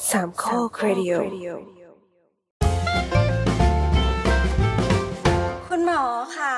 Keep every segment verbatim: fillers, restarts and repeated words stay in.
สามข้อครดิโอคุณหมอค่ะ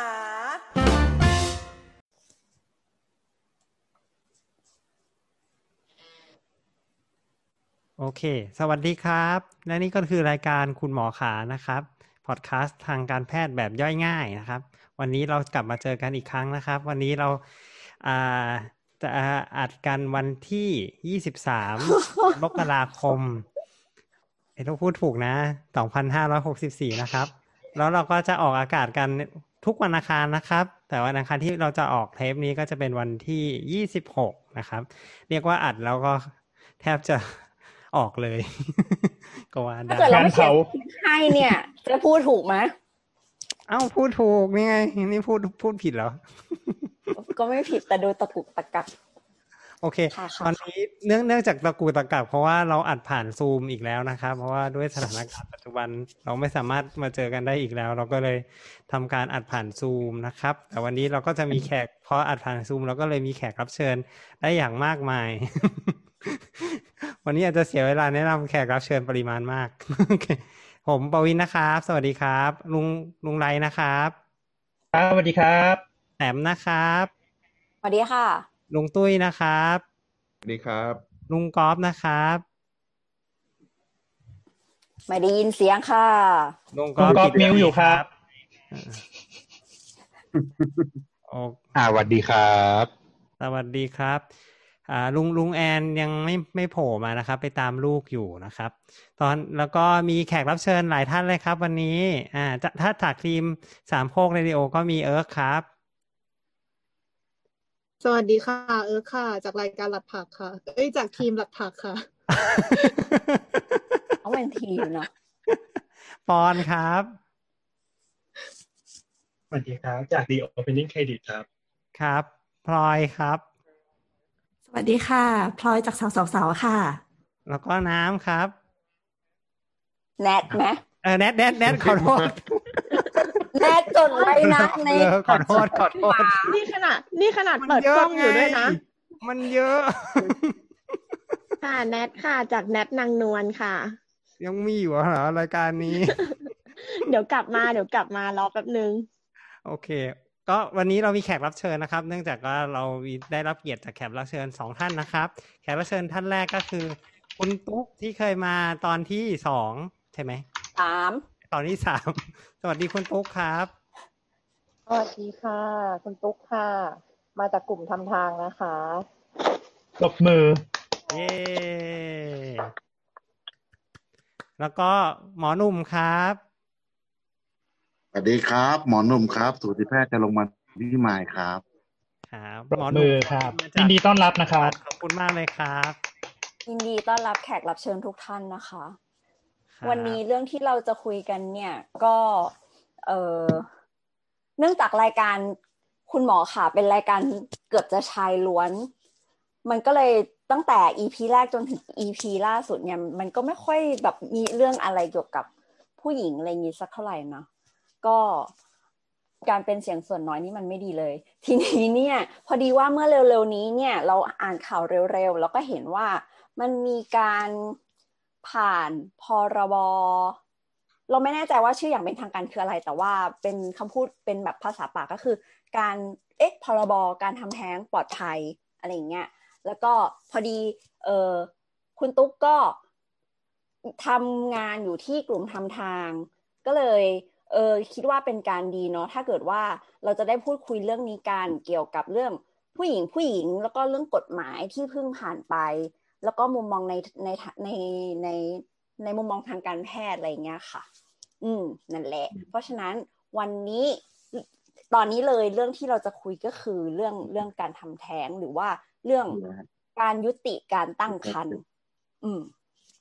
โอเคสวัสดีครับและนี่ก็คือรายการคุณหมอขานะครับพอดแคสต์ทางการแพทย์แบบย่อยง่ายนะครับวันนี้เรากลับมาเจอกันอีกครั้งนะครับวันนี้เราอ่าจะอัดกันวันที่ยี่สิบสาม มกราคมเอ้ต้องพูดถูกนะสองพันห้าร้อยหกสิบสี่นะครับแล้วเราก็จะออกอากาศกันทุกวันอังคารนะครับแต่วันอังคารที่เราจะออกเทปนี้ก็จะเป็นวันที่ยี่สิบหกนะครับเรียกว่าอัดแล้วก็แทบจะออกเลย ก็ว่าได้ถ้าเกิดเราไม่เขียนให้เนี่ยจะพูดถูกไหมเอ้าพูดถูกนี่ไงนี่พูดพูดผิดเหรอก็ไม่ผิดแต่ดูตะกุกตะกักโอเคตอนนี้เนื่องเนื่องจากตะกุกตะกักเพราะว่าเราอัดผ่านซูมอีกแล้วนะครับเพราะว่าด้วยสถานการณ์ปัจจุบันเราไม่สามารถมาเจอกันได้อีกแล้วเราก็เลยทำการอัดผ่านซูมนะครับแต่วันนี้เราก็จะมีแขกพออัดผ่านซูมเราก็เลยมีแขกรับเชิญได้อย่างมากมาย วันนี้อาจจะเสียเวลาแนะนำแขกรับเชิญปริมาณมาก ผมปวินนะครับสวัสดีครับลุงลุงไรนะครับครับสวัสดีครับแต้มนะครับสวัสดีค่ะลุงตุ้ยนะครับสวัสดีครับลุงก๊อฟนะครับไม่ได้ยินเสียงค่ะลุงก๊อฟมิวอยู่ครับโอ้อ่าสวัสดีครับสวัสดีครับอ่าลุงลุงแอนยังไม่ไม่โผล่มานะครับไปตามลูกอยู่นะครับตอนแล้วก็มีแขกรับเชิญหลายท่านเลยครับวันนี้อ่าถ้าจากทีมสามโคกเรดิโอก็มีเอิร์กครับสวัสดีค่ะเอิร์กค่ะจากรายการหลัดผักค่ะเอ้ยจากทีมหลัดผักค่ะเอาเป็นทีมเนาะปอนครับสวัสดีครับจาก The Opening Credit ครับครับพลอยครับสวัสดีค่ะพลอยจากสาวๆๆค่ะแล้วก็น้ำครับแนทไหมเออแนทแนทแนทขอโทษแนทจดไว้นะในขอโทษขอโทษนี่ขนาดนี่ขนาดเปิดกล้องอยู่ด้วยนะมันเยอะค่ะแนทค่ะจากแนทนางนวลค่ะยังมีอยู่เหรอรายการนี้เดี๋ยวกลับมาเดี๋ยวกลับมารอแป๊บนึงโอเคก็วันนี้เรามีแขกรับเชิญนะครับเนื่องจากว่าเราได้รับเกียรติจากแขกรับเชิญสองท่านนะครับแขกรับเชิญท่านแรกก็คือคุณตุ๊กที่เคยมาตอนที่สองใช่ไหมสามตอนที่สามสวัสดีคุณตุ๊กครับสวัสดีค่ะคุณตุ๊กค่ะมาจากกลุ่มทำทางนะคะตบมือเย้แล้วก็หมอหนุ่มครับสวัสดีครับหมอหนุ่มครับสูติแพทย์จะลงมาวิมายครับครับหมอหนุ่มครับยินดีต้อนรับนะครับขอบคุณมากเลยครับยินดีต้อนรับแขกรับเชิญทุกท่านนะคะวันนี้เรื่องที่เราจะคุยกันเนี่ยก็เออเนื่องจากรายการคุณหมอค่ะเป็นรายการเกือบจะชายล้วนมันก็เลยตั้งแต่ อี พี แรกจนถึง อี พี ล่าสุดเนี่ยมันก็ไม่ค่อยแบบมีเรื่องอะไรเกี่ยวกับผู้หญิงอะไรอย่างงี้สักเท่าไหร่นะก็การเป็นเสียงส่วนน้อยนี่มันไม่ดีเลยทีนี้เนี่ยพอดีว่าเมื่อเร็วๆนี้เนี่ยเราอ่านข่าวเร็วๆแล้วก็เห็นว่ามันมีการผ่านพรบเราไม่แน่ใจว่าชื่ออย่างเป็นทางการคืออะไรแต่ว่าเป็นคำพูดเป็นแบบภาษาปากก็คือการเอ๊ะพรบการทำแท้งปลอดภัยอะไรอย่างเงี้ยแล้วก็พอดีเออคุณตุ๊กก็ทำงานอยู่ที่กลุ่มทำทางก็เลยเออคิดว่าเป็นการดีเนาะถ้าเกิดว่าเราจะได้พูดคุยเรื่องนี้กันเกี่ยวกับเรื่องผู้หญิงผู้หญิงแล้วก็เรื่องกฎหมายที่เพิ่งผ่านไปแล้วก็มุมมองในในในในในมุมมองทางการแพทย์อะไรเงี้ยค่ะอืมนั่นแหละเพราะฉะนั้นวันนี้ตอนนี้เลยเรื่องที่เราจะคุยก็คือเรื่องเรื่องการทำแท้งหรือว่าเรื่องการยุติการตั้งครรภ์อืม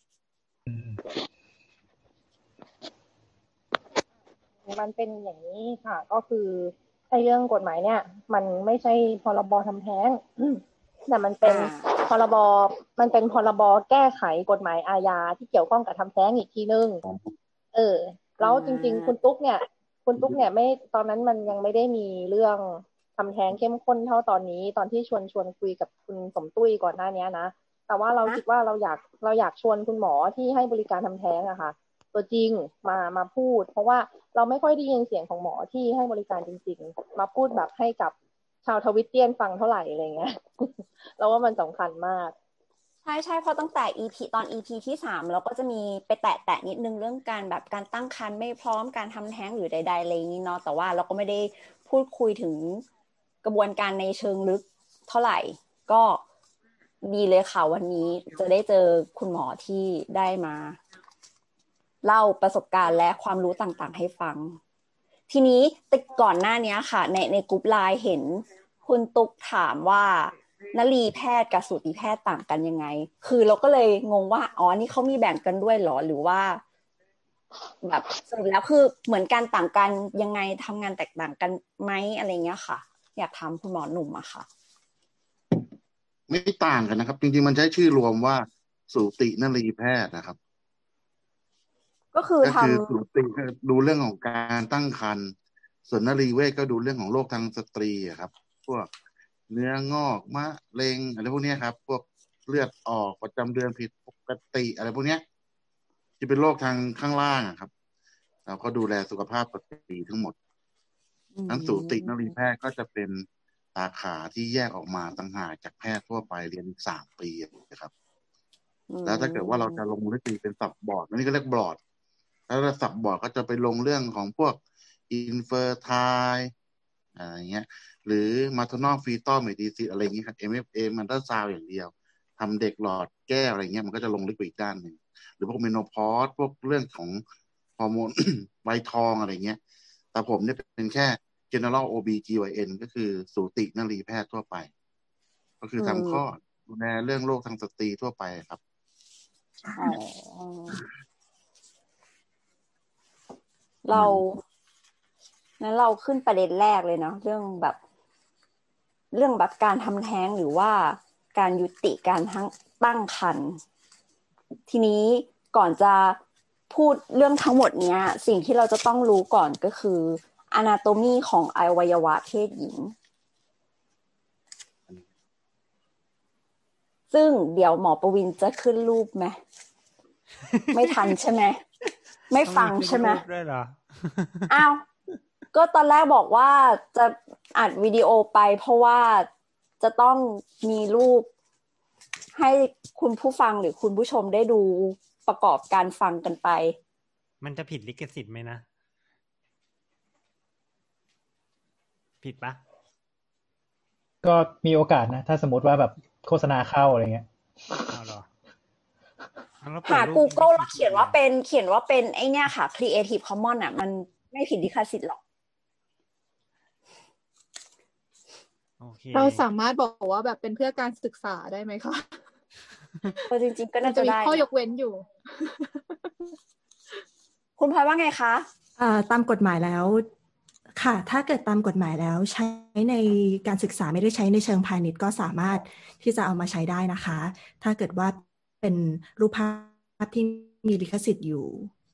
มันเป็นอย่างนี้ค่ะก็คือไอ้เรื่องกฎหมายเนี่ยมันไม่ใช่พรบทำแท้งแต่มันเป็นพรบมันเป็นพรบแก้ไขกฎหมายอาญาที่เกี่ยวข้องกับทำแท้งอีกทีนึงเออแล้วจริงๆคุณตุ๊กเนี่ยคุณตุ๊กเนี่ยไม่ตอนนั้นมันยังไม่ได้มีเรื่องทำแท้งเข้มข้นเท่าตอนนี้ตอนที่ชวนชวนคุยกับคุณสมตุ้ยก่อนหน้านี้นะแต่ว่าเรานะคิดว่าเราอยากเราอยากชวนคุณหมอที่ให้บริการทำแท้งอะค่ะตัวจริงมามาพูดเพราะว่าเราไม่ค่อยได้ยินเสียงของหมอที่ให้บริการจริงๆมาพูดแบบให้กับชาวทวิตเตียนฟังเท่าไหร่อะไรเงี้ย เราว่ามันสำคัญมากใช่ใช่เพราะตั้งแต่ อี พี ตอน อี พี ที่สามเราก็จะมีไปแตะแตะนิดนึงเรื่องการแบบการตั้งครรภ์ไม่พร้อมการทำแท้งหรือใดๆอะไรอย่างนี้เนาะแต่ว่าเราก็ไม่ได้พูดคุยถึงกระบวนการในเชิงลึกเท่าไหร่ก็ดีเลยค่ะวันนี้จะได้เจอคุณหมอที่ได้มาเล่าประสบการณ์และความรู้ต่างๆให้ฟังทีนี้แต่ก่อนหน้านี้ค่ะในในกลุ่มไลน์เห็นคุณตุ๊กถามว่านลีแพทย์กับสูติแพทย์ต่างกันยังไงคือเราก็เลยงงว่าอ๋อนี่เขามีแบ่งกันด้วยเหรอหรือว่าแบบสรุปแล้วคือเหมือนกันต่างกันยังไงทำงานแตกต่างกันไหมอะไรเงี้ยค่ะอยากถามคุณหมอหนุ่มอะค่ะไม่ต่างกันนะครับจริงๆมันใช้ชื่อรวมว่าสูตินรีแพทย์นะครับก็คือก็ทคือสูติก็ดูเรื่องของการตั้งครรภ์ส่วนนรีเวชก็ดูเรื่องของโรคทางสตรีอะครับพวกเนื้องอกมะเร็งอะไรพวกนี้ครับพวกเลือดออกประจำเดือนผิดปกติอะไรพวกนี้ที่เป็นโรคทางข้างล่างอะครับเราก็ดูแลสุขภาพสตรีทั้งหมดทั้งสูตินรีแพทย์ก็จะเป็นสาขาที่แยกออกมาต่างหากจากแพทย์ทั่วไปเรียนอีกสามปีนะครับแล้วถ้าเกิดว่าเราจะลงมือตีเป็นสับบอร์ดอันนี้ก็เรียกบอร์ดแล้วสับบอร์ดก็จะไปลงเรื่องของพวกอินเฟอร์ไทล์อะไรเงี้ยหรือมาทอนอลฟีตอลเมดิซินอะไรเงี้ยครับ เอ็ม เอฟ เอ มันต้องซาวอย่างเดียวทำเด็กหลอดแก้วอะไรเงี้ยมันก็จะลงลึกไปอีกด้านหนึ่งหรือพวกเมโนพอสพวกเรื่องของฮอร์โมน ไวทองอะไรเงี้ยแต่ผมเนี่ยเป็นแค่ general โอ บี จี วาย เอ็น ก็คือสูตินรีแพทย์ทั่วไปก็คือทำคลอดดูแลเรื่องโรคทางสตรีทั่วไปครับอ๋อเรานั้นเราขึ้นประเด็นแรกเลยเนาะเรื่องแบบเรื่องแบบการทำแท้งหรือว่าการยุติการทั้งตั้งครรภ์ทีนี้ก่อนจะพูดเรื่องทั้งหมดเนี้ยสิ่งที่เราจะต้องรู้ก่อนก็คือ anatomy ของอวัยวะเพศหญิงซึ่งเดี๋ยวหมอประวินจะขึ้นรูปไหม ไม่ทันใช่ไหมไม่ฟังใช่ไหมด้วยเหรออ้าวก็ตอนแรกบอกว่าจะอัดวิดีโอไปเพราะว่าจะต้องมีรูปให้คุณผู้ฟังหรือคุณผู้ชมได้ดูประกอบการฟังกันไปมันจะผิดลิขสิทธิ์ไหมนะผิดปะก็มีโอกาสนะถ้าสมมติว่าแบบโฆษณาเข้าอะไรเงี้ยเอาหรอหา Google แล้วเขียนว่าเป็นเขียนว่าเป็นไอเนี้ยค่ะ Creative Commons อ่ะมันไม่ผิดลิขสิทธิ์หรอกเราสามารถบอกว่าแบบเป็นเพื่อการศึกษาได้ไหมคะเออจริงๆก็น่าจะได้มีข้อยกเว้นอยู่คุณพลอยว่าไงคะอ่าตามกฎหมายแล้วค่ะถ้าเกิดตามกฎหมายแล้วใช้ในการศึกษาไม่ได้ใช้ในเชิงพาณิชย์ก็สามารถที่จะเอามาใช้ได้นะคะถ้าเกิดว่าเป็นรูปภาพที่มีลิขสิทธิ์อยู่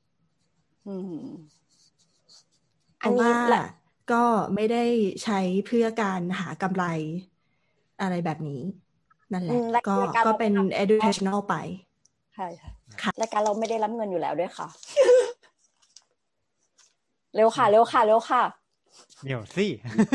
เพราะว่าก็ไม่ได้ใช้เพื่อการหากำไรอะไรแบบนี้นั่นแหละก็ก็เป็น educational ไปใช่ค่ะรายการเราไม่ได้รับเงินอยู่แล้วด้วยค่ะเร็วค่ะเร็วค่ะเร็วค่ะเดี๋ยวสิ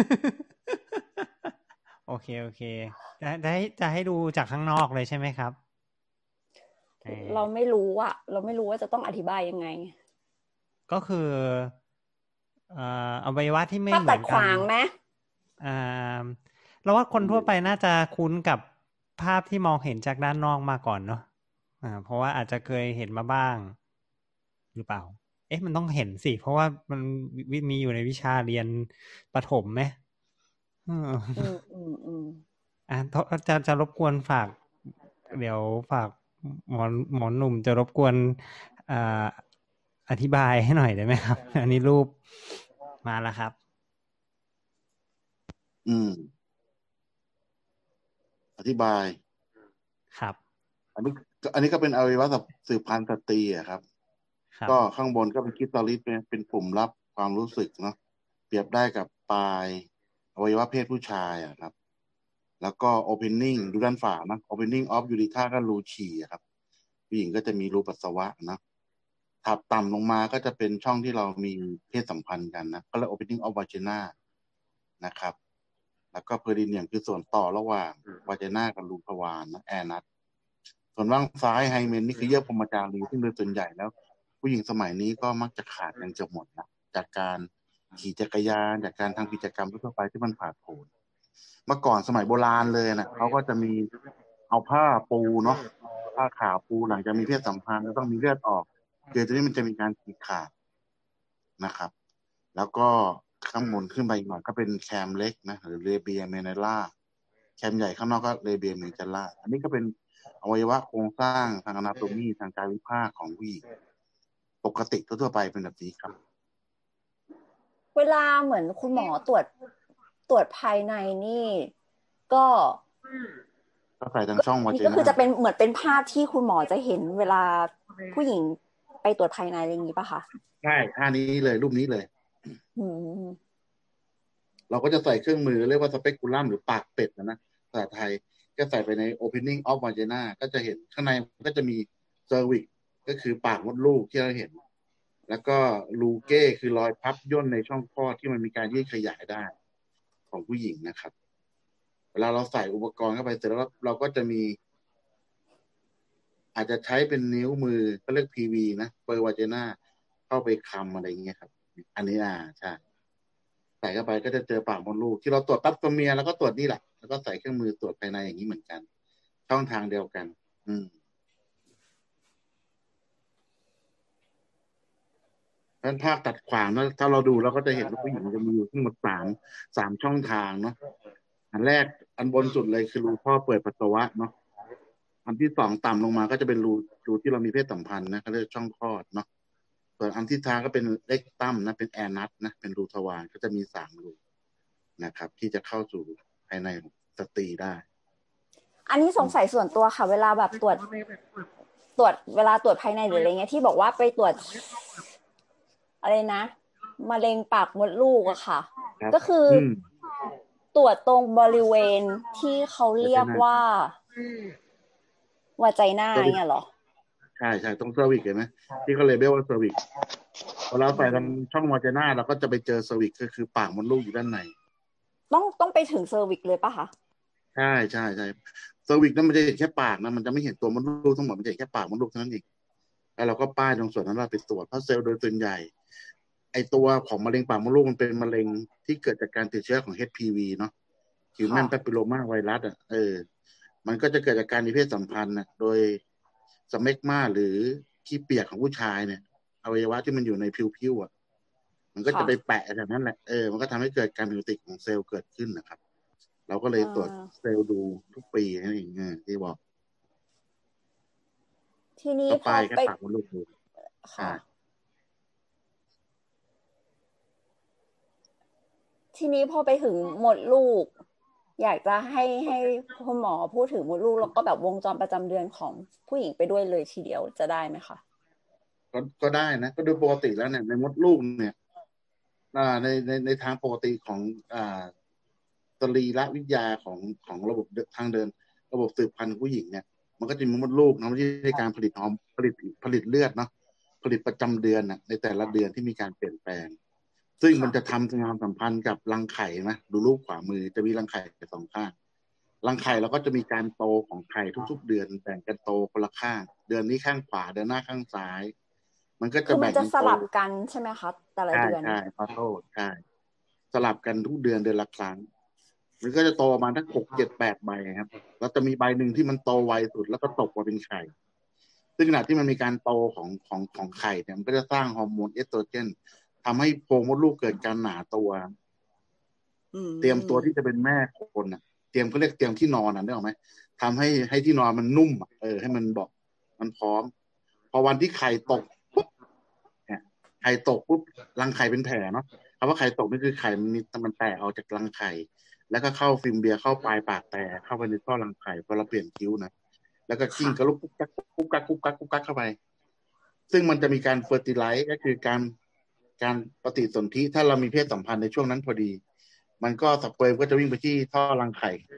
โอเคโอเคจะจะให้จะให้ดูจากข้างนอกเลยใช่ไหมครับเราไม่รู้อะเราไม่รู้ว่าจะต้องอธิบายยังไงก็คือเอ่ออวัยวะที่ไม่เหมือนกันตัดขวางไหมอ่าเราว่าคนทั่วไปน่าจะคุ้นกับภาพที่มองเห็นจากด้านนอกมาก่อนเนาะอ่าเพราะว่าอาจจะเคยเห็นมาบ้างหรือเปล่าเอ๊ะมันต้องเห็นสิเพราะว่ามันมีอยู่ในวิชาเรียนประถมไหมอืมอืมอืมอ่าจะจะรบกวนฝากเดี๋ยวฝากหมอหมอหนุ่มจะรบกวนอ่าอธิบายให้หน่อยได้ไหมครับอันนี้รูปมาแล้วครับอืมอธิบายครับอันนี้อันนี้ก็เป็นอวัยวะสืบพันธุ์สตรีอะครับก็ข้างบนก็เป็นคลิตอริสเป็นเป็นปุ่มรับความรู้สึกเนาะเปรียบได้กับปลายอวัยวะเพศผู้ชายอะครับแล้วก็ opening ดูด้านฝานะ opening of urethra ก็รูฉี่ครับผู้หญิงก็จะมีรูปัสสาวะนะถัดต่ำลงมาก็จะเป็นช่องที่เรามีเพศสัมพันธ์กันนะก็เรียก opening of vagina นะครับแล้วก็ perineum คือส่วนต่อระหว่าง vagina กับรูทวารนะ anus ส่วนว่างซ้ายไฮเมนนี่คือเยื่อพรหมจารีซึ่งโดยส่วนใหญ่แล้วผู้หญิงสมัยนี้ก็มักจะขาดกันเกือบหมดนะจากการขี่จักรยานจากการทำกิจกรรมทั่วไปที่มันผาดโผนเมื่อก่อนสมัยโบราณเลยนะเขาก็จะมีเอาผ้าปูเนาะผ้าขาวปูหลังจากมีเพศสัมพันธ์แล้วต้องมีเลือดออกเดี๋ยวนี้มันจะมีการฉีกขาดนะครับแล้วก็ข้างบนขึ้นไปอีกหน่อยก็เป็นแคมเล็กนะหรือเรเบียเมเนล่าแคมใหญ่ข้างนอกก็เรเบียเมเนล่าอันนี้ก็เป็นอวัยวะโครงสร้างทางอนาโตมีทางกายวิภาคของผู้หญิงปกติทั่วไปเป็นแบบนี้ครับเวลาเหมือนคุณหมอตรวจตรวจภายในนี่ก็ก็ใส่ทางช่องวาเจน่านี่ก็คือจะเป็นเหมือนเป็นภาพที่คุณหมอจะเห็นเวลาผู้หญิงไปตรวจภายในอะไรอย่างนี้ป่ะคะใช่ท่านี้เลยรูปนี้เลยเราก็จะใส่เครื่องมือเรียกว่าสเปกุลัมหรือปากเป็ดนะนะภาษาไทยก็ใส่ไปใน opening of vagina ก็จะเห็นข้างในก็จะมี cervix ก็คือปากมดลูกที่เราเห็นแล้วก็ลูเก้คือรอยพับย่นในช่องคลอดที่มันมีการยืดขยายได้ของผู้หญิงนะครับเวลาเราใส่อุปกรณ์เข้าไปเสร็จแล้วเราก็จะมีอาจจะใช้เป็นนิ้วมือก็เรียก พี วี นะเปอร์วาเจน่าเข้าไปคำอะไรอย่างเงี้ยครับอันนี้อ่าใช่ใส่เข้าไปก็จะเจอปากมดลูกที่เราตรวจปั๊บตัวเมียแล้วก็ตรวจนี่แหละแล้วก็ใส่เครื่องมือตรวจภายในอย่างนี้เหมือนกันช่องทางเดียวกันอืมด้านภาพตัดขวางนะถ้าเราดูเราก็จะเห็นว่าผู้หญิงจะมีอยู่ทั้งหมดสามสามช่องทางเนาะอันแรกอันบนสุดเลยคือรูท่อเปิดปัสสาวะเนาะอันที่สองต่ำลงมาก็จะเป็นรูรูที่เรามีเพศสัมพันธ์นะเขาเรียกช่องคลอดเนาะส่วนอันที่ท้ายก็เป็นเล็กตั้มนะเป็นแอนัสนะเป็นรูทวารก็จะมีสามรูนะครับที่จะเข้าสู่ภายในสตรีได้อันนี้สงสัยส่วนตัวค่ะเวลาแบบตรวจตรวจเวลาตรวจภายในหรืออะไรเงี้ยที่บอกว่าไปตรวจอะไรนะมะเร็งปากมดลูกอะค่ะก็คือตรวจตรงบริเวณที่เขาเรียกว่าวาไจน่าเนี่ยเหรอใช่ใช่ตรงเซอร์วิกเห็นไหมที่เขาเลเบลว่าเซอร์วิกพอเราใส่ทางช่องวาไจน่าเราก็จะไปเจอเซอร์วิกก็คือปากมดลูกอยู่ด้านในต้องต้องไปถึงเซอร์วิกเลยป่ะคะใช่ใช่ใช่เซอร์วิกนั้นมันจะเห็นแค่ปากนะมันจะไม่เห็นตัวมดลูกทั้งหมดมันจะเห็นแค่ปากมดลูกเท่านั้นเองแล้วเราก็ป้ายตรงส่วนนั้นเราไปตรวจเพราะเซลล์โดยส่วนใหญ่ไอตัวของมะเร็งปากมดลูกมันเป็นมะเร็งที่เกิดจากการติดเชื้อของ เอช พี วี เนาะ Human Papilloma Virus อ่ะเออมันก็จะเกิดจากการมีเพศสัมพันธ์นะโดยสเมกมาหรือขี้เปียกของผู้ชายเนี่ยอวัยวะที่มันอยู่ในผิวๆอ่ะมันก็จะไปแปะแบบนั้นแหละเออมันก็ทำให้เกิดการผิดปกติของเซลล์เกิดขึ้นนะครับเราก็เลยตรวจเซลล์ดูทุกปีนั่นเองที่บอกทีนี้พอไปปากมดลูกดูค่ะทีนี้พอไปถึงมดลูกอยากจะให้ให้คุณหมอพูดถึงมดลูกแล้วก็แบบวงจรประจำเดือนของผู้หญิงไปด้วยเลยทีเดียวจะได้ไหมคะก็ก็ได้นะก็โดยปกติแล้วเนี่ยในมดลูกเนี่ยในในในทางปกติของอ่าสรีรวิทยาของของระบบทางเดินระบบสืบพันธุ์ผู้หญิงเนี่ยมันก็จะมีมดลูกนะที่ในการผลิตฮอร์โมนผลิตผลิตเลือดเนาะผลิตประจำเดือนนะในแต่ละเดือนที่มีการเปลี่ยนแปลงซึ่งมันจะทำงานสัมพันธ์กับรังไข่นะดูรูปขวามือจะมีรังไข่สองข้างรังไข่เราก็จะมีการโตของไข่ทุกๆเดือนแบ่งกันโตคนละข้างเดือนนี้ข้างขวาเดือนหน้าข้างซ้ายมันก็จะแบ่งกันสลับกันใช่ไหมครับแต่ละเดือนใช่ขอโทษใช่สลับกันทุกเดือนเดือนละครั้งมันก็จะโตประมาณทั้งหกเจ็ดแปดใบครับแล้วจะมีใบหนึ่งที่มันโตไวสุดแล้วก็ตกมาเป็นไข่ซึ่งขณะที่มันมีการโตของของของไข่เนี่ยมันก็จะสร้างฮอร์โมนเอสโตรเจนทำให้โพรงมดลูกเกิดการหนาตัวเตรียมตัวที่จะเป็นแม่คนอ่ะเตรียมก็เรียกเตรียมที่นอนอ่ะได้หรอไหมทำให้ให้ที่นอนมันนุ่มอ่ะเออให้มันบอกมันพร้อมพอวันที่ไข่ตกปุ๊บเนี่ยไข่ตกปุ๊บรังไข่เป็นแผลเนาะคำว่าไข่ตกนี่คือไข่มันมีมันแตกออกจากรังไข่แล้วก็เข้าฟิล์มเบียร์เข้าปลายปากแตกเข้าไปในท่อรังไข่พอเราเปลี่ยนคิ้วนะแล้วก็กิ้งกระลุกกุ๊กกักกุ๊กกักกุ๊กกักกุ๊กกักเข้าไปซึ่งมันจะมีการเฟอร์ติไลซ์ก็คือการการปฏิสนธิถ้าเรามีเพศสัมพันธ์ในช่วงนั้นพอดีมันก็สเปิร์มก็จะวิ่งไปที่ท่อรังไข่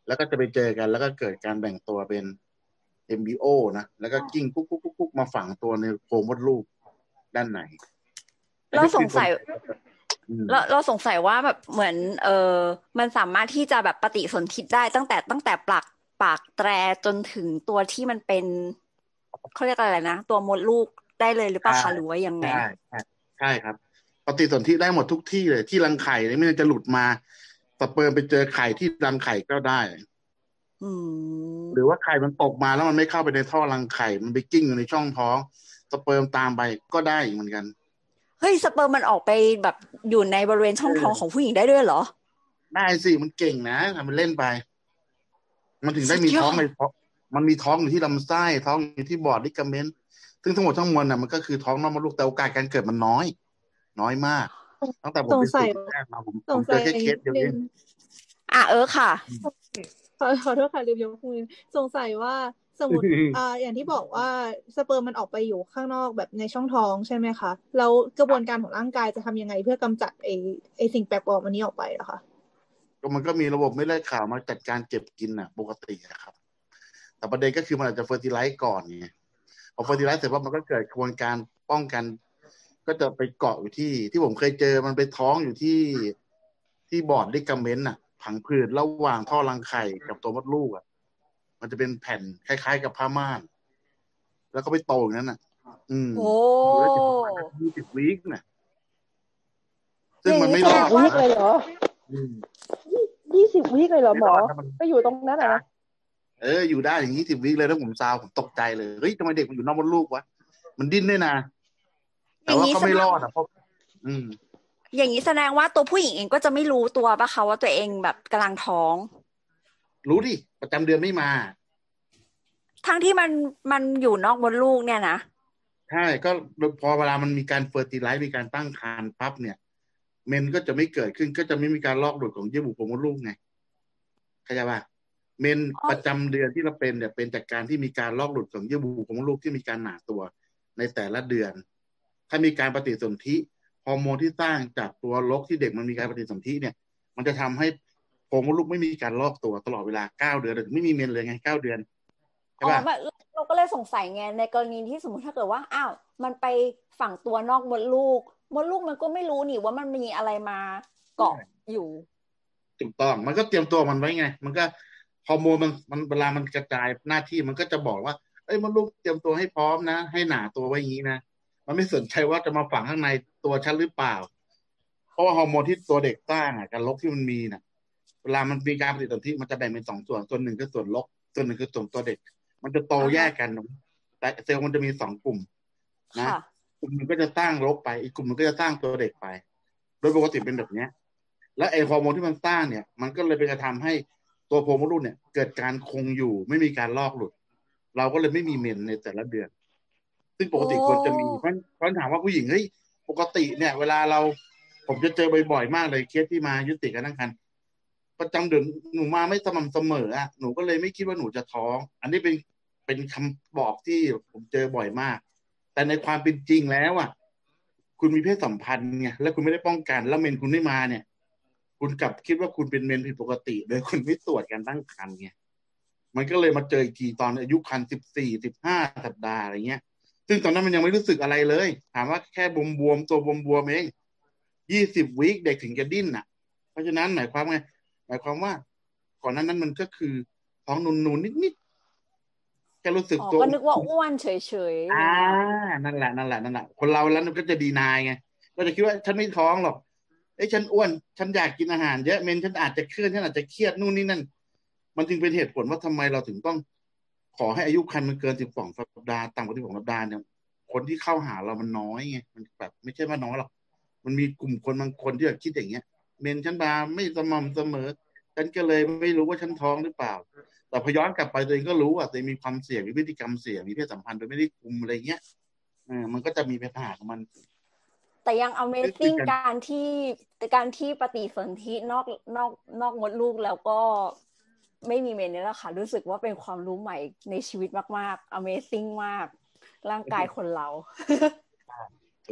แล้วก็จะไปเจอกันแล้วก็เกิดการแบ่งตัวเป็น เอ็ม บี โอ นะแล้วก็กิ้งกุ๊กกุ๊กกุ๊กมาฝังตัวในโพรงมดลูกด้านในเราสงสัยเราเราสงสัยว่าแบบเหมือนเออมันสามารถที่จะแบบปฏิสนธิได้ตั้งแต่ตั้งแต่ปากปากแตรจนถึงตัวที่มันเป็นเขาเรียกอะไรนะตัวมดลูกได้เลยหรือเปล่าคะหรือว่ายังไงใช่ใช่ครับปฏิสนธิได้หมดทุกที่เลยที่รังไข่เนี่ยไม่จะหลุดมาสเปิร์มไปเจอไข่ที่รังไข่ก็ได้หรือว่าไข่มันตกมาแล้วมันไม่เข้าไปในท่อรังไข่มันไปกิ้งอยู่ในช่องท้องสเปิร์มตามไปก็ได้เหมือนกันเฮ้ยสเปิร์มมันออกไปแบบอยู่ในบริเวณช่องท้องของผู้หญิงได้ด้วยเหรอได้สิมันเก่งนะทำมันเล่นไปมันถึงได้มีท้องในท้องมันมีท้องอยู่ที่ลำไส้ท้องอยู่ที่บอร์ดลิกาเมนต์ซึ่งทั้งหมดทั้งมวลน่ะมันก็คือท้องนอกมดลูกแต่โอกาสการเกิดมันน้อยน้อยมากตั้งแต่ผมไปฝึกแรกมาผมผมเจอแค่เคสเดียวเองอ่ะเออค่ะขอขอโทษค่ะลืมยกมือสงสัยว่าสมมติอ่าอย่างที่บอกว่าสเปิร์มมันออกไปอยู่ข้างนอกแบบในช่องท้องใช่ไหมคะแล้วกระบวนการของร่างกายจะทำยังไงเพื่อกำจัดไอไอสิ่งแปลกปลอมอันนี้ออกไปอะคะก็มันก็มีระบบไม่เลือดขาวมาจัดการเก็บกินน่ะปกติครับแต่ประเด็นก็คือมันอาจจะเฟอร์ติไลซ์ก่อนไงพอเฟอร์ติไลซ์เสร็จว่ามันก็เกิดกระบวนการป้องกันก็จะไปเกาะอยู่ที่ที่ผมเคยเจอมันไปท้องอยู่ที่ที่บอร์ดลิกาเมนต์น่ะผังผืดระหว่างท่อรังไข่กับตัวมดลูกอ่ะมันจะเป็นแผ่นคล้ายๆกับผ้าม่านแล้วก็ไปโตอย่างนั้นน่ะอืมโอ้แล้วถึงประมาณยี่สิบวีคน่ะซึ่งมันไม่รอดวีคเลยเหรอยี่สิบวีคเลยเหรอหมอไปอยู่ตรงนั้นอ่ะนะเอออยู่ได้อย่างยี่สิบวีคเลยแล้วผมซาวผมตกใจเลยเฮ้ยทำไมเด็กมันอยู่นอกมดลูกวะมันดิ้นด้วยนะแต่ว่าก็ไม่รอดอ่ะเพราะอืมอย่างนี้แสดงว่าตัวผู้หญิงเองก็จะไม่รู้ตัวป่ะคะว่าตัวเองแบบกำลังท้องรู้ดิประจำเดือนไม่มาทั้งที่มันมันอยู่นอกมดลูกเนี่ยนะใช่ก็พอเวลามันมีการเฟอร์ติไลซ์มีการตั้งครรภ์ปั๊บเนี่ยเมนก็จะไม่เกิดขึ้นก็จะไม่มีการลอกหลุดของเยื่อบุโพรงมดลูกไงเข้าใจป่ะเมนประจำเดือนที่เราเป็นเนี่ยเป็นจากการที่มีการลอกหลุดของเยื่อบุโพรงมดลูกที่มีการหนาตัวในแต่ละเดือนถ้ามีการปฏิสนธิฮอร์โมนที่สร้างจากตัวลกที่เด็กมันมีการปฏิสนธิเนี่ยมันจะทำให้โพรงมดลูกไม่มีการลอกตัวตลอดเวลาเก้าเดือนไม่มีเมนเลยไงเก้าเดือนใช่ป่ะเราก็เลยสงสัยไงในกรณีที่สมมติถ้าเกิดว่าอ้าวมันไปฝังตัวนอกมดลูกมดลูกมันก็ไม่รู้นี่ว่ามันมีอะไรมาเกาะอยู่ถูกต้องมันก็เตรียมตัวมันไว้ไงมันก็ฮอร์โมนมันมันเวลามันกระจายหน้าที่มันก็จะบอกว่าเอ้ยมดลูกเตรียมตัวให้พร้อมนะให้หนาตัวไว้อย่างนี้นะมันไม่สนใจว่าจะมาฝังข้างในตัวฉันหรือเปล่าเพราะว่าฮอร์โมนที่ตัวเด็กสร้างอ่ะกับลกที่มันมีน่ะเวลามันมีการปฏิสนธิมันจะแบ่งเป็นสองส่วนส่วนหนึ่งคือส่วนลกส่วนหนึ่งคือส่วนตัวเด็กมันจะโตแยกกันแต่เซลล์มันจะมีสองกลุ่มนะกลุ่มนึงก็จะสร้างลกไปอีกกลุ่มนึงก็จะสร้างตัวเด็กไปโดยปกติเป็นแบบนี้แล้วไอ้ฮอร์โมนที่มันสร้างเนี่ยมันก็เลยไปกระทำให้ตัวโพรงมดลูกเนี่ยเกิดการคงอยู่ไม่มีการลอกหลุดเราก็เลยไม่มีเมนในแต่ละเดือนซึ่งปกติควรจะมีเพราะเพราะถามว่าผู้หญิงเฮ้ยปกติเนี่ยเวลาเราผมจะเจอบ่อยๆมากเลยเคสที่มายุติการตั้งครรภ์ประจำเดือนหนูมาไม่สม่ำเสมออ่ะหนูก็เลยไม่คิดว่าหนูจะท้องอันนี้เป็นเป็นคำบอกที่ผมเจอบ่อยมากแต่ในความเป็นจริงแล้วอ่ะคุณมีเพศสัมพันธ์ไงแล้วคุณไม่ได้ป้องกันแล้วเมนคุณไม่มาเนี่ยคุณกลับคิดว่าคุณเป็นเมนผิดปกติโดยคุณไม่ตรวจการตั้งครรภ์ไงมันก็เลยมาเจออีกทีตอนอายุครรภ์สิบสี่ สิบห้าสัปดาห์อะไรเงี้ยซึ่งตอนนั้นมันยังไม่รู้สึกอะไรเลยถามว่าแค่บวมๆตัวบวมๆเองยี่สิบวีคเด็กถึงจะดิ้นน่ะเพราะฉะนั้นหมายความไงหมายความว่าก่อนนั้นนั้นมันก็คือท้องนูนๆนิดๆแค่รู้สึกตัวก็นึกว่าอ้วนเฉยๆอ่านั่นแหละนั่นแหละนั่นแหละคนเราแล้วมันก็จะดีนายไงก็จะคิดว่าฉันไม่ท้องหรอกเอ้ยฉันอ้วนฉันอยากกินอาหารเยอะเมนฉันอาจจะเคลื่อนฉันอาจจะเครียดนู่นนี่นั่นมันจึงเป็นเหตุผลว่าทำไมเราถึงต้องขอให้อายุครรภ์มันเกินสิบสองสัปดาห์ต่ำกว่าสิบสองสัปดาห์เนี่ยคนที่เข้าหาเรามันน้อยไงมันแบบไม่ใช่ว่าน้อยหรอกมันมีกลุ่มคนบางคนที่แบบคิดอย่างเงี้ยเมนฉันมาไม่สม่ำเสมอฉันก็เลยไม่รู้ว่าฉันท้องหรือเปล่าแต่พอย้อนกลับไปตัวเองก็รู้ว่าตัวเองมีความเสี่ยงมีพฤติกรรมเสี่ยงมีเพศสัมพันธ์โดยไม่ได้คุมอะไรเงี้ยอ่ามันก็จะมีปัญหาของมันแต่ยัง Amazing การที่การที่ปฏิสนธินอกนอกนอกมดลูกแล้วก็ไม่มีเมนนี่แหละค่ะรู้สึกว่าเป็นความรู้ใหม่ในชีวิตมากๆ Amazing มากร่างกายคนเราถูกถ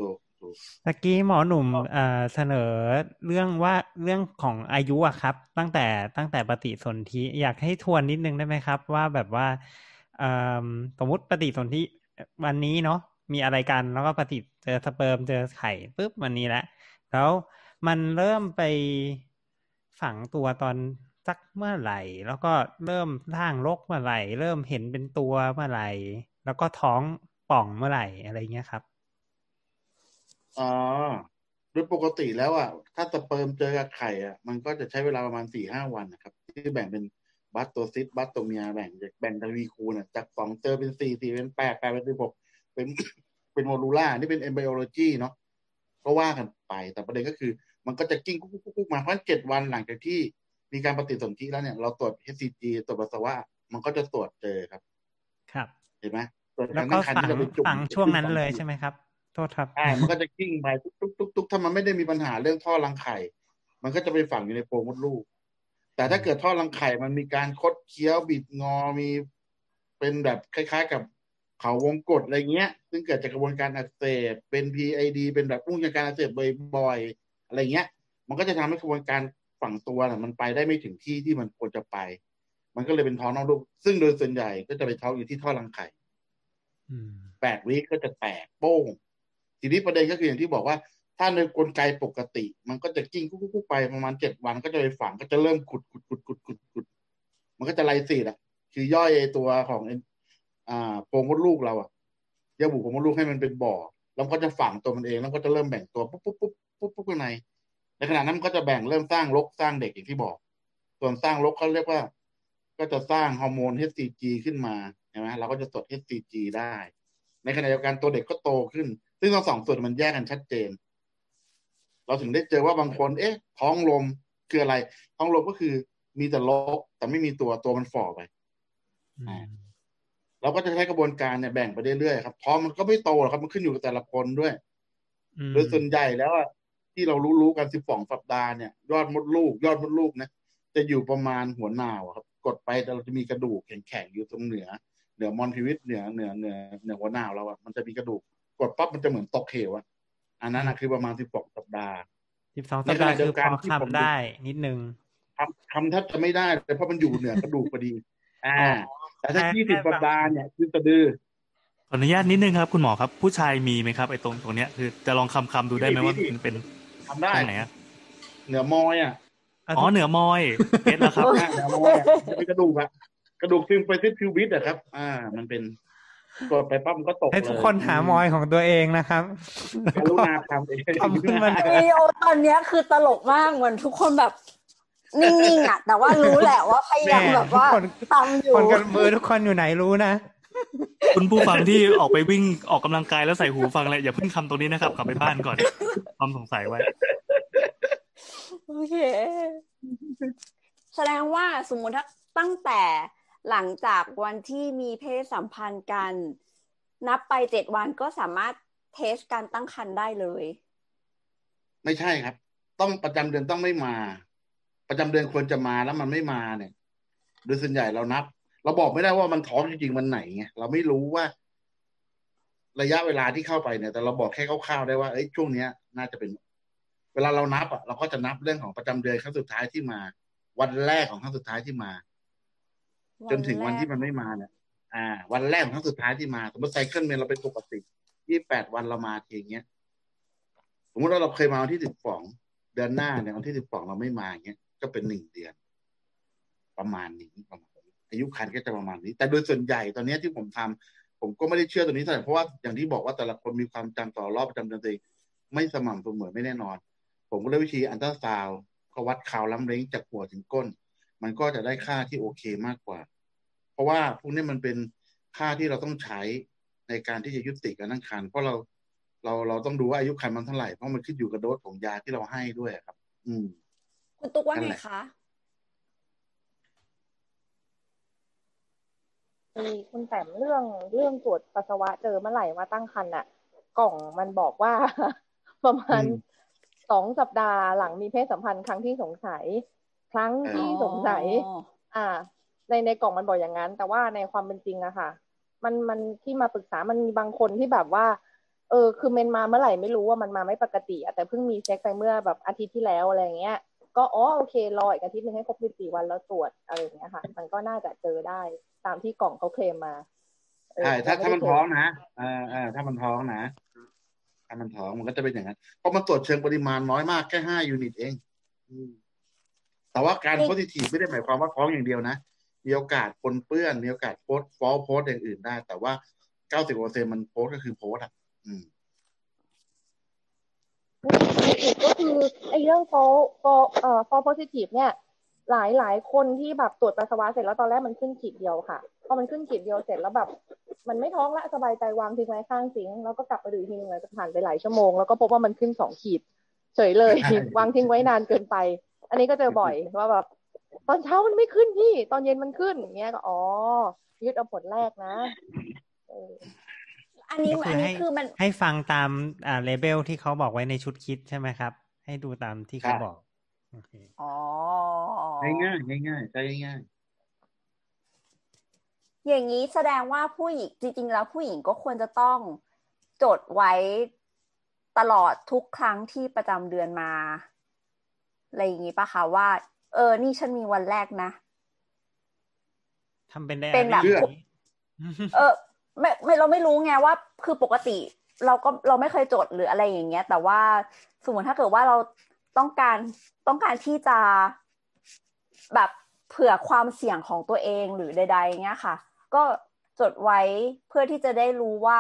ถูกตะกี้หมอหนุ่มเอ่อเสนอเรื่องว่าเรื่องของอายุอะครับตั้งแต่ตั้งแต่ปฏิสนธิอยากให้ทวนนิดนึงได้ไหมครับว่าแบบว่าเอ่อสมมุติปฏิสนธิวันนี้เนาะมีอะไรกันแล้วก็ปฏิเจอสเปิร์มเจอไข่ปุ๊บวันนี้แหละแล้วมันเริ่มไปฝังตัวตอนสักเมื่อไหร่แล้วก็เริ่มสร้างรกเมื่อไหร่เริ่มเห็นเป็นตัวเมื่อไหร่แล้วก็ท้องป่องเมื่อไหร่อะไรเงี้ยครับอ๋อโดยปกติแล้วอ่ะถ้าสเปิร์มเจอกับไข่อ่ะมันก็จะใช้เวลาประมาณสี่ห้าวันนะครับที่แบ่งเป็นบัสโตซิสบัสโตเมียแบ่งแบ่งทวีคูณอ่ะจากสองเจอเป็นสี่สี่เป็นแปดแปดเป็นสิบหกเป็นเป็นโมดูล่านี่เป็นเอมไบโอโลจีเนาะก็ว่ากันไปแต่ประเด็นก็คือมันก็จะกิ้งกุ๊กกุ๊กกุ๊กมาเพราะเจ็ดวันหลังจากที่มีการปฏิสนธิแล้วเนี่ยเราตรวจ เอช ซี จี ตรวจปัสสาวะมันก็จะตรวจเจอครับครับเห็นไหมแล้วก็ฝังฝังช่วงนั้นเลยใช่ไหมครับโทษครับใช่มันก็จะกิ้งไปตุ๊กตุ๊กตุ๊กตุ๊กถ้ามันไม่ได้มีปัญหาเรื่องท่อรังไข่มันก็จะไปฝังอยู่ในโพรงมดลูกแต่ถ้าเกิดท่อรังไข่มันมีการคดเคี้ยวบิดงอมีเป็นแบบคล้ายๆกับเขาวงกตอะไรเงี้ยซึ่งเกิดจากกระบวนการอักเสบเป็น พี ไอ ดี เป็นแบบรุ่งจากการอักเสบบ่อยๆอะไรเงี้ยมันก็จะทำให้กระบวนการฝังตัวน่ะมันไปได้ไม่ถึงที่ที่มันควรจะไปมันก็เลยเป็นท้องนอกลูกซึ่งโดยส่วนใหญ่ก็จะไปท้องอยู่ที่ท่อรังไข่แปดวิก็จะแตกโป้งทีนี้ประเด็นก็คืออย่างที่บอกว่าถ้าในกลไกปกติมันก็จะกิ้งกุ๊กๆไปประมาณเจ็ดวันก็จะไปฝังก็จะเริ่มขุดขุดขุดขุดขุดขุดมันก็จะไลซีดอ่ะคือย่อยตัวของอ่าโพรงมดลูกเราอ่ะเยื่อบุโพรงมดลูกให้มันเป็นบ่อแล้วก็จะฝังตัวมันเองแล้วก็จะเริ่มแบ่งตัวปุ๊บปุ๊บปุ๊บปุ๊บปุ๊บข้างในในขณะนั้นมันก็จะแบ่งเริ่มสร้างรกสร้างเด็กอย่างที่บอกส่วนสร้างรกเขาเรียกว่าก็จะสร้างฮอร์โมน เอช ซี จี ขึ้นมาใช่ไหมเราก็จะตรวจ เอช ซี จี ได้ในขณะเดียวกันตัวเด็กก็โตขึ้นซึ่งทั้งสองส่วนมันแยกกันชัดเจนเราถึงได้เจอว่าบางคนเอ๊ะท้องลมคืออะไรท้องลมก็คือมีแต่รกแต่ไม่มีตัวตัวมันฝ่อไปเราก็จะใช้กระบวนการเนี่ยแบ่งไปเรื่อยๆครับท้องมันก็ไม่โตหรอกครับมันขึ้นอยู่กับแต่ละคนด้วยโดยส่วนใหญ่แล้วที่เรารู้ๆกันสิบสองสัปดาห์เนี่ยยอดมดลูกยอดมดลูกนะจะอยู่ประมาณหัวนาวครับกดไปแต่เราจะมีกระดูกแข็งๆอยู่ตรงเหนือเหนือมอนพิวิตเหนือเหนือเหนือเหนือหัวนาวเราอ่ะมันจะมีกระดูกกดปั๊บมันจะเหมือนตกเหวอ่ะอันนั้นนะคือประมาณสิบสองสัปดาห์สิบสองสัปดาห์คือพอคำได้นิดนึงคำคำแทบจะไม่ได้แต่เพราะมันอยู่เหนือกระดูกพอดีอ่าแต่ถ้ายี่สิบสัปดาห์เนี่ยคือสะดือขออนุญาตนิดนึงครับคุณหมอครับผู้ชายมีไหมครับไอ้ตรงตรงเนี้ยคือจะลองคำคำดูได้ไหมว่ามันเป็นทำได้ตรงไหนอ่ะเหนือมอยอ่ะอ๋อเหนือมอยเก็ตแล้วครับเหนือมอยจะเป็นกระดูกอะกระดูกซิมไปซิพิวบิสอะครับอ่ามันเป็นกดไปปั๊บมันก็ตกเลยให้ทุกคนหามอยของตัวเองนะครับกรุณาทำเองทำขึ้นมาวิดีโอตอนนี้คือตลกมากเหมือนทุกคนแบบนิ่งๆอ่ะแต่ว่ารู้แหละว่าพยายามแบบว่าทำอยู่คนกับมือทุกคนอยู่ไหนรู้นะคุณผู้ฟังที่ออกไปวิ่งออกกำลังกายแล้วใส่หูฟังอะไรอย่าเพิ่งทำตรงนี้นะครับกลับไปบ้านก่อนความสงสัยไว้โอเคแสดงว่าสมมุติถ้าตั้งแต่หลังจากวันที่มีเพศสัมพันธ์กันนับไปเจ็ดวันก็สามารถเทสการตั้งครรภ์ได้เลยไม่ใช่ครับต้องประจำเดือนต้องไม่มาประจำเดือนควรจะมาแล้วมันไม่มาเนี่ยโดยส่วนใหญ่เรานับเราบอกไม่ได้ว่ามันท้องจริงๆวันไหนไงเราไม่รู้ว่าระยะเวลาที่เข้าไปเนี่ยแต่เราบอกแค่คร่าวๆได้ว่าเอ้ยช่วงเนี้ยน่าจะเป็นเวลาเรานับอ่ะเราก็จะนับเรื่องของประจำเดือนครั้งสุดท้ายที่มาวันแรกของครั้งสุดท้ายที่มาจนถึงวันที่มันไม่มาเนี่ยอ่าวันแรกของครั้งสุดท้ายที่มาสมมติไซเคิลเมนเราเป็นปกติยี่สิบแปดวันเรามาทีอย่างเงี้ยสมมติว่าเราเคยมาวันที่สิบสองเดือนหน้าเนี่ยวันที่สิบสองเราไม่มาอย่างเงี้ยก็เป็นหนึ่งเดือนประมาณนี้ประมาณอายุครรภ์ก็จะประมาณนี้แต่โดยส่วนใหญ่ตอนนี้ที่ผมทำผมก็ไม่ได้เชื่อตัวนี้เท่าไหร่เพราะว่าอย่างที่บอกว่าแต่ละคนมีความจำต่อรอบประจำเดือนตัวเองไม่สม่ำเสมอไม่แน่นอนผมก็เลยวิธีอัลตราซาวด์ก็วัดข่าวล้ำเล้งจากหัวถึงก้นมันก็จะได้ค่าที่โอเคมากกว่าเพราะว่าพวกนี้มันเป็นค่าที่เราต้องใช้ในการที่จะยุติการตั้งครรภ์เพราะเราเราเราต้องดูว่าอายุครรภ์มันเท่าไหร่เพราะมันขึ้นอยู่กับโดสของยาที่เราให้ด้วยครับอืมคุณตุ๊กว่าไงคะมีคุณแต้มเรื่องเรื่องตรวจปัสสาวะเจอเมื่อไหร่ว่าตั้งครรภ์น่ะกล่องมันบอกว่าประมาณสองสัปดาห์หลังมีเพศสัมพันธ์ครั้งที่สงสัยครั้งที่สงสัยอ่าในในกล่องมันบอกอย่างนั้นแต่ว่าในความเป็นจริงอะค่ะมันมันที่มาปรึกษามันมีบางคนที่แบบว่าเออคือเมนมาเมื่อไหร่ไม่รู้ว่ามันมาไม่ปกติแต่เพิ่งมีเช็คไปเมื่อแบบอาทิตย์ที่แล้วอะไรเงี้ยก็อ๋อโอเครออีกอาทิตย์นึงให้ครบสิบสี่วันแล้วตรวจอะไรอย่างเงี้ยค่ะมันก็น่าจะเจอได้ตามที่กล่องเขาเคลมมาใช่ถ้าถ้ามันท้องนะเออเออถ้ามันท้องนะถ้ามันท้องมันก็จะเป็นอย่างนั้นเพราะมันตรวจเชิงปริมาณน้อยมากแค่ห้ายูนิตเองแต่ว่าการโพซิทีฟไม่ได้หมายความว่าท้องอย่างเดียวนะมีโอกาสปนเปื้อนมีโอกาสโพสฟอลโพสอย่างอื่นได้แต่ว่าเก้าสิบเปอร์เซ็นต์มันโพสก็คือโพสอ่ะอืมอีกก็คือไอ้เรื่อง false false เอ่อ false positive เนี่ยหลายหลายคนที่แบบตรวจปัสสาวะเสร็จแล้วตอนแรกมันขึ้นขีดเดียวค่ะพอมันขึ้นขีดเดียวเสร็จแล้วแบบมันไม่ท้องละสบายใจวางทิ้งไว้ข้างซิงค์แล้วก็กลับมาดูอีกทีนึงหลังจากผ่านไปหลายชั่วโมงแล้วก็พบว่ามันขึ้นสองขีดเฉยเลย วางทิ้งไว้นานเกินไปอันนี้ก็เจอบ่อยว่าแบบตอนเช้ามันไม่ขึ้นพี่ตอนเย็นมันขึ้นอย่างเงี้ยก็อ๋อยึดเอาผลแรกนะอันนี้อันนี้คือมันให้ฟังตามอ่าเลเบลที่เขาบอกไว้ในชุดคิดใช่ไหมครับให้ดูตามที่เขาบอกโอเคอ๋อง่ายง่ายง่ายใช้ง่ายอย่างนี้แสดงว่าผู้หญิงจริงๆแล้วผู้หญิงก็ควรจะต้องจดไว้ตลอดทุกครั้งที่ประจำเดือนมาอะไรอย่างนี้ป่ะคะว่าเออนี่ฉันมีวันแรกนะทำเป็นได้เป็นแบบเออไม่ไม่เราไม่รู้ไงว่าคือปกติเราก็เราไม่เคยจดหรืออะไรอย่างเงี้ยแต่ว่าสมมติถ้าเกิดว่าเราต้องการต้องการที่จะแบบเผื่อความเสี่ยงของตัวเองหรือใดๆเงี้ยค่ะก็จดไว้เพื่อที่จะได้รู้ว่า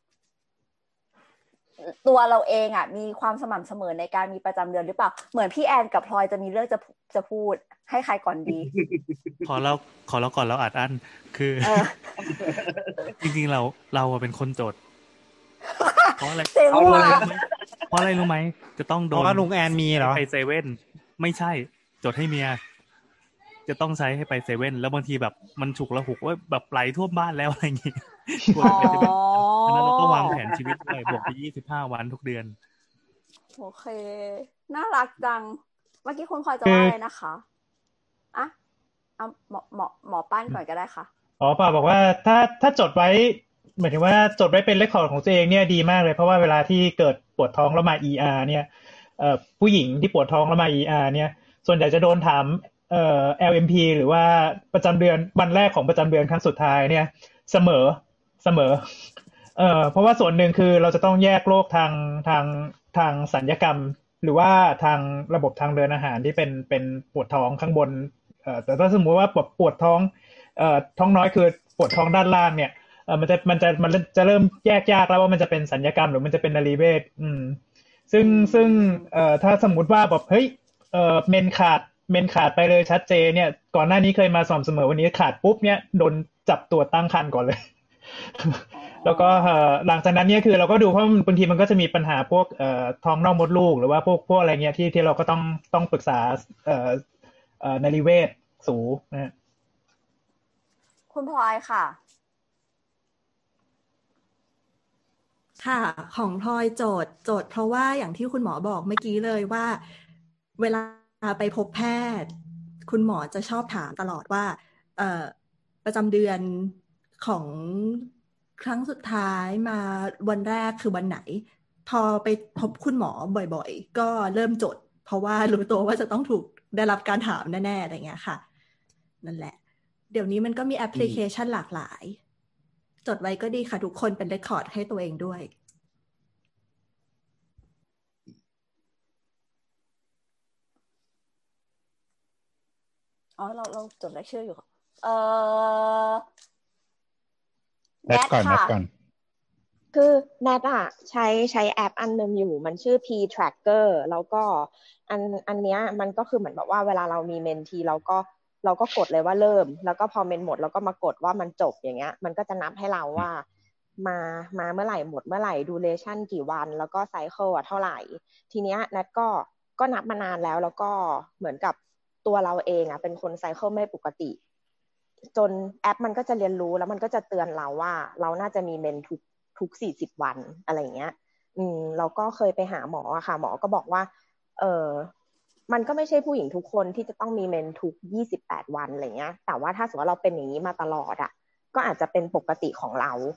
ตัวเราเองอ่ะมีความสม่ำเสมอในการมีประจำเดือนหรือเปล่าเหมือนพี่แอนกับพลอยจะมีเรื่องจะจะพูดให้ใครก่อนดีขอเราขอเราก่อนเราอัดอั้นคือจริงๆเราเราเป็นคนจดเพราะอะไรเอาเลยเพราะอะไรรู้ไหมจะต้องโดนเพราะลุงแอนมีเหรอไปเซเว่นไม่ใช่จดให้เมียจะต้องใช้ให้ไปเซเว่นแล้วบางทีแบบมันฉุกละหุกว่าแบบไหลท่วมบ้านแล้วอะไรอย่างงี้กลัวไปเซเว่นฉะนั้นเราก็วางแผนชีวิตเลยบวกไปยี่สิบห้าวันทุกเดือนโอเคน่ารักจังเมื่อกี้คุณพลอยจะว่าอะไรนะคะอ่ะเอาหมอหมอหมอป้านก่อนก็ได้ค่ะอ๋อป่าบอกว่าถ้าถ้าจดไว้หมายถึงว่าจดไว้เป็นเรคคอร์ดของตัวเองเนี่ยดีมากเลยเพราะว่าเวลาที่เกิดปวดท้องแล้วมา อี อาร์ เนี่ยเอ่อผู้หญิงที่ปวดท้องแล้วมา อี อาร์ เนี่ยส่วนใหญ่จะโดนถามเอ่อ แอล เอ็ม พี หรือว่าประจำเดือนวันแรกของประจำเดือนครั้งสุดท้ายเนี่ยเสมอเสมอเอ่อเพราะว่าส่วนหนึ่งคือเราจะต้องแยกโรคทางทางทางสัญญกรรมหรือว่าทางระบบทางเดินอาหารที่เป็นเป็นปวดท้องข้างบนเอ่อแต่ถ้าสมมติว่าปวดท้องเอ่อท้องน้อยคือปวดท้องด้านล่างเนี่ยเอ่อมันจะมันจะมันจะเริ่มแยกยากแล้วว่ามันจะเป็นสัญญกรรมหรือมันจะเป็นนรีเวชอืมซึ่งซึ่งเอ่อถ้าสมมุติว่าแบบเฮ้ยเอ่อเมนขาดเมนขาดไปเลยชัดเจนเนี่ยก่อนหน้านี้เคยมาสม่ำเสมอวันนี้ขาดปุ๊บเนี่ยโดนจับตรวจตั้งครรภ์ก่อนเลยแล้วก็เอ่อหลังจากนั้นเนี่ยคือเราก็ดูเพราะบางทีมันก็จะมีปัญหาพวกเอ่อท้องนอกมดลูกหรือว่าพวกพวกอะไรเงี้ยที่ที่เราก็ต้องต้องปรึกษาเอ่อเอ่อนรีเวชสูนะฮะคุณพลอยค่ะค่ะของพลอยโจทย์โจทย์เพราะว่าอย่างที่คุณหมอบอกเมื่อกี้เลยว่าเวลาไปพบแพทย์คุณหมอจะชอบถามตลอดว่าเอ่อประจำเดือนของครั้งสุดท้ายมาวันแรกคือวันไหนพอไปพบคุณหมอบ่อยๆก็เริ่มจดเพราะว่ารู้ตัวว่าจะต้องถูกได้รับการถามแน่ๆอะไรเงี้ยค่ะนั่นแหละเดี๋ยวนี้มันก็มีแอปพลิเคชันหลากหลายจดไว้ก็ดีค่ะทุกคนเป็นเรคคอร์ดให้ตัวเองด้วยอ๋อเราเราจดรายชื่ออยู่เออแนทก่อนแนทก่อนคือแนทอ่ะใช้ใช้แอปอันนึงอยู่มันชื่อ P Tracker แล้วก็อันอันเนี้ยมันก็คือเหมือนแบบว่าเวลาเรามีเมนทีเราก็เราก็กดเลยว่าเริ่มแล้วก็พอเมนหมดเราก็มากดว่ามันจบอย่างเงี้ยมันก็จะนับให้เราว่ามามาเมื่อไหร่หมดเมื่อไหร่ดูเรชั่นกี่วันแล้วก็ไซเคิลอ่ะเท่าไหร่ทีเนี้ยแนทก็ก็นับมานานแล้วแล้วก็เหมือนกับตัวเราเองอ่ะเป็นคนไซเคิลไม่ปกติจนแอปมันก็จะเรียนรู้แล้วมันก็จะเตือนเราว่าเราน่าจะมีเมนทุกทุกสี่สิบวันอะไรอย่างเงี้ยอืมเราก็เคยไปหาหมออะค่ะหมอก็บอกว่าเออมันก็ไม่ใช่ผู้หญิงทุกคนที่จะต้องมีเมนทุกยี่สิบแปดวันอะไรเงี้ยแต่ว่าถ้าสมมติว่าเราเป็นอย่างนี้มาตลอดอ่ะก็อาจจะเป็นปกติของเรา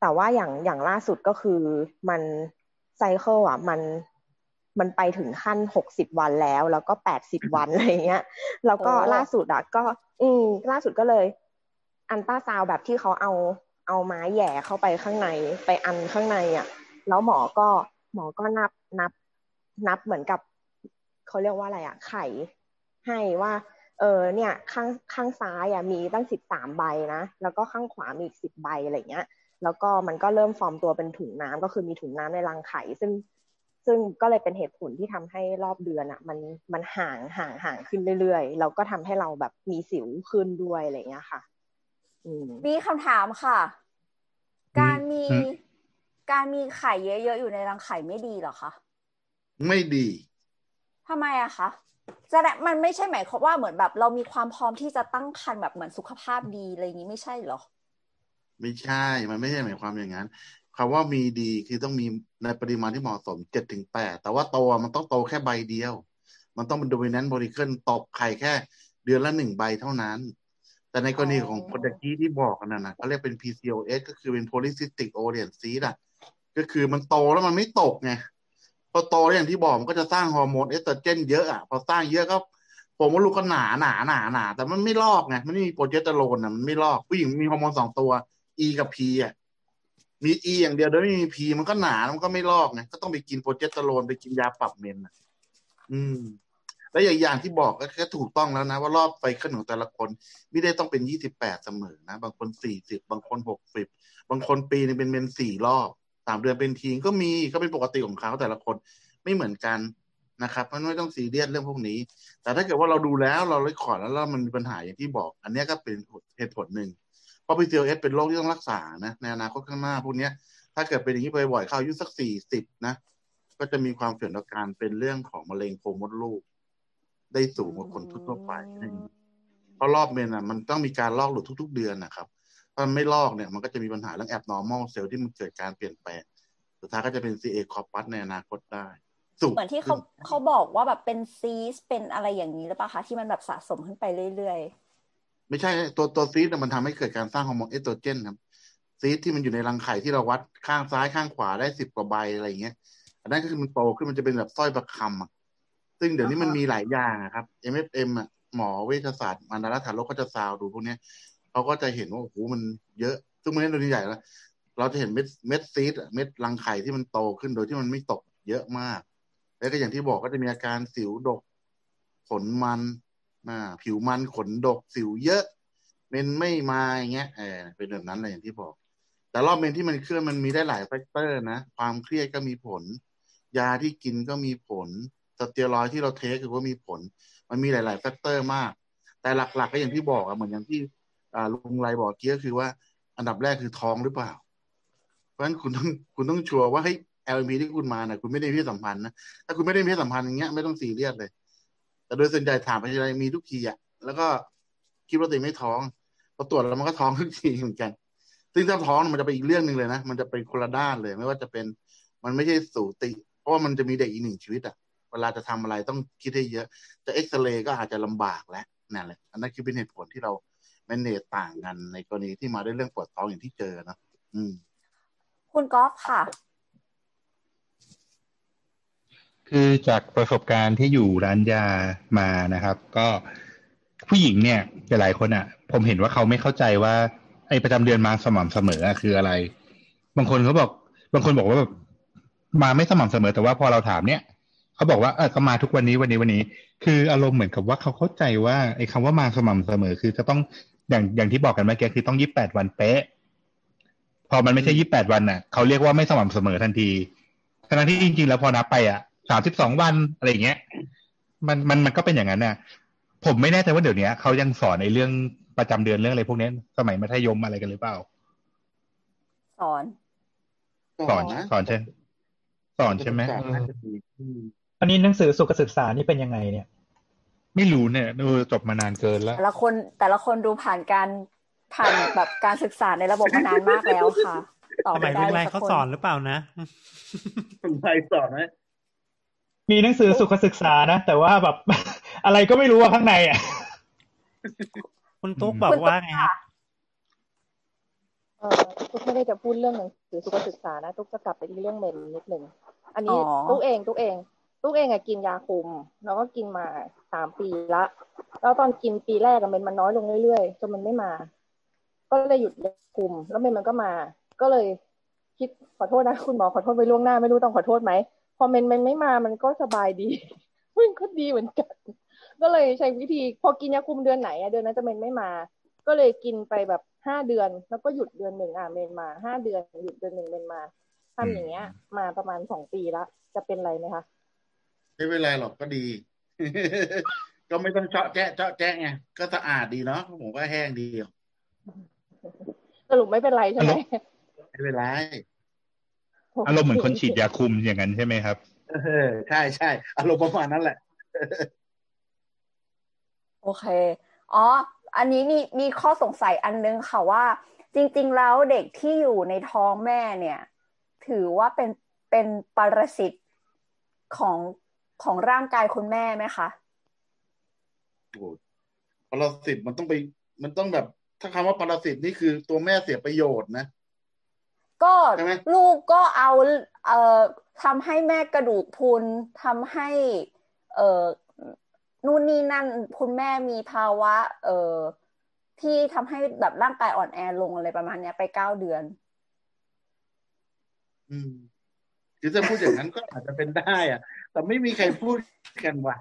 แต่ว่าอย่างอย่างล่าสุดก็คือมันไซเคิลอ่ะมันมันไปถึงขั้นหกสิบวันแล้วแล้วก็แปดสิบวันอะไรเงี้ยแล้วก็ล่าสุดอ่ะก็อืมล่าสุดก็เลยอันต้าซาวแบบที่เขาเอาเอาไม้แหย่เข้าไปข้างในไปอันข้างในอ่ะแล้วหมอก็หมอก็นับนับนับเหมือนกับเขาเรียกว่าอะไรอ่ะไข่ให้ว่าเออเนี่ยข้างข้างซ้ายอ่ะมีตั้งสิบสามใบนะแล้วก็ข้างขวามีอีกสิบใบอะไรเงี้ยแล้วก็มันก็เริ่มฟอร์มตัวเป็นถุงน้ำก็คือมีถุงน้ำในรังไข่ซึ่งซึ่งก็เลยเป็นเหตุผลที่ทำให้รอบเดือนอ่ะมันมันห่างห่างห่างขึ้นเรื่อยๆแล้วก็ทำให้เราแบบมีสิวขึ้นด้วยอะไรเงี้ยค่ะมีคำถามค่ะการมีการมีไข่เยอะๆอยู่ในรังไข่ไม่ดีหรอคะไม่ดีทำไมอะคะจะมันไม่ใช่หมายความว่าเหมือนแบบเรามีความพร้อมที่จะตั้งครรภ์แบบเหมือนสุขภาพดีอะไรอย่างนี้ไม่ใช่หรอไม่ใช่มันไม่ใช่หมายความอย่างนั้นคำว่ามีดีคือต้องมีในปริมาณที่เหมาะสม เจ็ดถึงแปด แต่ว่าโตมันต้องโตแค่ใบเดียวมันต้องเป็น dominant molecule ตกไข่แค่เดือนละหนึ่งใบเท่านั้นแต่ในกรณีของคนตะกี้ที่บอกนั่นนะเขาเรียกเป็น พี ซี โอ เอส ก็คือเป็น polycystic ovarian cyst อ่ะก็คือมันโตแล้วมันไม่ตกไงพอโตอย่างที่บอกมันก็จะสร้างฮอร์โมนเอสโตรเจนเยอะอ่ะพอสร้างเยอะก็ผมว่าลูกก็หนาหนาหนาหนาแต่มันไม่ลอกไงมันไม่มีโปรเจสเตอโรนอ่ะมันไม่ลอกผู้หญิงมีฮอร์โมนสองตัว E กับ P อ่ะมี E อย่างเดียวโดยไม่มี P มันก็หนามันก็ไม่ลอกไงก็ต้องไปกินโปรเจสเตอโรนไปกินยาปรับเมนอ่ะอืมแล้วอย่างอย่างที่บอกก็แค่ถูกต้องแล้วนะว่ารอบไซเคิลของแต่ละคนไม่ได้ต้องเป็นยี่สิบแปดเสมอนะบางคนสี่สิบบางคนหกสิบบางคนปีนึงเป็นเมนสี่รอบสามเดือนเป็นทีก็มีก็เป็นปกติของเขาแต่ละคนไม่เหมือนกันนะครับมันไม่ต้องซีเรียสเรื่องพวกนี้แต่ถ้าเกิดว่าเราดูแล้วเราเลยขอแล้วแล้วมันมีปัญหาอย่างที่บอกอันนี้ก็เป็นเหตุผลหนึ่งเพราะ พี ซี โอ เอส เป็นโรคที่ต้องรักษานะในอนาคตข้างหน้าพวกนี้ถ้าเกิดเป็นอย่างนี้บ่อยๆเข้าอายุสักสี่สิบนะก็จะมีความเสี่ยงต่อการเป็นเรื่องของมะเร็งโพรงมดลูกได้สูงกว่าคนทั่วไปเพราะรอบเมนอ่ะมันต้องมีการลอกหลุดทุกๆเดือนนะครับถ้ามันไม่ลอกเนี่ยมันก็จะมีปัญหาเรื่อง abnormal cell ที่มันเกิดการเปลี่ยนแปลงสุดท้ายก็จะเป็น ซี เอ corpus ในอนาคตได้เหมือนที่เขาเขาบอกว่าแบบเป็นซีสเป็นอะไรอย่างนี้หรือเปล่าคะที่มันแบบสะสมขึ้นไปเรื่อยๆไม่ใช่ตัวตัวซีสมันทำให้เกิดการสร้างฮอร์โมนเอสโตรเจนครับซีสที่มันอยู่ในรังไข่ที่เราวัดข้างซ้ายข้างขวาได้สิบกว่าใบอะไรอย่างเงี้ยอันนั้นก็คือมันโตขึ้นมันจะเป็นแบบสร้อยประคำอ่ะซึ่งเดี๋ยวนี้มันมีหลายอย่างครับ เอ็ม เอฟ เอ็ม อ่ะหมอเวชศาสตร์มันดาราฐานโรคก็จะซาวดูพวกนี้เขาก็จะเห็นว่าโอ้โหมันเยอะซึ่งมันเป็นตัวใหญ่แล้วเราจะเห็นเม็ดเม็ดซีสเม็ดรังไข่ที่มันโตขึ้นโดยที่มันไม่ตกเยอะมากแล้วก็อย่างที่บอกก็จะมีอาการสิวดกขนมันอ่าผิวมันขนดกสิวเยอะเมนไม่มาอย่างเงี้ยเออเป็นแบบนั้นเลยอย่างที่บอกแต่รอบเมนที่มันเคลื่อนมันมีได้หลายแฟกเตอร์นะความเครียดก็มีผลยาที่กินก็มีผลสเตียรอยด์ที่เราเทคคือว่ามีผลมันมีหลายๆแฟกเตอร์มากแต่หลักๆก็อย่างที่บอกอะเหมือนอย่างที่อ่าลุงไรบอกเกี้ยคือว่าอันดับแรกคือท้องหรือเปล่าเพราะฉะนั้นคุณต้องคุณต้องชัวร์ว่าเฮ้ย แอล เอ็ม พี ที่คุณมานะคุณไม่ได้มีเพศสัมพันธ์นะถ้าคุณไม่ได้มีเพศสัมพันธ์อย่างเงี้ยไม่ต้องซีเรียสเลยแต่โดยส่วนใหญ่ถามไปทีไรมีทุกทีอ่ะแล้วก็คิดว่าตัวเองไม่ท้องพอตรวจแล้วมันก็ท้องทุกทีเหมือนกันซึ่งถ้าท้องมันจะเป็นอีกเรื่องนึงเลยนะมันจะเป็นคนละด้านเลยไม่ว่าจะเป็นมันไม่ใช่สูติเพราะว่ามันจะมีเด็กอีกหนึ่งชีวิตอ่ะเวลาจะทำอะไรต้องคิดให้เยอะจะเอ็กซเรย์ก็อาจจะลำบากแล้วนั่นแหละอันนั้นคือเป็นเหตุผลที่เราแมเนจต่างกันในกรณีที่มาด้วยเรื่องปวดท้องอย่างที่เจอนะอืมคุณกอล์ฟค่ะคือจากประสบการณ์ที่อยู่ร้านยามานะครับก็ผู้หญิงเนี่ยหลายคนอ่ะผมเห็นว่าเขาไม่เข้าใจว่าไอ้ประจำเดือนมาสม่ำเสมอคืออะไรบางคนเขาบอกบางคนบอกว่าแบบมาไม่สม่ำเสมอแต่ว่าพอเราถามเนี่ยเขาบอกว่าเออก็มาทุกวันนี้วันนี้วันนี้คืออารมณ์เหมือนกับว่าเขาเข้าใจว่าไอ้คำว่ามาสม่ำเสมอคือจะต้องอย่างอย่างที่บอกกันเมื่อกี้คือต้องยี่สิบแปดวันเป๊ะพอมันไม่ใช่ยี่สิบแปดวันน่ะเขาเรียกว่าไม่สม่ำเสมอทันทีทั้งที่จริงๆแล้วพอนับไปอ่ะสามสิบสองวันอะไรอย่างเงี้ยมันมันมันก็เป็นอย่างนั้นน่ะผมไม่แน่ใจว่าเดี๋ยวนี้เขายังสอนในเรื่องประจำเดือนเรื่องอะไรพวกนี้สมัยมัธยมอะไรกันหรือเปล่าสอนสอนสอนใช่สอนใช่ไหมอันนี้หนังสือสุขศึกษานี่เป็นยังไงเนี่ยไม่รู้เนี่ยดูจบมานานเกินแล้วแต่ละคนแต่ละคนดูผ่านการผ่านแบบการศึกษาในระบบมานานมากแล้วค่ะต่อไปได้เลยเขาสอนหรือเปล่านะคุณใครสอนไหมมีหนังสือสุขศึกษานะแต่ว่าแบบอะไรก็ไม่รู้ว่าข้างในอ่ะคุณตุ๊กบอกว่าไงครับเออตุ๊กไม่ได้จะพูดเรื่องหนังสือสุขศึกษานะตุ๊กจะกลับไปที่เรื่องเมนนิดนึงอันนี้ตุ๊กเองตุ๊กเองตุ๊กเองอะกินยาคุมแล้วก็กินมาสามปีละแล้วตอนกินปีแรกอะเมนมันน้อยลงเรื่อยๆจนมันไม่มาก็เลยหยุดยาคุมแล้วเมนมันก็มาก็เลยคิดขอโทษนะคุณหมอขอโทษไปล่วงหน้าไม่รู้ต้องขอโทษไหมพอเมนมันไม่มามันก็สบายดีมันก็ดีเหมือนกันก็เลยใช้วิธีพอกินยาคุมเดือนไหนอะเดือนนั้นจะเมนไม่มาก็เลยกินไปแบบห้าเดือนแล้วก็หยุดเดือนหนึ่งอ่ะเมนมาห้าเดือนหยุดเดือนหนึ่งเมนมาทำอย่างเงี้ยมาประมาณสองปีแล้วจะเป็นไรไหมคะไม่เป็นไรหรอกก็ดี ก็ไม่ต้องเจาะแจ๊ะเจาะแจ๊ะไงก็สะอาดดีเนาะผมก็แห้งดีสรุปไม่เป็นไรใช่ไหมไม่เป็นไรอารมณ์เหมือนคนฉีดยาคุมอย่างนั้นใช่ไหมครับเออใช่ใช่อารมณ์ประมาณนั้นแหละโอเคอ๋ออันนี้มีมีข้อสงสัยอันนึงค่ะว่าจริงๆแล้วเด็กที่อยู่ในท้องแม่เนี่ยถือว่าเป็นเป็นปรสิตของของร่างกายคุณแม่ไหมคะโอ้ปรสิตมันต้องไปมันต้องแบบถ้าคำว่าปรสิตนี่คือตัวแม่เสียประโยชน์นะก็ลูกก็เอาเอ่อทำให้แม่กระดูกพรุนทำให้เอ่อนู่นนี่นั่นคุณแม่มีภาวะเอ่อที่ทำให้แบบร่างกายอ่อนแอลงอะไรประมาณนี้ไปเก้าเดือนอืมคือจะพูดอย่างนั้นก็อาจจะเป็นได้อ่ะแต่ไม่มีใครพูดกันว่ะ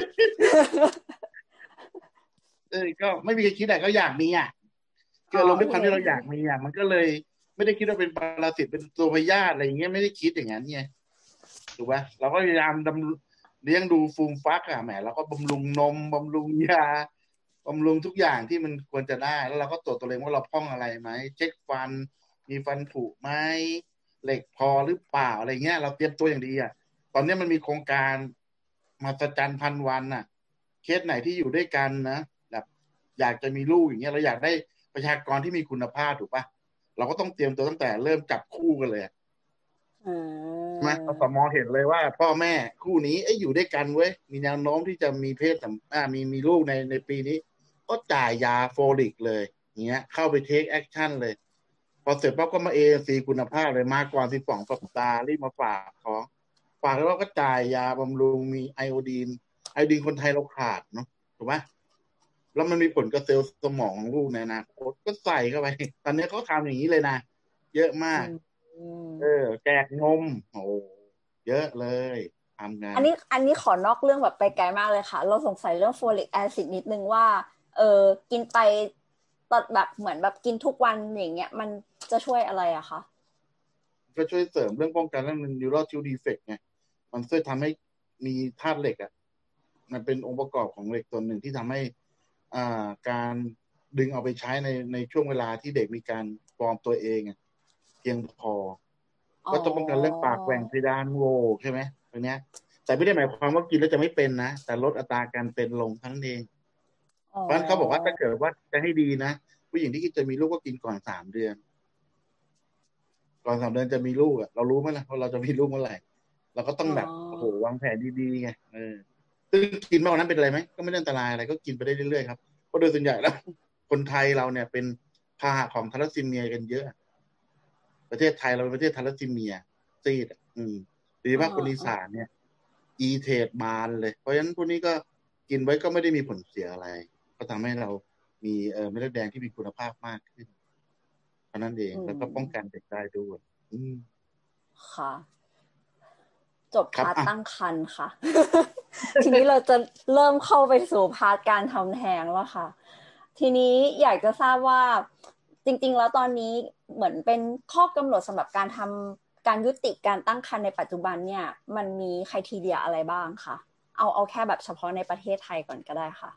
เออก็ไม่มีใครคิดอะก็อยากมีอ่ะคือลงด้วยความที่เราอยากมีอ่ะมันก็เลยไม่ได้คิดว่าเป็นปรสิตเป็นตัวพยาธิอะไรอย่างเงี้ยไม่ได้คิดอย่างนั้นไงถูกป่ะเราก็พยายามดำเลี้ยงดูฟูมฟักอ่ะแหมเราก็บำรุงนมบำรุงยาบำรุงทุกอย่างที่มันควรจะได้แล้วเราก็ตรวจตัวเองว่าเราพร่องอะไรไหมเช็คฟันมีฟันผุไหมเหล็กพอหรือเปล่าอะไรเงี้ยเราเตรียมตัวอย่างดีอ่ะตอนนี้มันมีโครงการมหัศจรรย์พันวันน่ะเคสไหนที่อยู่ด้วยกันนะแบบอยากจะมีลูกอย่างเงี้ยเราอยากได้ประชากรที่มีคุณภาพถูกป่ะเราก็ต้องเตรียมตัวตั้งแต่เริ่มจับคู่กันเลยใช่ไหมเราสมองเห็นเลยว่าพ่อแม่คู่นี้ไอ้อยู่ด้วยกันเว้ยมีแนวโน้มที่จะมีเพศสัมอ่ามีมีลูกในในปีนี้ก็จ่ายยาโฟลิกเลยเงี้ยเข้าไปเทคแอคชั่นเลยพอเสร็จปั๊บก็มาเอซีคุณภาพเลยมาก่อนสิบสองสัปดาห์รีบมาฝากของฝากแล้วก็จ่ายยาบำรุงมีไอโอดีนไอโอดีนคนไทยเราขาดเนาะถูกไหมแล้วมันมีผลกับเซลล์สมองของลูกในอนาคตก็ใส่เข้าไปตอนนี้เขาทำอย่างนี้เลยนะเยอะมากเออแจกนมโอ้เยอะเลยทำงานอันนี้อันนี้ขอนอกเรื่องแบบไปไกลมากเลยค่ะเราสงสัยเรื่องโฟลิกแอซิดนิดนึงว่าเออกินไปตอนแบบเหมือนแบบกินทุกวันอย่างเงี้ยมันจะช่วยอะไรอะคะก็ช่วยเสริมเรื่องป้องกันเรื่อง neural tube defect ไงมันช่วยทำให้มีธาตุเหล็กอ่ะมันเป็นองค์ประกอบของเหล็กตัวหนึ่งที่ทำให้อ่าการดึงเอาไปใช้ในในช่วงเวลาที่เด็กมีการฟอร์มตัวเองอ่ะเพียงพอก็จะป้องกันเรื่องปากแหว่งเพดานโหวใช่ไหมตัวเนี้ยแต่ไม่ได้หมายความว่ากินแล้วจะไม่เป็นนะแต่ลดอัตราการเป็นลงทั้งเองเพราะฉะนั้นเขาบอกว่าถ้าเกิดว่าจะให้ดีนะผู้หญิงที่คิดจะมีลูกก็กินก่อนสามเดือนก่อนสามเดือนจะมีลูกอ่ะเรารู้ไหมล่ะว่าเราจะมีลูกเมื่อไหร่เราก็ต้องแบบโอ้โหวางแผนดีๆไงเออซึ่งกินมากกว่านั้นเป็นอะไรไหมก็ไม่ได้อันตรายอะไรก็กินไปได้เรื่อยๆครับเพราะโดยส่วนใหญ่แล้วคนไทยเราเนี่ยเป็นพาหะของทาลัสซีเมียกันเยอะประเทศไทยเราเป็นประเทศทาลัสซีเมียซีดอืมโดยเฉพาะคนอีสานเนี่ยอีเทดบานเลยเพราะฉะนั้นพวกนี้ก็กินไว้ก็ไม่ได้มีผลเสียอะไรก็ทำให้เรามีเอ่อเม็ดเลือดแดงที่มีคุณภาพมากขึ้นเพราะนั้นเองแล้วก็ป้องกันเด็กได้ด้วยอืมค่ะจบพาร์ทตั้งครรภ์ค่ะ ทีนี้เราจะเริ่มเข้าไปสู่พาร์ทการทำแท้งแล้วค่ะทีนี้อยากจะทราบว่าจริงๆแล้วตอนนี้เหมือนเป็นข้อกำหนดสำหรับการทำการยุติการตั้งครรภ์ในปัจจุบันเนี่ยมันมีไครทีเรียอะไรบ้างคะเอาเอาแค่แบบเฉพาะในประเทศไทยก่อนก็ได้ค่ะ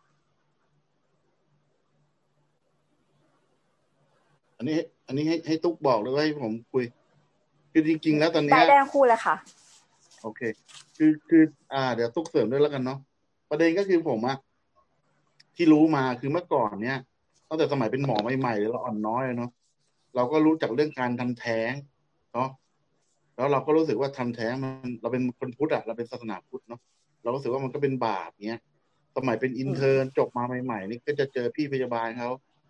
อันนี้อันนี้ให้ให้ตุ๊กบอกหรือว่าให้ผมคุยคือจริงๆแล้วตอนนี้ได้ได้คู่เลยค่ะโอเคคือคืออ่าเดี๋ยวตุ๊กเสริมด้วยแล้วกันเนาะประเด็นก็คือผมอะที่รู้มาคือเมื่อก่อนเนี่ยตั้งแต่สมัยเป็นหมอใหม่ๆเราอ่อนน้อยเนาะเราก็รู้จักเรื่องการทำแท้งเนาะแล้วเราก็รู้สึกว่าทำแท้งมันเราเป็นคนพุทธอะเราเป็นศาสนาพุทธเนาะเรารู้สึกว่ามันก็เป็นบาปเนี้ยสมัยเป็นอินเทิร์นจบมาใหม่ๆนี่ก็จะเจอพี่พยาบาลเขา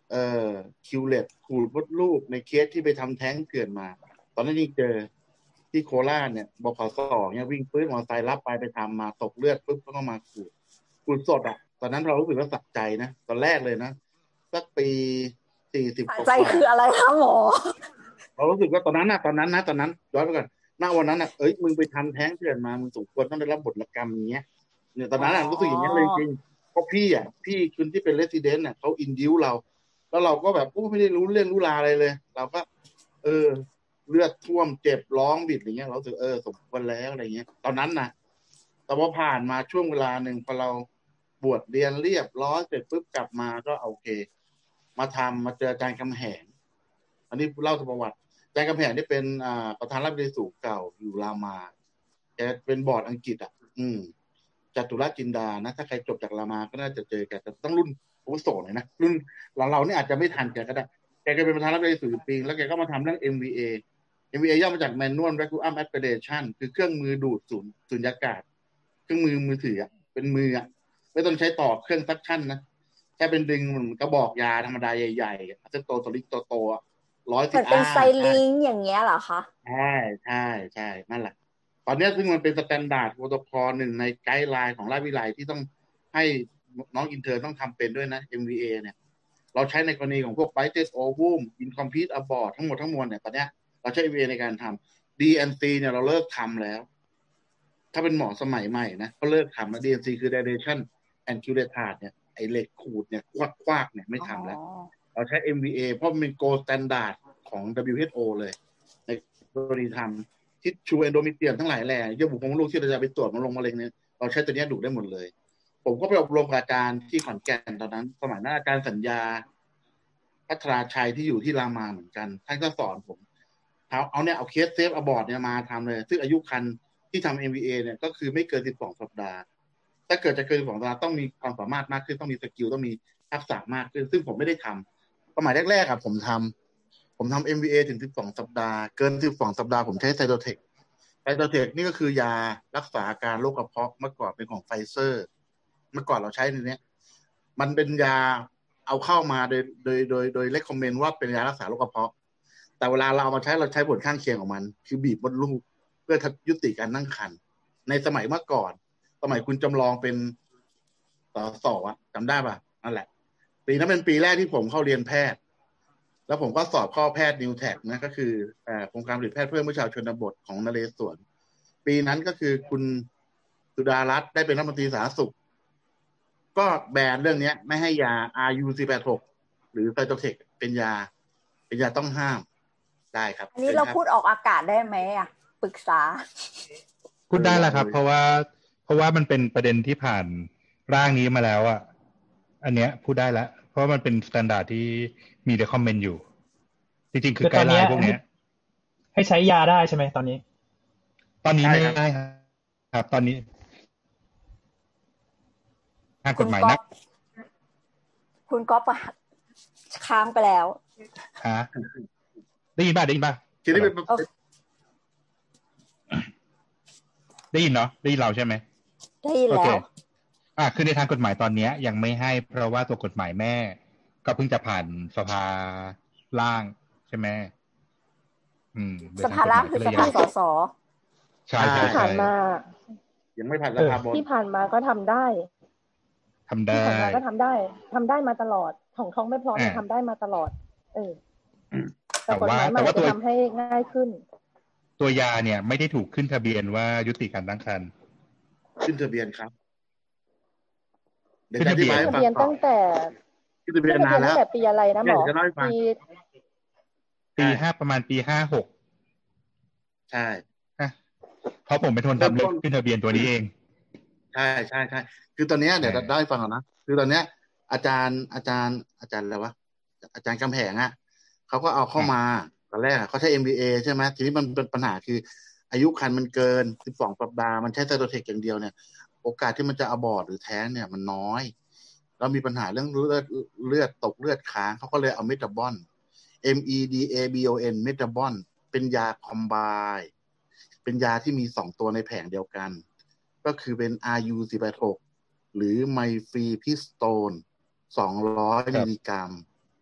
เอ่อคิวเลตขูดมดลูกในเคสที่ไปทำแท้งเถื่อนมาตอนนั้นยังเจอที่โคราชเนี่ยบขสเนี่ยวิ่งปื้นมอเตอร์ไซค์รับไปไปทำมาตกเลือดปุ๊บก็มาขูดขูดสดอ่ะตอนนั้นเรารู้สึกว่าสักใจนะตอนแรกเลยนะสักปีสี่สิบกว่าใจคืออะไรคะหมอเรารู้สึกว่าตอนนั้นนะตอนนั้นนะตอนนั้นย้อนไปก่อนหน้าวันนั้นอ่ะเอ้ยมึงไปทำแท้งเถื่อนมามึงสมควรต้องได้รับบทกรรมอย่างเงี้ยเนี่ยตอนนั้นอ่ะรู้สึกอย่างเงี้ยเลยจริงเพราะพี่อ่ะพี่คุณที่เป็นเรสซิเดนต์อ่ะเขาอินดิวเราแล้วเราก็แบบไม่ได้รู้เรื่องรู้ราวอะไรเลยเราก็เออเลือดท่วมเจ็บร้องบิดอะไรเงี้ยเราสึกเออสมควรแล้วอะไรเงี้ยตอนนั้นนะแต่พอผ่านมาช่วงเวลาหนึ่งพอเราบวชเรียนเรียบร้อยเสร็จปุ๊บกลับมาก็โอเคมาทำมาเจออาจารย์คำแหงอันนี้เล่าประวัติอาจารย์คำแหงนี่เป็นอ่าประธานรัฐมนตรีสูงเก่าอยู่รามาแกเป็นบอร์ดอังกฤษอ่ะอืมจตุรจินดานะถ้าใครจบจากรามาก็น่าจะเจอแกแต่ต้องรุ่นอาวุโสหน่อยนะรุ่นเราเราเนี่ยอาจจะไม่ทันแกก็ได้แกก็เป็นประธานรัฐมนตรีสูงปีแล้วแกก็มาทำเรื่อง เอ็ม วี เอ เอ็ม วี เอ ย่อมาจาก Manual Vacuum Aspiration คือเครื่องมือดูดสูญสุญญากาศเครื่องมือมือถืออ่ะเป็นมืออ่ะไม่ต้องใช้ต่อเครื่องซักชั่นนะแค่เป็นดึงมันกระบอกยาธรรมดาใหญ่ๆเส้นโตตัวลิกโตๆร้อยสิบเป็นไซลิงอย่างเงี้ยเหรอคะใช่ใช่ใช่นั่นแหละตอนนี้ซึ่งมันเป็นสแตนดาร์ดโปรโตคอลหนึ่งในไกด์ไลน์ของราชวิทยาลัยที่ต้องให้น้องอินเทอร์ต้องทำเป็นด้วยนะ เอ็ม วี เอ เนี่ยเราใช้ในกรณีของพวก Bites Ovum Incomplete Abort ทั้งหมดทั้งมวลเนี่ยตอนนี้เราใช้ เอ็ม วี เอ ในการทำ ดี เอ็น ซี เนี่ยเราเลิกทำแล้วถ้าเป็นหมอสมัยใหม่นะก็เลิกทำแล้ว ดี เอ็น ซี คือ Dilation and Curettage เนี่ยไอเหล็กขูดเนี่ยควักๆเนี่ยไม่ทำแล้วเราใช้ เอ็ม วี เอ เพราะมันเป็น Gold Standard ของ ดับเบิลยู เอช โอ เลยในกรณีทำทิชชูเอนโดมิเตียมทั้งหลายแหล่เยื่อบุของลูกที่เราจะไปตรวจมะลงมะเร็งเนี่ยเราใช้ตัวนี้ดูได้หมดเลยผมก็ไปอบรมกับอาจารย์ที่ขอนแก่นตอนนั้นสมัยนั้นอาจารย์สัญญาพัทราชัยที่อยู่ที่รามาเหมือนกันท่านก็สอนผมเอาเอาเนี่ยเอาเคสเซฟอบอร์ดเนี่ยมาทำเลยซึ่งอายุครรภ์ที่ทำ เอ็ม วี เอ เนี่ยก็คือไม่เกินสิบสองสัปดาห์ถ้าเกิดจะเกินสิบสองสัปดาห์ต้องมีความสามารถมากขึ้นต้องมีสกิลต้องมีทักษะมากขึ้นซึ่งผมไม่ได้ทำสมัยแรกๆครับผมทำผมทำ เอ็ม วี เอ ถึงสิบสองสัปดาห์เกินสิบสองสัปดาห์ผมใช้ไซโตเทคไซโตเทคนี่ก็คือยารักษาอาการโรคกระเพาะเมื่อก่อนเป็นของไฟเซอร์เมื่อก่อนเราใช้ในนี้มันเป็นยาเอาเข้ามาโดยโดยโดยโดยเลคคอมเมนต์ว่าเป็นยารักษาโรคกระเพาะแต่เวลาเราเอามาใช้เราใช้ผลข้างเคียงของมันคือบีบมดลูกเพื่อยุติการตั้งครรภ์ในสมัยเมื่อก่อนสมัยคุณจำลองเป็นสสอ่ะจำได้ป่ะนั่นแหละปีนั้นเป็นปีแรกที่ผมเข้าเรียนแพทย์แล้วผมก็สอบข้อแพทย์นิวแท็กนะก็คือโครงการผลิตแพทย์เพื่อประชาชนบทของนเรศวรปีนั้นก็คือคุณสุดารัตน์ได้เป็นรัฐมนตรีสาธารณสุขก็แบนเรื่องนี้ไม่ให้ยา อาร์ ยู สี่ แปด หก หรือไซโตเทคเป็นยาเป็นยาต้องห้ามได้ครับอันนี้เราพูดออกอากาศได้ไหมอ่ะปรึกษาพูดได้แล้วครับเพราะว่าเพราะว่ามันเป็นประเด็นที่ผ่านร่างนี้มาแล้วอ่ะอันเนี้ยพูดได้แล้วเพราะว่ามันเป็นสแตนดาร์ดที่มีเดคอมเมนต์อยู่จริงๆคือไกด์ไลน์พวกนี้ให้ใช้ยาได้ใช่ไหมตอนนี้ตอนนี้ไม่ได้ครับตอนนี้ทางกฎหมายนะคุณก๊อฟค้างไปแล้วฮะได้ยินป่ะได้ยินป่ะทีนี้เป็นได้ยินเนาะได้ยินเราใช่ไหมได้ยินแล้วอ่าคือในทางกฎหมายตอนนี้ยังไม่ให้เพราะว่าตัวกฎหมายแม่ก็เพิ่งจะผ่านสภาล่างใช่ไหมอืมสภาล่างคือสภาสสใช่ที่ผ่านมายังไม่ผ่านสภาบนที่ผ่านมาก็ทำได้ทำได้ที่ผ่านมาก็ทำได้ทำได้มาตลอดของท้องไม่พร้อมทำได้มาตลอดเออแต่กฎหมายใหม่จะทำให้ง่ายขึ้นตัวยาเนี่ยไม่ได้ถูกขึ้นทะเบียนว่ายุติการตั้งครรภ์ขึ้นทะเบียนครับขึ้นทะเบียนทะเบียนตั้งแต่ขึ้นทะเบียนนานแล้วตั้งแต่ปีอะไรนะหมอปีปีห้าประมาณปีห้าหกใช่เพราะผมเป็นคนทำเรื่องขึ้นทะเบียนตัวนี้เองใช่ใช่ใช่คือตอนนี้เดี๋ยวได้ฟังก่อนนะคือตอนนี้อาจารย์อาจารย์อาจารย์อะไรวะอาจารย์กำแพงอ่ะเขาก็เอาเข้ามาตอนแรกเขาใช้ เอ็ม วี เอ ใช่ไหมทีนี้มันเป็นปัญหาคืออายุครรภ์มันเกินสิบสองสัปดาห์มันใช้ไซโตเทคอย่างเดียวเนี่ยโอกาสที่มันจะอบอร์ตหรือแท้งเนี่ยมันน้อยแล้วมีปัญหาเรื่องเลือดเลือดตกเลือดค้างเขาก็เลยเอาเมตาบอน เอ็ม อี ดี เอ บี โอ เอ็น เมตาบอนเป็นยาคอมไบน์เป็นยาที่มีสองตัวในแผงเดียวกันก็คือเป็น อาร์ ยู สี่ แปด หก หรือไมฟีพิสโตนสองร้อยมิลลิกรัม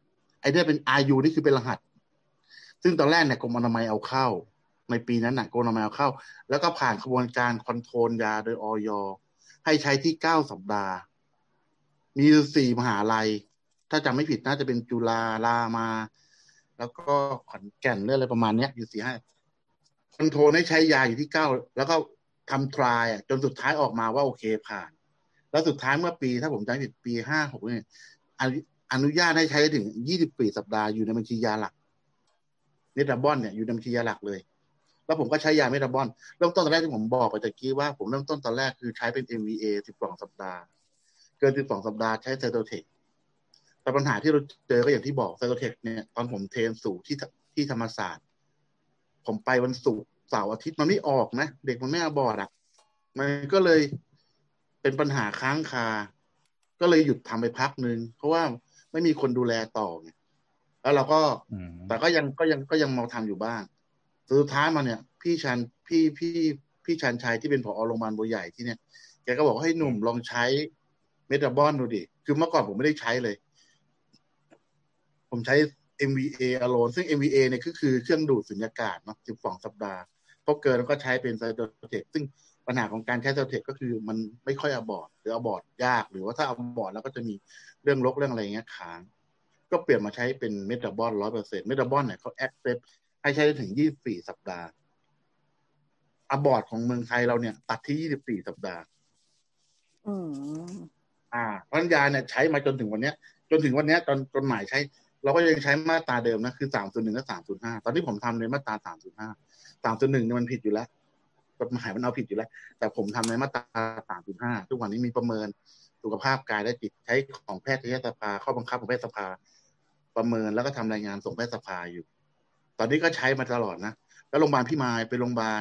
อ้เนี่ยเป็น อาร์ ยู นี่คือเป็นรหัสซึ่งตอนแรกเนี่ยกรมอนามัยเอาเข้าในปีนั้นน่ะกรมอนามัยเอาเข้าแล้วก็ผ่านกระบวนการคอนโทรลยาโดยอย.ให้ใช้ที่เก้าสัปดาห์มีสี่มหาลัยถ้าจำไม่ผิดน่าจะเป็นจุฬารามาแล้วก็ขอนแก่นเรื่องอะไรประมาณเนี้ยอยู่สี่ห้าคอนโทรลให้ใช้ยาอยู่ที่เก้าแล้วก็ทำทรายจนสุดท้ายออกมาว่าโอเคผ่านแล้วสุดท้ายเมื่อปีถ้าผมจำไม่ผิดปีห้าหกเนี่ยอนุญาตให้ใช้ถึงยี่สิบสี่สัปดาห์อยู่ในบัญชียาหลักเมทาบอนเนี่ยอยู่ในบัญชียาหลักเลยแล้วผมก็ใช้ยาเมทาบอนเริ่มต้นตอนแรกที่ผมบอกไปตะกี้ว่าผมเริ่มต้นตอนแรกคือใช้เป็น เอ็ม วี เอ สิบสองสัปดาห์เกินสิบสองสัปดาห์ใช้ไซโตเทคแต่ปัญหาที่เราเจอก็อย่างที่บอกไซโตเทคเนี่ยตอนผมเทรนสู่ที่ที่ธรรมศาสตร์ผมไปวันศุกร์เสาร์อาทิตย์มันไม่ออกนะเด็กมันไม่อาบอดอ่ะมันก็เลยเป็นปัญหาค้างคาก็เลยหยุดทำไปพักนึงเพราะว่าไม่มีคนดูแลต่อไงแล้วเราก็แต่ก็ยังก็ยังก็ยังมาทำอยู่บ้างสุดท้ายมาเนี่ยพี่ชันพี่พี่พี่ชันชัยที่เป็นผอโรงพยาบาลบัวใหญ่ที่เนี่ยแกก็บอกให้หนุ่มลองใช้เมทาบอนดูดิคือเมื่อก่อนผมไม่ได้ใช้เลยผมใช้ เอ็ม วี เอ alone ซึ่ง เอ็ม วี เอ เนี่ยก็คือเครื่องดูดสุญญากาศเนาะสิบสองสัปดาห์พอเกินก็ใช้เป็นไซโตเทคซึ่งปัญหาของการใช้ไซโตเทคก็คือมันไม่ค่อยอบอร์ตหรืออบอร์ตยากหรือว่าถ้าอบอร์ตแล้วก็จะมีเรื่องรกเรื่องอะไรเงี้ยค้างก็เปลี่ยนมาใช้เป็นเมทาบอน ร้อยเปอร์เซ็นต์ เมทาบอนเนี่ยเขาแอคเซปต์ให้ใช้ได้ถึงยี่สิบสี่สัปดาห์อบอร์ตของเมืองไทยเราเนี่ยตัดที่ยี่สิบสี่สัปดาห์อืมอ่าเพราะยาเนี่ยใช้มาจนถึงวันเนี้ยจนถึงวันเนี้ยตอนจนหมายใช้เราก็ยังใช้มาตราเดิมนะคือสามศูนย์หนึ่งและสามศูนย์ห้าตอนที่ผมทำในมาตราสามศูนย์ห้า สามศูนย์หนึ่งเนี่ยมันผิดอยู่แล้วกฎหมายมันเอาผิดอยู่แล้วแต่ผมทำในมาตราสามศูนย์ห้าทุกวันนี้มีประเมินสุขภาพกายและจิตใช้ของแพทยสภาข้อบังคับของแพทยสภาประเมินแล้วก็ทำรายงานส่งแพทยสภาอยู่ตอนนี้ก็ใช้มาตลอดนะแล้วโรงพยาบาลพี่มายเป็นโรงพยาบาล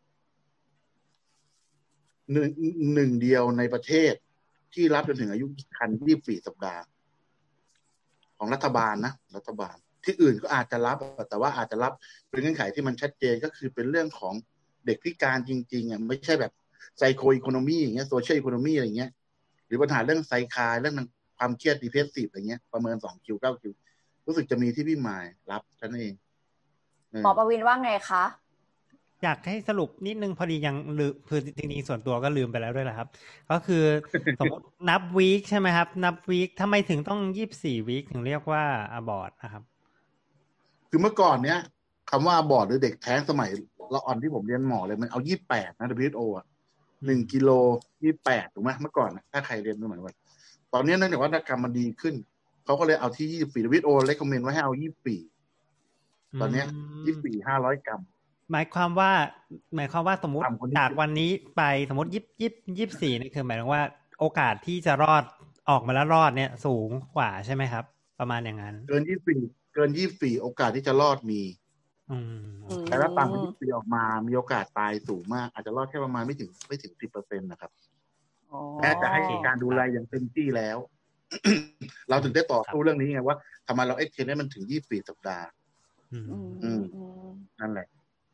หนึ่งหนึ่งเดียวในประเทศที่รับจนถึงอายุคันยี่สิบสี่สัปดาห์ของรัฐบาลนะรัฐบาลที่อื่นก็อาจจะรับแต่ว่าอาจจะรับเป็นเงื่อนไขที่มันชัดเจนก็คือเป็นเรื่องของเด็กพิการจริงๆอ่ะไม่ใช่แบบไซโคอีโคโนมีอย่างเงี้ยโซเชียลอีโคโนมีอะไรเงี้ยหรือปัญหาเรื่องไซคายเรื่องความเครียดดิเพรสซีฟอะไรเงี้ยประเมินสองคิวเก้าคิวรู้สึกจะมีที่พี่หมายรับนั่นเองหมอประวินว่าไงคะอยากให้สรุปนิดนึงพอดียังลืมคือจริงๆส่วนตัวก็ลืมไปแล้วด้วยแหละครับก็คือสมมตินับวีคใช่ไหมครับนับวีคทำไมถึงต้องยี่สิบสี่วีคถึงเรียกว่าอบอร์ตนะครับคือเมื่อก่อนเนี้ยคำว่าอบอร์ตหรือเด็กแท้งสมัยละอ่อนที่ผมเรียนหมอเลยมันเอายี่สิบแปดนะ ดับเบิลยู เอช โอ อ่ะหนึ่งกิโลยี่สิบแปดถูกไหมเมื่อก่อนนะถ้าใครเรียนสมัยวันตอนนี้เนื่องจากว่านวัตกรรมมันดีขึ้นเขาก็เลยเอาที่ยี่สิบสี่ ดับเบิลยู เอช โอ เรคคอมเมนต์ไว้ให้เอายี่สิบสี่ตอนนี้ยี่สิบสี่ ห้าร้อยกรัมหมายความว่าหมายความว่าสมมติจากวันนี้ไปสมมติยี่สิบยี่ยี่สิบสี่นี่คือหมายถึงว่าโอกาสที่จะรอดออกมาแล้วรอดเนี่ยสูงกว่าใช่ไหมครับประมาณอย่างนั้นเกินยี่สิบสี่เกินยี่สิบสี่โอกาสที่จะรอดมีแต่ถ้าต่ำกว่ายี่สิบสี่ออกมามีโอกาสตายสูงมากอาจจะรอดแค่ประมาณไม่ถึงไม่ถึง สิบเปอร์เซ็นต์ นะครับแม้จะให้การดูแลอย่างเต็มที่แล้ว เราถึงได้ต่อสู้เรื่องนี้ไงว่าทำไมเราเอ็กเทนให้มันถึงยี่สิบสี่สัปดาห์อืมนั่นแหละ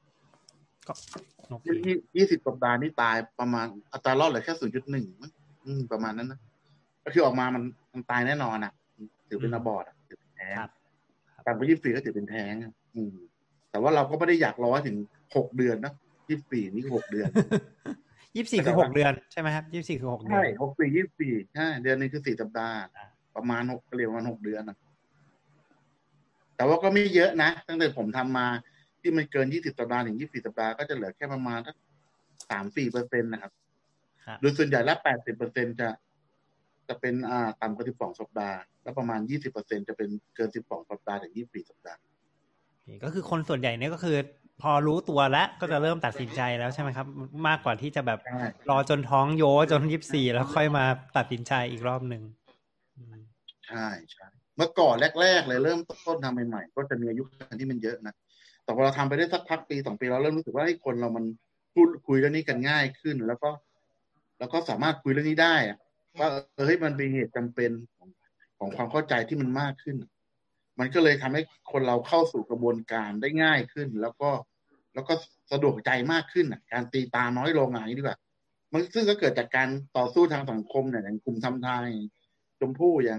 ยี่สิบสัปดาห์นี่ตายประมาณอัตรารอดเหลือแค่ ศูนย์จุดหนึ่ง อืมประมาณนั้นนะก็คือออกมามันมันตายแน่นอนอ่ะถือเป็นอบอร์ตอ่ะถือเป็นแท้งต่างไปยี่สิบสี่ก็ถือเป็นแท้งอืมแต่ว่าเราก็ไม่ได้อยากรอถึงหกเดือนนะยี่สิบสี่นี่หกเดือนยี่สิบสี่คือหกเดือนใช่ไหมครับยี่สิบสี่คือหกเดือนใช่หกสี่ยี่สิบสี่ใช่เดือนนึงคือสี่สัปดาห์ประมาณหกเรียกว่าหกเดือนนะแต่ว่าก็ไม่เยอะนะตั้งแต่ผมทำมาที่มันเกินยี่สิบสัปดาห์ถึงยี่สิบสี่สัปดาห์ก็จะเหลือแค่ประมาณสัก สามถึงสี่เปอร์เซ็นต์ นะครับโดยส่วนใหญ่แล้ว แปดสิบเปอร์เซ็นต์ จะจะเป็นอ่าต่ำกว่าสิบสองสัปดาห์แล้วประมาณ ยี่สิบเปอร์เซ็นต์ จะเป็นเกินสิบสองสัปดาห์ถึงยี่สิบสี่สัปดาห์ก็คือคนส่วนใหญ่เนี่ยก็คือพอรู้ตัวแล้วก็จะเริ่มตัดสินใจแล้วใช่ไหมครับมากกว่าที่จะแบบรอจนท้องโยจนยี่สิบสี่แล้วค่อยมาตัดสินใจอีกรอบนึงใช่ใช่เมื่อก่อนแรกๆเลยเริ่มต้นทำใหม่ๆก็จะมีอายุคันที่มันเยอะนะแต่พอเราทำไปได้สักพักปีสองปีเราเริ่มรู้สึกว่าให้คนเรามันพูดคุยเรื่องนี้กันง่ายขึ้นแล้วก็แล้วก็สามารถคุยเรื่องนี้ได้ว่าเออเฮ้ยมันเป็นเหตุจำเป็นของของความเข้าใจที่มันมากขึ้นมันก็เลยทำให้คนเราเข้าสู่กระบวนการได้ง่ายขึ้นแล้วก็แล้วก็สะดวกใจมากขึ้นการตีตาน้อยลงอย่างนี้ดีกว่ามันซึ่งก็เกิดจากการต่อสู้ทางสังคมเนี่ยอย่างกลุ่มทำทายชมพู่อย่างเนี่ย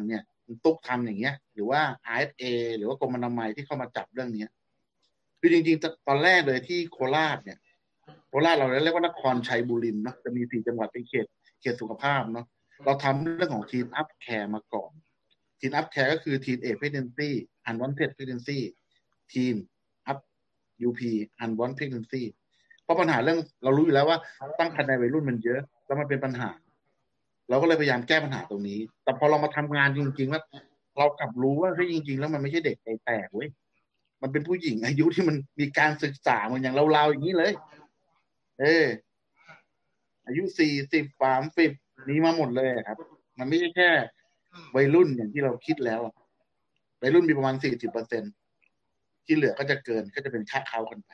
ตุ๊กทำอย่างเงี้ยหรือว่า อาร์ เอส เอ หรือว่ากรมอนามัยที่เข้ามาจับเรื่องนี้คือจริงๆตอนแรกเลยที่โคราชเนี่ยโคราชเราเรียกว่านครชัยบุรีเนาะจะมีสี่จังหวัดเป็นเขตเขตสุขภาพเนาะเราทำเรื่องของ Teen Up Care มาก่อน Teen Up Care ก็คือ Teenage Pregnancy Unwanted Pregnancy Teen Up ยู พี Unwanted Pregnancy เพราะปัญหาเรื่องเรารู้อยู่แล้วว่าตั้งครรภ์ในวัยรุ่นมันเยอะแล้วมันเป็นปัญหาเราก็เลยพยายามแก้ปัญหาตรงนี้แต่พอเรามาทำงานจริงๆว่าเรากลับรู้ว่าเฮ้ยจริงๆแล้วมันไม่ใช่เด็กใจแตกเว้ยมันเป็นผู้หญิงอายุที่มันมีการศึกษาเหมือนอย่างเราๆอย่างนี้เลยเอออายุสี่สิบสามสิบนี้มาหมดเลยครับมันไม่ใช่แค่วัยรุ่นอย่างที่เราคิดแล้ววัยรุ่นมีประมาณสี่สิบเปอร์เซ็นต์ที่เหลือก็จะเกินก็จะเป็นค่าเขากันไป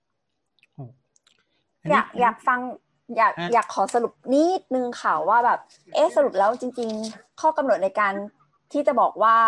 อยากอยากฟังอยากอยากขอสรุปนิดนึงค่ะว่าแบบเอ๊ะสรุปแล้วจริงๆข้อกำหนดในการที่จะบอกว่า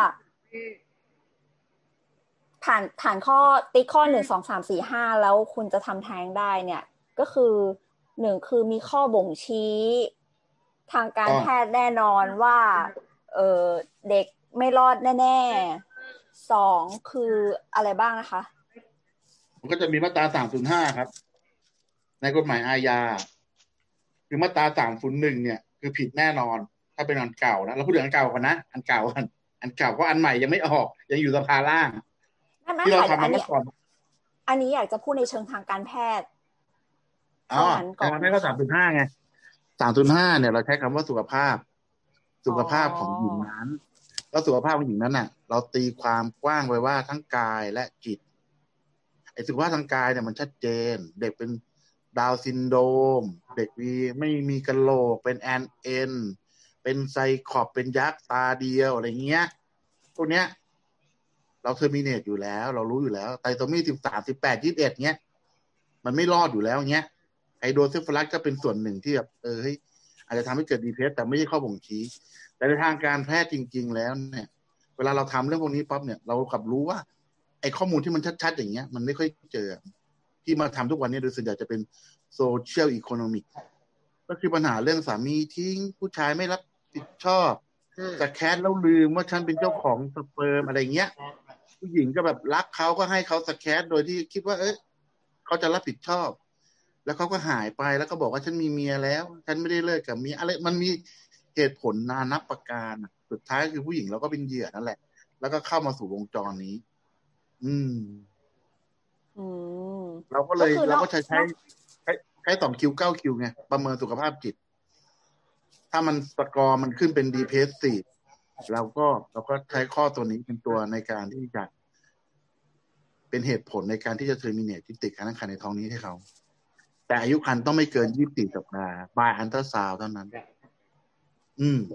ฐานฐานข้อติ๊กข้อหนึ่งสองสามสี่ห้าแล้วคุณจะทำแท้งได้เนี่ยก็คือหนึ่งคือมีข้อบ่งชี้ทางการแพทย์แน่นอนว่าเออเด็กไม่รอดแน่ๆสองคืออะไรบ้างนะคะมันก็จะมีมาตราสามศูนย์ห้าครับในกฎหมายอาญาคือมาตราสามศูนย์หนึ่งเนี่ยคือผิดแน่นอนถ้าเป็นอันเก่านะเราพูดถึงอันเก่าก่อนนะอันเก่าอันอันเก่าเพราะอันใหม่ยังไม่ออกยังอยู่สภาล่างที่เราทำมาเมื่อก่อนอันนี้อยากจะพูดในเชิงทางการแพทย์อ๋อการแพทย์ก็สามศูนย์ห้าไงสามศูนย์ห้าเนี่ยเราใช้คำว่าสุขภาพสุขภาพของหญิงนั้นแล้วสุขภาพของหญิงนั้นน่ะเราตีความกว้างไว้ว่าทั้งกายและจิตไอ้สุขภาพทางกายเนี่ยมันชัดเจนเด็กเป็นดาวน์ซินโดรมเด็กมีไม่มีกะโหลกเป็นแอนเอ็นเป็นไซคอปเป็นยักษ์ตาเดียวอะไรเงี้ยพวกเนี้ยเราเทอร์มิเนตอยู่แล้วเรารู้อยู่แล้วไตรโซมีสิบสาม สิบแปด ยี่สิบเอ็ดเงี้ยมันไม่รอดอยู่แล้วเงี้ยไฮโดรเซฟลัสก็เป็นส่วนหนึ่งที่แบบเออเฮ้ยอาจจะทำให้เกิดดีเพสแต่ไม่ใช่ข้อบ่งชี้แต่ในทางการแพทย์จริงๆแล้วเนี่ยเวลาเราทำเรื่องพวกนี้ปั๊บเนี่ยเรากลับรู้ว่าไอ้ข้อมูลที่มันชัดๆอย่างเงี้ยมันไม่ค่อยเจอที่มาทำทุกวันนี้โดยส่วนใหญ่จะเป็นโซเชียลอีโคโนมิกก็คือปัญหาเรื่องสามีทิ้งผู้ชายไม่รับผิดชอบจะแคสแล้วลืมว่าฉันเป็นเจ้าของสเปิร์มอะไรเงี้ยผู้หญิงก็แบบรักเขาก็ให้เขาสแคสโดยที่คิดว่าเอ๊ะเขาจะรับผิดชอบแล้วเขาก็หายไปแล้วก็บอกว่าฉันมีเมียแล้วฉันไม่ได้เลิกกับเมียอะไรมันมีเหตุผลนานับประการสุดท้ายคือผู้หญิงเราก็เป็นเหยื่อนั่นแหละแล้วก็เข้ามาสู่วงจรนี้อืมอืมเราก็เลยเราก็ใช้ใช้ใช้ใช้สองคิวเก้าคิวไงประเมินสุขภาพจิตถ้ามันสกอร์มันขึ้นเป็นดีเพสซีเราก็เราก็ใช้ข้อตัวนี้เป็นตัวในการที่จะเป็นเหตุผลในการที่จะเทอร์มิเนตที่ติดการตั้งครรภ์ในท้องนี้ให้เขาแต่อายุครรภ์ต้องไม่เกินยี่สิบสี่สัปดาห์บายอัลตราซาวด์เท่านั้นอืม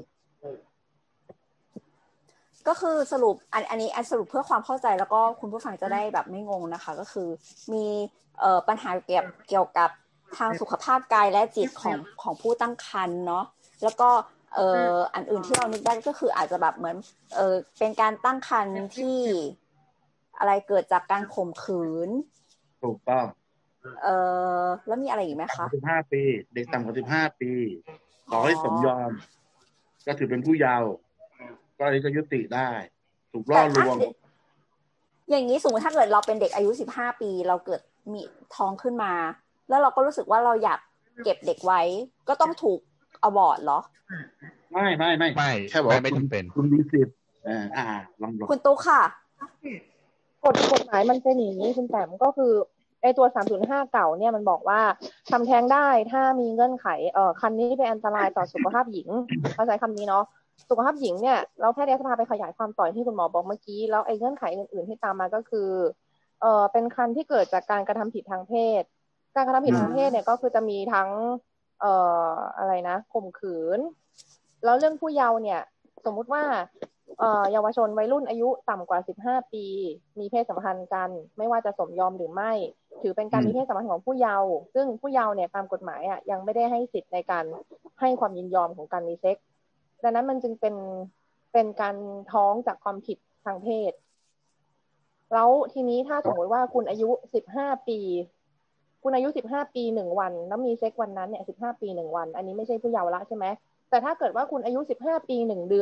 ก็คือสรุปอันอันนี้อันสรุปเพื่อความเข้าใจแล้วก็คุณผู้ฟังจะได้แบบไม่งงนะคะก็คือมีเอ่อปัญหาเกี่ยวเกี่ยวกับทางสุขภาพกายและจิตของของผู้ตั้งครรภ์เนาะแล้วก็เอ่ออันอื่นที่เรานึกได้ก็คืออาจจะแบบเหมือนเออเป็นการตั้งครรภ์ที่อะไรเกิดจากการข่มขืนถูกต้องเอ่อแล้วมีอะไรอีกไหมคะสิบห้าปีเด็กต่ำกว่าสิบห้าปีขอให้สมยอมก็ถือเป็นผู้เยาว์ก็เลยจะยุติได้ถูกล่อลวงอย่างนี้สมมติถ้าเกิดเราเป็นเด็กอายุสิบห้าปีเราเกิดมีท้องขึ้นมาแล้วเราก็รู้สึกว่าเราอยากเก็บเด็กไว้ก็ต้องถูกอบอร์ตเหรอไม่ไม่ไม่ไม่แค่บอกไม่จำเป็นคุณมีสิทธิ์อ่าอ่าลองคุณตุ๊กค่ะกฎกฎหมายมันเป็นอย่างนี้คุณแต้มก็คือไอตัวสามศูนย์ห้าเก่าเนี่ยมันบอกว่าทำแท้งได้ถ้ามีเงื่อนไขเอ่อคันนี้เป็นอันตรายต่อสุขภาพหญิงเขาใช้คำนี้เนาะสุขภาพหญิงเนี่ยเราแพทยสภาไปขยายความต่อที่คุณหมอบอกเมื่อกี้แล้วไอ้เงื่อนไขอื่นๆที่ตามมาก็คือเอ่อเป็นคันที่เกิดจากการกระทำผิดทางเพศการกระทำผิดทางเพศเนี่ยก็คือจะมีทั้งเอ่ออะไรนะข่มขืนแล้วเรื่องผู้เยาว์เนี่ยสมมุติว่าเอ่อเยาวชนวัยรุ่นอายุต่ำกว่าสิบห้าปีมีเพศสัมพันธ์กันไม่ว่าจะสมยอมหรือไม่ถือเป็นการมีเพศสัมพันธ์ของผู้เยาว์ซึ่งผู้เยาว์เนี่ยตามกฎหมายอ่ะยังไม่ได้ให้สิทธิ์ในการให้ความยินยอมของการมีเซ็กส์ดังนั้นมันจึงเป็นเป็นการท้องจากความผิดทางเพศแล้วทีนี้ถ้าสมมติว่าคุณอายุสิบห้าปีคุณอายุสิบห้าปีหนึ่งวันแล้วมีเซ็กวันนั้นเนี่ยสิบห้าปีหนึ่งวันอันนี้ไม่ใช่ผู้เยาว์ละใช่ไหมแต่ถ้าเกิดว่าคุณอายุสิบห้าปีหนึ่งเดือน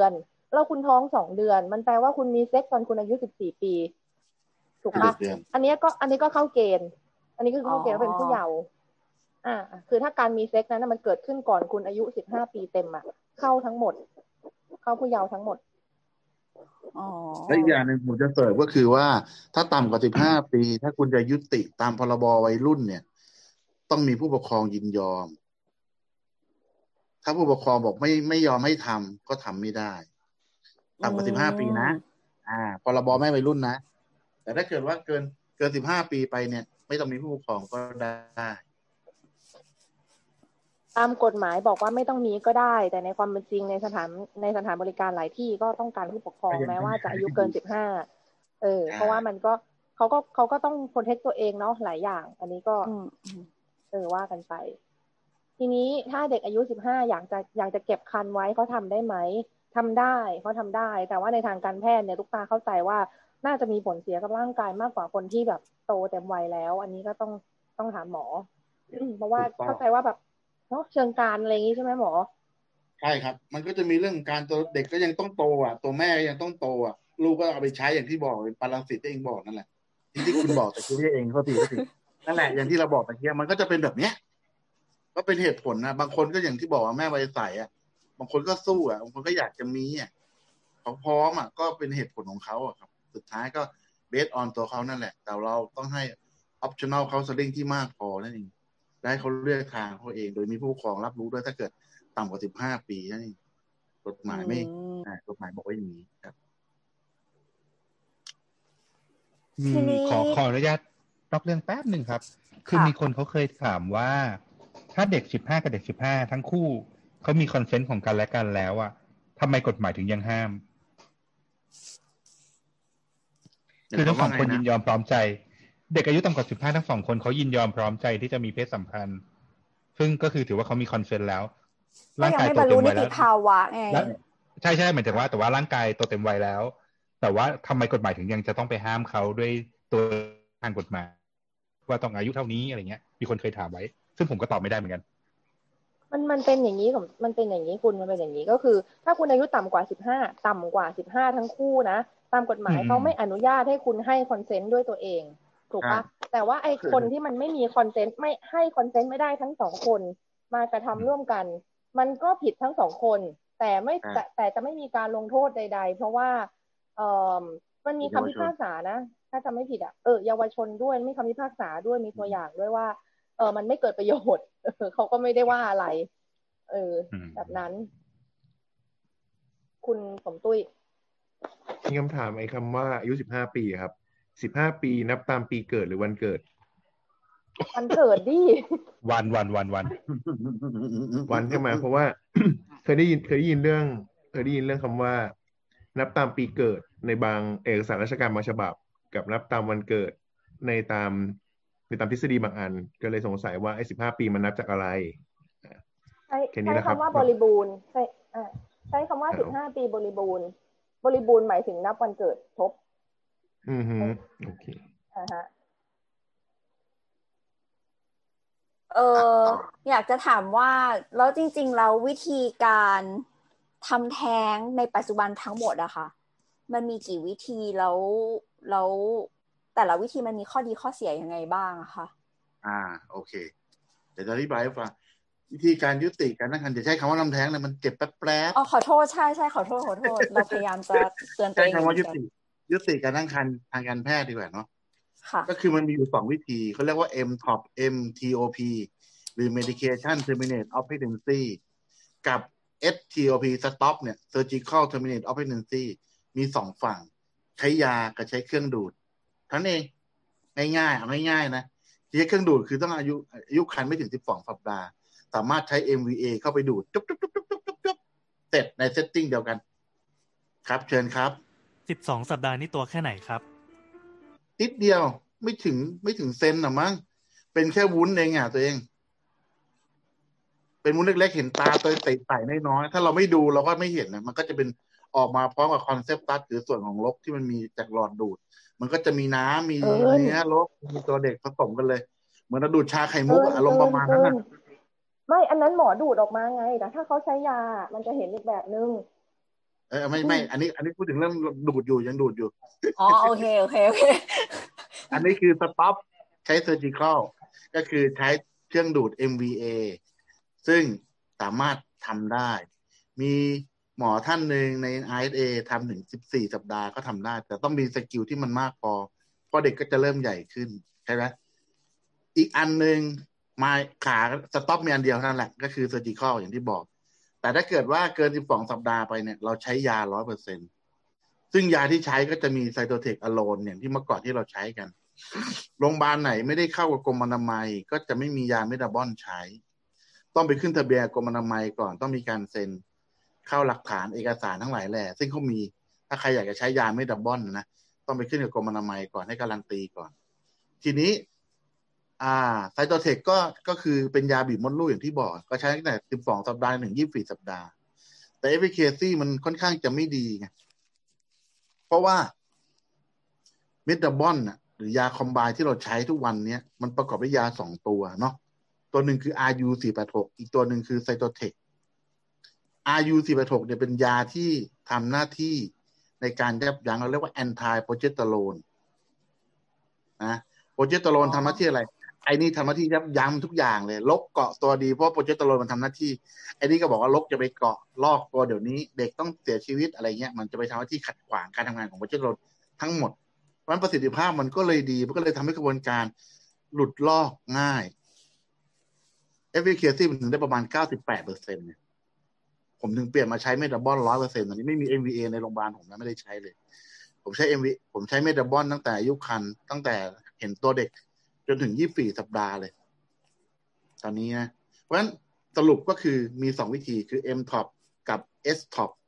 แล้วคุณท้องสองเดือนมันแปลว่าคุณมีเซ็กตอนคุณอายุสิบสี่ปีถูกปะอันนี้ก็อันนี้ก็เข้าเกณฑ์อันนี้ก็เข้าเกณฑ์เป็นผู้เยาว์อ่าคือถ้าการมีเซ็กนั้นมันเกิดขึ้นก่อนคุณอายุสิบห้าปีเต็มอ่ะเข้าทั้งหมดเข้าผู้เยาว์ทั้งหมดและอีกอย่างหนึ่งผมจะเสริมก็คือว่าถ้าต่ำกว่าสิบห้าปีถ้าคุณจะยุติตามพรบวัยรุ่นเนี่ยต้องมีผู้ปกครองยินยอมถ้าผู้ปกครองบอกไม่ไม่ยอมให้ทำก็ทำไม่ได้ต่ำกว่าสิบห้าปีนะอ่าพรบไม่วัยรุ่นนะแต่ถ้าเกิดว่าเกินเกินสิบห้าปีไปเนี่ยไม่ต้องมีผู้ปกครองก็ได้ตามกฎหมายบอกว่าไม่ต้องมีก็ได้แต่ในความเป็นจริงในสถานในสถานบริการหลายที่ก็ต้องการผู้ปกครองแม้ว่าจะอายุเกินสิบห้าเออเพราะว่ามันก็เขาก็เขาก็ต้องโปรเทคตัวเองเนาะหลายอย่างอันนี้ก็เออว่ากันไปทีนี้ถ้าเด็กอายุสิบห้าอยากจะอยากจะเก็บครรภ์ไว้เขาทำได้ไหมทำได้เขาทำได้แต่ว่าในทางการแพทย์เนี่ยทุกตาเข้าใจว่าน่าจะมีผลเสียกับร่างกายมากกว่าคนที่แบบโตเต็มวัยแล้วอันนี้ก็ต้องต้องถามหมอเพราะว่าเข้าใจว่าแบบเนาะเชิงการอะไรอย่างนี้ใช่ไหมหมอใช่ครับมันก็จะมีเรื่องการตัวเด็กก็ยังต้องโตอ่ะตัวแม่ยังต้องโตอ่ะลูกก็เอาไปใช้อย่างที่บอกเป็นปรสิตที่เองบอกนั่นแหละที่ที่คุณบอกแต่คือที่เองเขาตีก็ตีนั่นแหละอย่างที่เราบอกตะเกียมันก็จะเป็นแบบเนี้ยก็เป็นเหตุผลนะบางคนก็อย่างที่บอกว่าแม่ไว้ใส่อ่ะบางคนก็สู้อ่ะบางคนก็อยากจะมีอ่ะเขาพร้อมอ่ะก็เป็นเหตุผลของเขาอ่ะครับสุดท้ายก็เบสออนตัวเขานั่นแหละแต่เราต้องให้ optional counseling ที่มากพอนั่นเองได้เขาเลือกทางเขาเองโดยมีผู้ปกครองรับรู้ด้วยถ้าเกิดต่ำกว่าสิบห้าปีนั่นเองกฎหมายไม่กฎหมายบอกไว้อย่างนี้ครับขอขออนุญาตนอกเรื่องแป๊บหนึ่งครับคือมีคนเขาเคยถามว่าถ้าเด็กสิบห้ากับเด็กสิบห้าทั้งคู่เขามีคอนเซนต์ของกันและกันแล้วอ่ะทำไมกฎหมายถึงยังห้ามคือทั้งสองคนยินยอมพร้อมใจเด็กอายุต่ำกว่าสิบห้าทั้งสองคนเขายินยอมพร้อมใจที่จะมีเพศสัมพันธ์ซึ่งก็คือถือว่าเขามีคอนเซนต์แล้วร่างกายโตเต็มวัยแล้วภาวะไงใช่ใช่หมายถึงว่าแต่ว่าร่างกายโตเต็มวัยแล้วแต่ว่าทำไมกฎหมายถึงยังจะต้องไปห้ามเขาด้วยตัวทางกฎหมายว่าต้องอายุเท่านี้อะไรเงี้ยมีคนเคยถามไว้ซึ่งผมก็ตอบไม่ได้เหมือนกันมันมันเป็นอย่างนี้ของมันเป็นอย่างนี้คุณมันเป็นอย่างนี้ก็คือถ้าคุณอายุต่ำกว่าสิบห้าต่ำกว่าสิบห้าทั้งคู่นะตามกฎหมายเขาไม่อนุญาตให้คุณให้คอนเซนต์ด้วยตัวเองถูกปะแต่ว่าไอ้คนที่มันไม่มีคอนเซนต์ไม่ให้คอนเซนต์ไม่ได้ทั้งสองคนมากระทำร่วมกันมันก็ผิดทั้งสองคนแต่ไม่แต่แต่จะไม่มีการลงโทษใดๆเพราะว่าเอ่อมันมีคำพิพากษานะถ้าจำไม่ผิดอ่ะเออเยาวชนด้วยมีคำพิพากษาด้วยมีตัวอย่างด้วยว่าเออมันไม่เกิดประโยชน์เขาก็ไม่ได้ว่าอะไรเออแบบนั้นคุณสมตุ้ยมีคำถามไอ้คำว่าอายุสิบห้าปีครับสิบห้าปีนับตามปีเกิดหรือวันเกิดวันเกิดดิวันวันวันวันวันใช่ไหมเพราะว่า เคยได้ยินเคยได้ยินเรื่องเคยได้ยินเรื่องคำว่านับตามปีเกิดในบางเอกสารราชการบางฉบับกับนับตามวันเกิดในตามในตามทฤษฎีบางอันก็เลยสงสัยว่าไอ้สิบห้าปีมันนับจากอะไรใช้ใช้คำว่าบริบูรณ์ใช้ใช้คำว่าสิบห้าปีบริบูรณ์บริบูรณ์หมายถึงนับวันเกิดครบอือฮึโอเคอ่าฮะเอออยากจะถามว่าแล้วจริงๆแล้ววิธีการทำแท้งในปัจจุบันทั้งหมดอะค่ะมันมีกี่วิธีแล้วแล้วแต่ละวิธีมันมีข้อดีข้อเสียยังไงบ้างอะคะอ่าโอเคเดี๋ยวจะอธิบายให้ฟังวิธีการยุติการตั้งครรภ์จะใช้คำว่าทำแท้งเนี่ยมันเจ็บแป๊บๆอ๋อขอโทษใช่ใช่ขอโทษขอโทษเราพยายามจะเตือนตัวเองใช้คำว่ายุติยุติการตั้งครรภ์ทางการแพทย์ดีกว่าเนาะก็คือมันมีอยู่สองวิธีเขาเรียกว่า เอ็ม ท็อป เอ็ม ที โอ พี หรือ medication terminate of pregnancy กับ เอส ที โอ พี stop เนี่ย surgical terminate of pregnancy มีสองฝั่งใช้ยากับใช้เครื่องดูดทั้งเองง่ายๆเอาง่ายๆนะใช้เครื่องดูดคือต้องอายุอายุครรภ์ไม่ถึงสิบสองสัปดาห์สามารถใช้ เอ็ม วี เอ เข้าไปดูดจุ๊บๆๆๆๆเสร็จในเซตติ้งเดียวกันครับเชิญครับสิบสองสัปดาห์นี่ตัวแค่ไหนครับนิดเดียวไม่ถึงไม่ถึงเซนหรอมั้งเป็นแค่วุ้นเองอ่ะตัวเองเป็นวุ้นเล็กๆเห็นตาตัวใสๆน้อยๆถ้าเราไม่ดูเราก็ไม่เห็นนะมันก็จะเป็นออกมาพร้อมกับคอนเซปตัสหรือส่วนของลกที่มันมีจากหลอดดูดมันก็จะมีน้ำมีเนื้อลกมีตัวเด็กผสมกันเลยเหมือนเราดูดชาไข่มุกอารมณ์ประมาณนั้นนะไม่อันนั้นหมอดูดออกมาไงแต่ถ้าเขาใช้ยามันจะเห็นอีกแบบนึงเออไม่ไม่อันนี้อันนี้พูดถึงเรื่องดูดอยู่ยังดูดอยู่อ๋อโอเคโอเคโอเคอันนี้คือ stop ใช้ surgical ก็คือใช้เครื่องดูด เอ็ม วี เอ ซึ่งสามารถทำได้มีหมอท่านหนึ่งใน ไอ เอส เอ ทำถึงสิบสี่สัปดาห์ก็ทำได้แต่ต้องมีสกิลที่มันมากพอเพราะเด็กก็จะเริ่มใหญ่ขึ้นใช่ไหมอีกอันหนึ่งมาขาสต็อปมีอันเดียวนั่นแหละก็คือ surgical อย่างที่บอกแต่ถ้าเกิดว่าเกินสิบสองสัปดาห์ไปเนี่ยเราใช้ยา ร้อยเปอร์เซ็นต์ ซึ่งยาที่ใช้ก็จะมีไซโตเทคอะโลนอย่างที่เมื่อก่อนที่เราใช้กันโรงพยาบาลไหนไม่ได้เข้ากับกรมอนามัยก็จะไม่มียาเมทาบอนใช้ต้องไปขึ้นทะเบียนกรมอนามัยก่อนต้องมีการเซ็นเข้าหลักฐานเอกสารทั้งหลายแหล่ซึ่งเขามีถ้าใครอยากจะใช้ยาเมทาบอนนะต้องไปขึ้นกับกรมอนามัยก่อนให้การันตีก่อนทีนี้อ่าไซโตเทคก็ก็คือเป็นยาบีบมดลูกอย่างที่บอกก็ใช้ตั้งแต่สิบสองสัปดาห์ถึงยี่สิบสี่สัปดาห์แต่ efficacy มันค่อนข้างจะไม่ดีไงเพราะว่าเมทาบอนน่ะหรือยาคอมไบน์ที่เราใช้ทุกวันนี้มันประกอบด้วยยาสองตัวเนาะตัวหนึ่งคือ อาร์ ยู สี่แปดหก อีกตัวหนึ่งคือไซโตเทค อาร์ ยู สี่แปดหก เนี่ยเป็นยาที่ทำหน้าที่ในการยับยั้งเราเรียกว่าแอนตี้โปรเจสเตอโรนนะโปรเจสเตอโรนทำหน้าที่อะไรไอ้นี่ทำหน้าที่ยับยั้งทุกอย่างเลยลกเกาะตัวดีเพราะโปรเจสเตอโรนมันทำหน้าที่ไอ้นี่ก็บอกว่าลกจะไปเกาะลอกตัวเดี๋ยวนี้เด็กต้องเสียชีวิตอะไรเงี้ยมันจะไปทำหน้าที่ขัดขวางการทำงานของโปรเจสเตอโรนทั้งหมดเพราะฉะนั้นประสิทธิภาพมันก็เลยดีมันก็เลยทำให้กระบวนการหลุดลอกง่าย efficacy มันถึงได้ประมาณ เก้าสิบแปดเปอร์เซ็นต์ เนี่ยผมถึงเปลี่ยนมาใช้เมทาบอน ร้อยเปอร์เซ็นต์ ตอนนี้ไม่มี เอ็ม วี เอ ในโรงพยาบาลผมนะไม่ได้ใช้เลยผมใช้ เอ็ม วี ผมใช้เมทาบอนตั้งแต่อายุครรภ์ตั้งแต่เห็นตัวเด็กจนถึงยี่สิบสี่สัปดาห์เลยตอนนี้นะเพราะฉะนั้นสรุปก็คือมีสองวิธีคือ M ท็อป กับ S ท็อป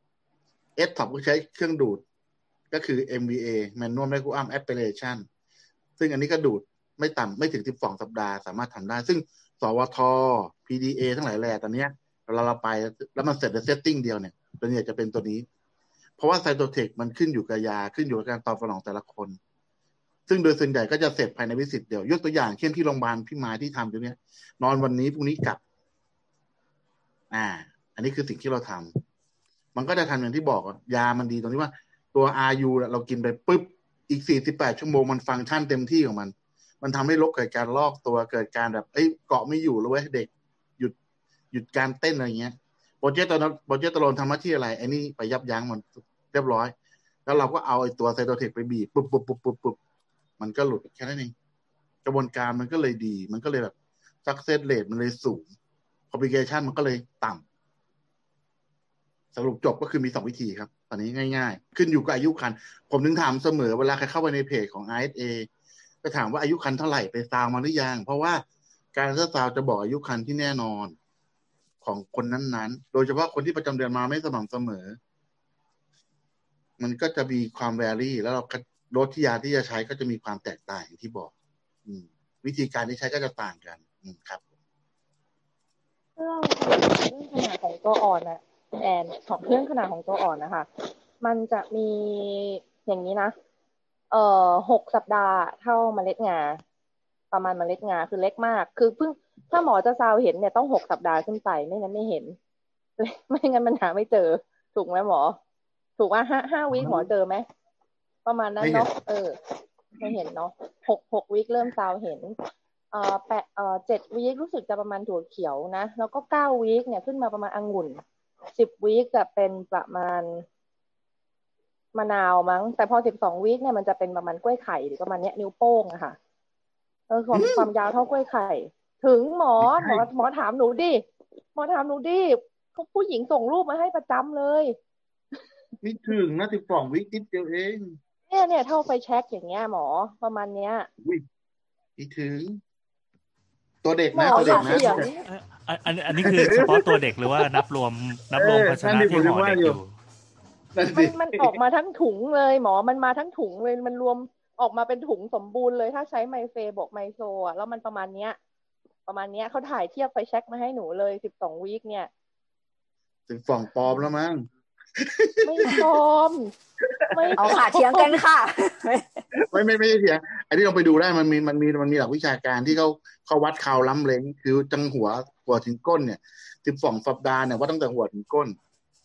S ท็อปก็ใช้เครื่องดูดก็คือ เอ็ม วี เอ Manual Vacuum Aspiration ซึ่งอันนี้ก็ดูดไม่ต่ำไม่ถึงสิบสองสัปดาห์สามารถทำได้ซึ่งสวท พี ดี เอ ทั้งหลายแหล่ตอนนี้เราเราไปแล้วมันเสร็จในเซตติ้งเดียวเนี่ยตัวนี้จะเป็นตัวนี้เพราะว่าไซโตเทคมันขึ้นอยู่กับยาขึ้นอยู่กับการตอบสนองแต่ละคนซึ่งโดยส่วนใหญ่ก็จะเสร็จภายในวิสิตเดียวยกตัวอย่างเช่นที่โรงพยาบาลพี่มาที่ทำอยู่เนี่ยนอนวันนี้พรุ่งนี้กลับอ่าอันนี้คือสิ่งที่เราทำมันก็จะทำอย่างที่บอกยามันดีตรงที่ว่าตัว อาร์ ยู เรากินไปปุ๊บอีกสี่สิบแปดชั่วโมงมันฟังก์ชันเต็มที่ของมันมันทำให้ลกเกิดการลอกตัวเกิดการแบบเอ้ยเกาะไม่อยู่แล้วเว้ยเด็กหยุดหยุดการเต้นอะไรเงี้ยโปรเจกต์ตอนโปรเจกต์ตโรนทำหน้าที่อะไรไอ้นี่ไปยับยั้งมันเรียบร้อยแล้วเราก็เอาไอ้ตัวไซโตเทคไปบีบปุ๊บปุ๊บปุ๊บปุ๊บปุ๊บมันก็หลุดแค่นั้นเองกระบวนการมันก็เลยดีมันก็เลยแบบ success rate มันเลยสูง complication มันก็เลยต่ำสรุปจบก็คือมีสองวิธีครับตอนนี้ง่ายๆขึ้นอยู่กับอายุครรภ์ผมถึงถามเสมอเวลาใครเข้าไปในเพจของ ไอ เอส เอ ก็ถามว่าอายุครรภ์เท่าไหร่ไปซาวมาหรือยังเพราะว่าการอัลตราซาวด์จะบอกอายุครรภ์ที่แน่นอนของคนนั้นๆโดยเฉพาะคนที่ประจำเดือนมาไม่สม่ำเสมอมันก็จะมีความแวรี่แล้วเราโดสที่ยาที่จะใช้ก็จะมีความแตกต่างอย่างที่บอกอืมวิธีการที่ใช้ก็จะต่างกันอืมครับเรื่องเรื่องขนาดของตัวอ่อนนะแอนของเรื่องขนาดของตัวอ่อนนะคะมันจะมีอย่างนี้นะเอ่อหกสัปดาห์เท่าเมล็ดงาประมาณเมล็ดงาคือเล็กมากคือเพิ่งถ้าหมอจะซาวเห็นเนี่ยต้องหกสัปดาห์ขึ้นไปไม่งั้นไม่เห็นไม่งั้นมันหาไม่เจอถูกไหมหมอถูกว่าห้าห้าวิหมอเจอไหมประมาณนั้นเนาะเออไม่เห็นเนาะหกหกวิเริ่มซาวเห็นเอ่อแปดเอ่อเจ็ดวีครู้สึกจะประมาณถั่วเขียวนะแล้วก็เก้าวีคเนี่ยขึ้นมาประมาณองุ่นสิบวีคจะเป็นประมาณมะนาวมั้งแต่พอสิบสองวีคเนี่ยมันจะเป็นประมาณกล้วยไข่หรือประมาณเนี้ยนิ้วโป้งอะค่ะเออความความยาวเท่ากล้วยไข่ถึงหมอหมอหมอถามหนูดิหมอถามหนูดิผู้หญิงส่งรูปมาให้ประจำเลยไม่ถึงนะสิบสองวินิดเดียวเองเนี่ยเนี่ยเท่าไฟแช็กอย่างเงี้ยหมอประมาณเนี้ยอุ้ยไม่ถึงตัวเด็กนะตัวเด็กนะอันอันนี้คือเฉพาะตัวเด็กหรือว่านับรวมนับรวมภาชนะที่ห่อเด็กอยู่มันมันออกมาทั้งถุงเลยหมอมันมาทั้งถุงเลยมันรวมออกมาเป็นถุงสมบูรณ์เลยถ้าใช้ไมเฟบวกไมโซอ่ะแล้วมันประมาณเนี้ยประมาณเนี้ยเขาถ่ายเทียบไฟแช็กมาให้หนูเลยสิบสองวีคเนี่ยถึงฝั่งปลอมแล้วมั้งไม่ปลอมไม่เอาค่ะเถียงกันค่ะไม่ไม่ไม่ใช่เถียงอันนี้ลองไปดูได้มันมีมันมีมันมีหลักวิชาการที่เขาเขาวัดคาวล้ำเล้งคือจังหัวหัวถึงก้นเนี่ยสิบสองสัปดาห์เนี่ยว่าตั้งแต่หัวถึงก้น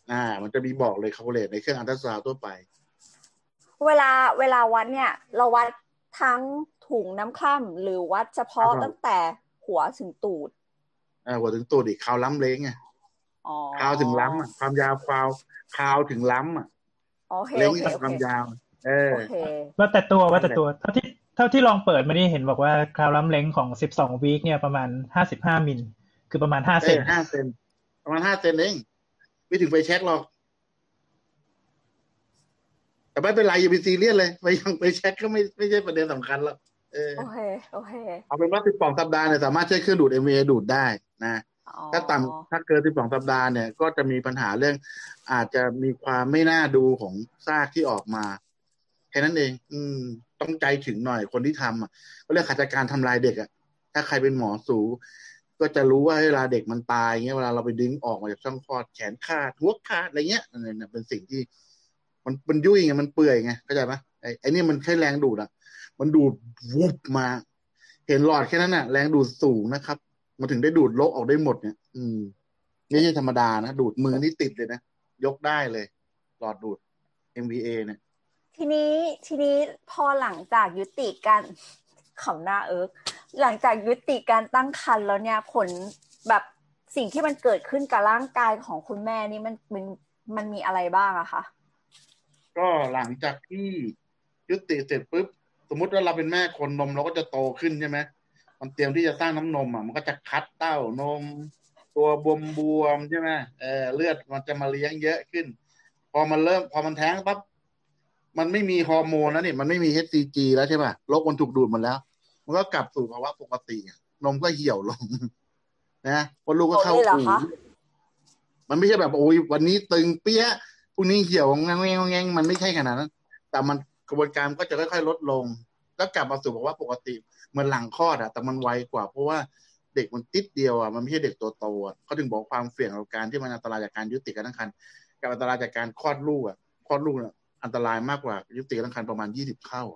อ่ามันจะมีบอกเลยคาลคูลเลตในเครื่องอัลตราซาวด์ทั่วไปเวลาเวลาวัดเนี่ยเราวัดทั้งถุงน้ำคร่ำหรือวัดเฉพาะตั้งแต่หัวถึงตูดอ่าหัวถึงตูดอีกคาวล้ำเล้งไงอ๋อคาวถึงล้ำอ่ะความยาวคาวคาวถึงล้ำอ่ะโอเคเล้งโอเคโอความเคยาวเออโอเคว่าแต่ตัวว่าแต่ตัวเท่าที่เท่าที่ลองเปิดมานี่เห็นบอกว่าคราวล้ำเล้งของสิบสองวีคเนี่ยประมาณห้าสิบห้ามิลคือประมาณห้าเซนห้าเซนประมาณห้าเซนเองไม่ถึงไฟแช็กหรอกแต่ไม่เป็นไรอย่าไปซีเรียสเลยไปยังไปเช็คก็ไม่ไม่ใช่ประเด็นสำคัญหรอกเออโอเคโอเคเอาเป็นว่าสิบสองสัปดาห์เนี่ยสามารถใช้เครื่องดูด เอ็ม วี เอ ดูดได้นะถ้าต่ำถ้าเกินสิบสองสัปดาห์เนี่ยก็จะมีปัญหาเรื่องอาจจะมีความไม่น่าดูของซากที่ออกมาแค่นั้นเองอืมต้องใจถึงหน่อยคนที่ทำอ่ะก็เรื่องขาดการทำลายเด็กอ่ะถ้าใครเป็นหมอสูก็จะรู้ว่าเวลาเด็กมันตายเงี้ยเวลาเราไปดึงออกมาจากช่องคลอดแขนขาดหัวขาดอะไรเงี้ยเนี่ยเป็นสิ่งที่มันมันยุ่ยไงมันเปื่อยไงเข้าใจปะไอ้ไอ้นี่มันใช้แรงดูดอ่ะมันดูดวุบมาเห็นหลอดแค่นั้นน่ะแรงดูดสูงนะครับมันถึงได้ดูดโลกออกได้หมดเนี่ยอืมไม่ใช่ธรรมดานะดูดมือนี่ติดเลยนะยกได้เลยหลอดดูด เอ็ม วี เอ เนี่ยทีนี้ทีนี้พอหลังจากยุติการขำหน้าเอิร์กหลังจากยุติการตั้งครรภ์แล้วเนี่ยผลแบบสิ่งที่มันเกิดขึ้นกับร่างกายของคุณแม่นี่มันมันมันมีอะไรบ้างอะคะก็หลังจากที่ยุติเสร็จปุ๊บสมมุติว่าเราเป็นแม่คนนมเราก็จะโตขึ้นใช่ไหมมันเตรียมที่จะสร้างน้ำนมอ่ะมันก็จะคัดเต้านมตัวบวมบวมใช่ไหมเออเลือดมันจะมาเลี้ยงเยอะขึ้นพอมันเริ่มพอมันแท้งปั๊บมันไม่มีฮอร์โมนแล้วเนี่ยมันไม่มี เอช ซี จี แล้วใช่ป่ะโรคมันถูกดูดหมดแล้วมันก็กลับสู่ภาวะปกตินมก็เหี่ยวลงนะพอลูกก็เข้าอู่มันไม่ใช่แบบโอ้ยวันนี้ตึงเปี้ยพรุ่งนี้เหี่ยวงงงงงมันไม่ใช่ขนาดนั้นแต่มันกระบวนการก็จะค่อยๆลดลงแล้วกลับมาสู่ภาวะปกติเหมือนหลังคลอดอะแต่มันไวกว่าเพราะว่าเด็กมันติดเดียวอะมันไม่ใช่เด็กตัวโตอะเขาถึงบอกความเสี่ยงของการที่มันอันตรายจากการยุติการตั้งครรภ์กับอันตรายจากการคลอดลูกอะคลอดลูกอะอันตรายมากกว่ายุติการตั้งครรภ์ประมาณยี่สิบเท่า